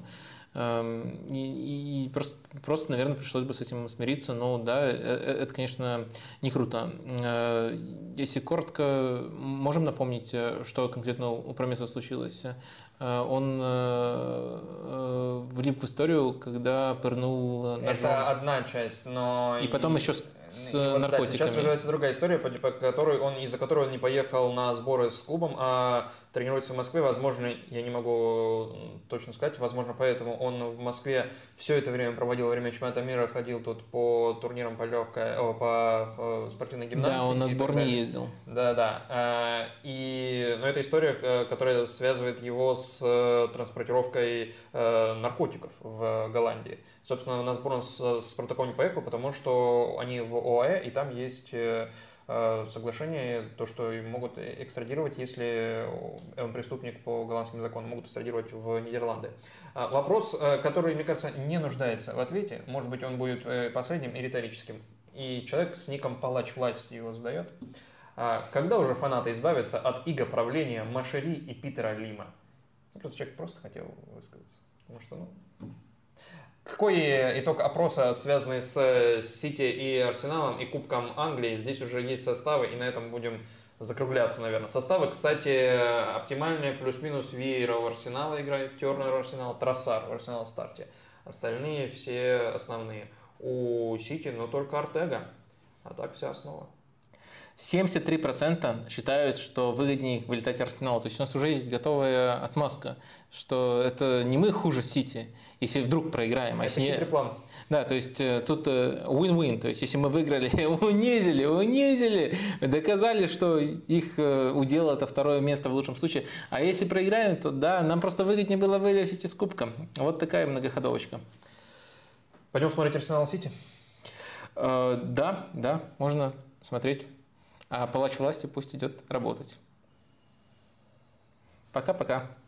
И просто, наверное, пришлось бы с этим смириться. Но да, это, конечно, не круто. Если коротко, можем напомнить, что конкретно у Промеса случилось? Он влип в историю, когда пырнул ножом. Это одна часть, но... И потом еще с наркотиками. Сейчас развивается другая история, из-за которой он не поехал на сборы с клубом, а тренируется в Москве. Возможно, я не могу точно сказать, возможно, поэтому он в Москве все это время проводил, во время чемпионата мира, ходил тут по турнирам по спортивной гимнастике. Да, он на сбор не ездил. Да. Но это история, которая связывает его с транспортировкой наркотиков в Голландии. Собственно, на сбор он с протоколом не поехал, потому что они в ОАЭ, и там есть соглашение, то, что им могут экстрадировать, если он преступник по голландским законам, могут экстрадировать в Нидерланды. Вопрос, который, мне кажется, не нуждается в ответе, может быть, он будет последним и риторическим, и человек с ником «Палач власти» его задает. Когда уже фанаты избавятся от иго-правления Машери и Питера Лима? Мне кажется, человек просто хотел высказаться, потому что, Какой итог опроса, связанный с Сити и Арсеналом и Кубком Англии? Здесь уже есть составы, и на этом будем закругляться, наверное. Составы, кстати, оптимальные. Плюс-минус Виейра у Арсенала играет, Тернер у Арсенала, Троссар у Арсенала в старте. Остальные все основные. У Сити, но только Ортега. А так вся основа. 73% считают, что выгоднее вылетать Арсеналу. То есть у нас уже есть готовая отмазка, что это не мы хуже Сити, если вдруг проиграем. Это хитрый план. Да, то есть тут win-win. То есть если мы выиграли, унизили, доказали, что их удел это второе место в лучшем случае. А если проиграем, то да, нам просто выгоднее было вылезть из кубка. Вот такая многоходовочка. Пойдем смотреть Арсенал-Сити? Да, можно смотреть. А палач власти пусть идет работать. Пока-пока.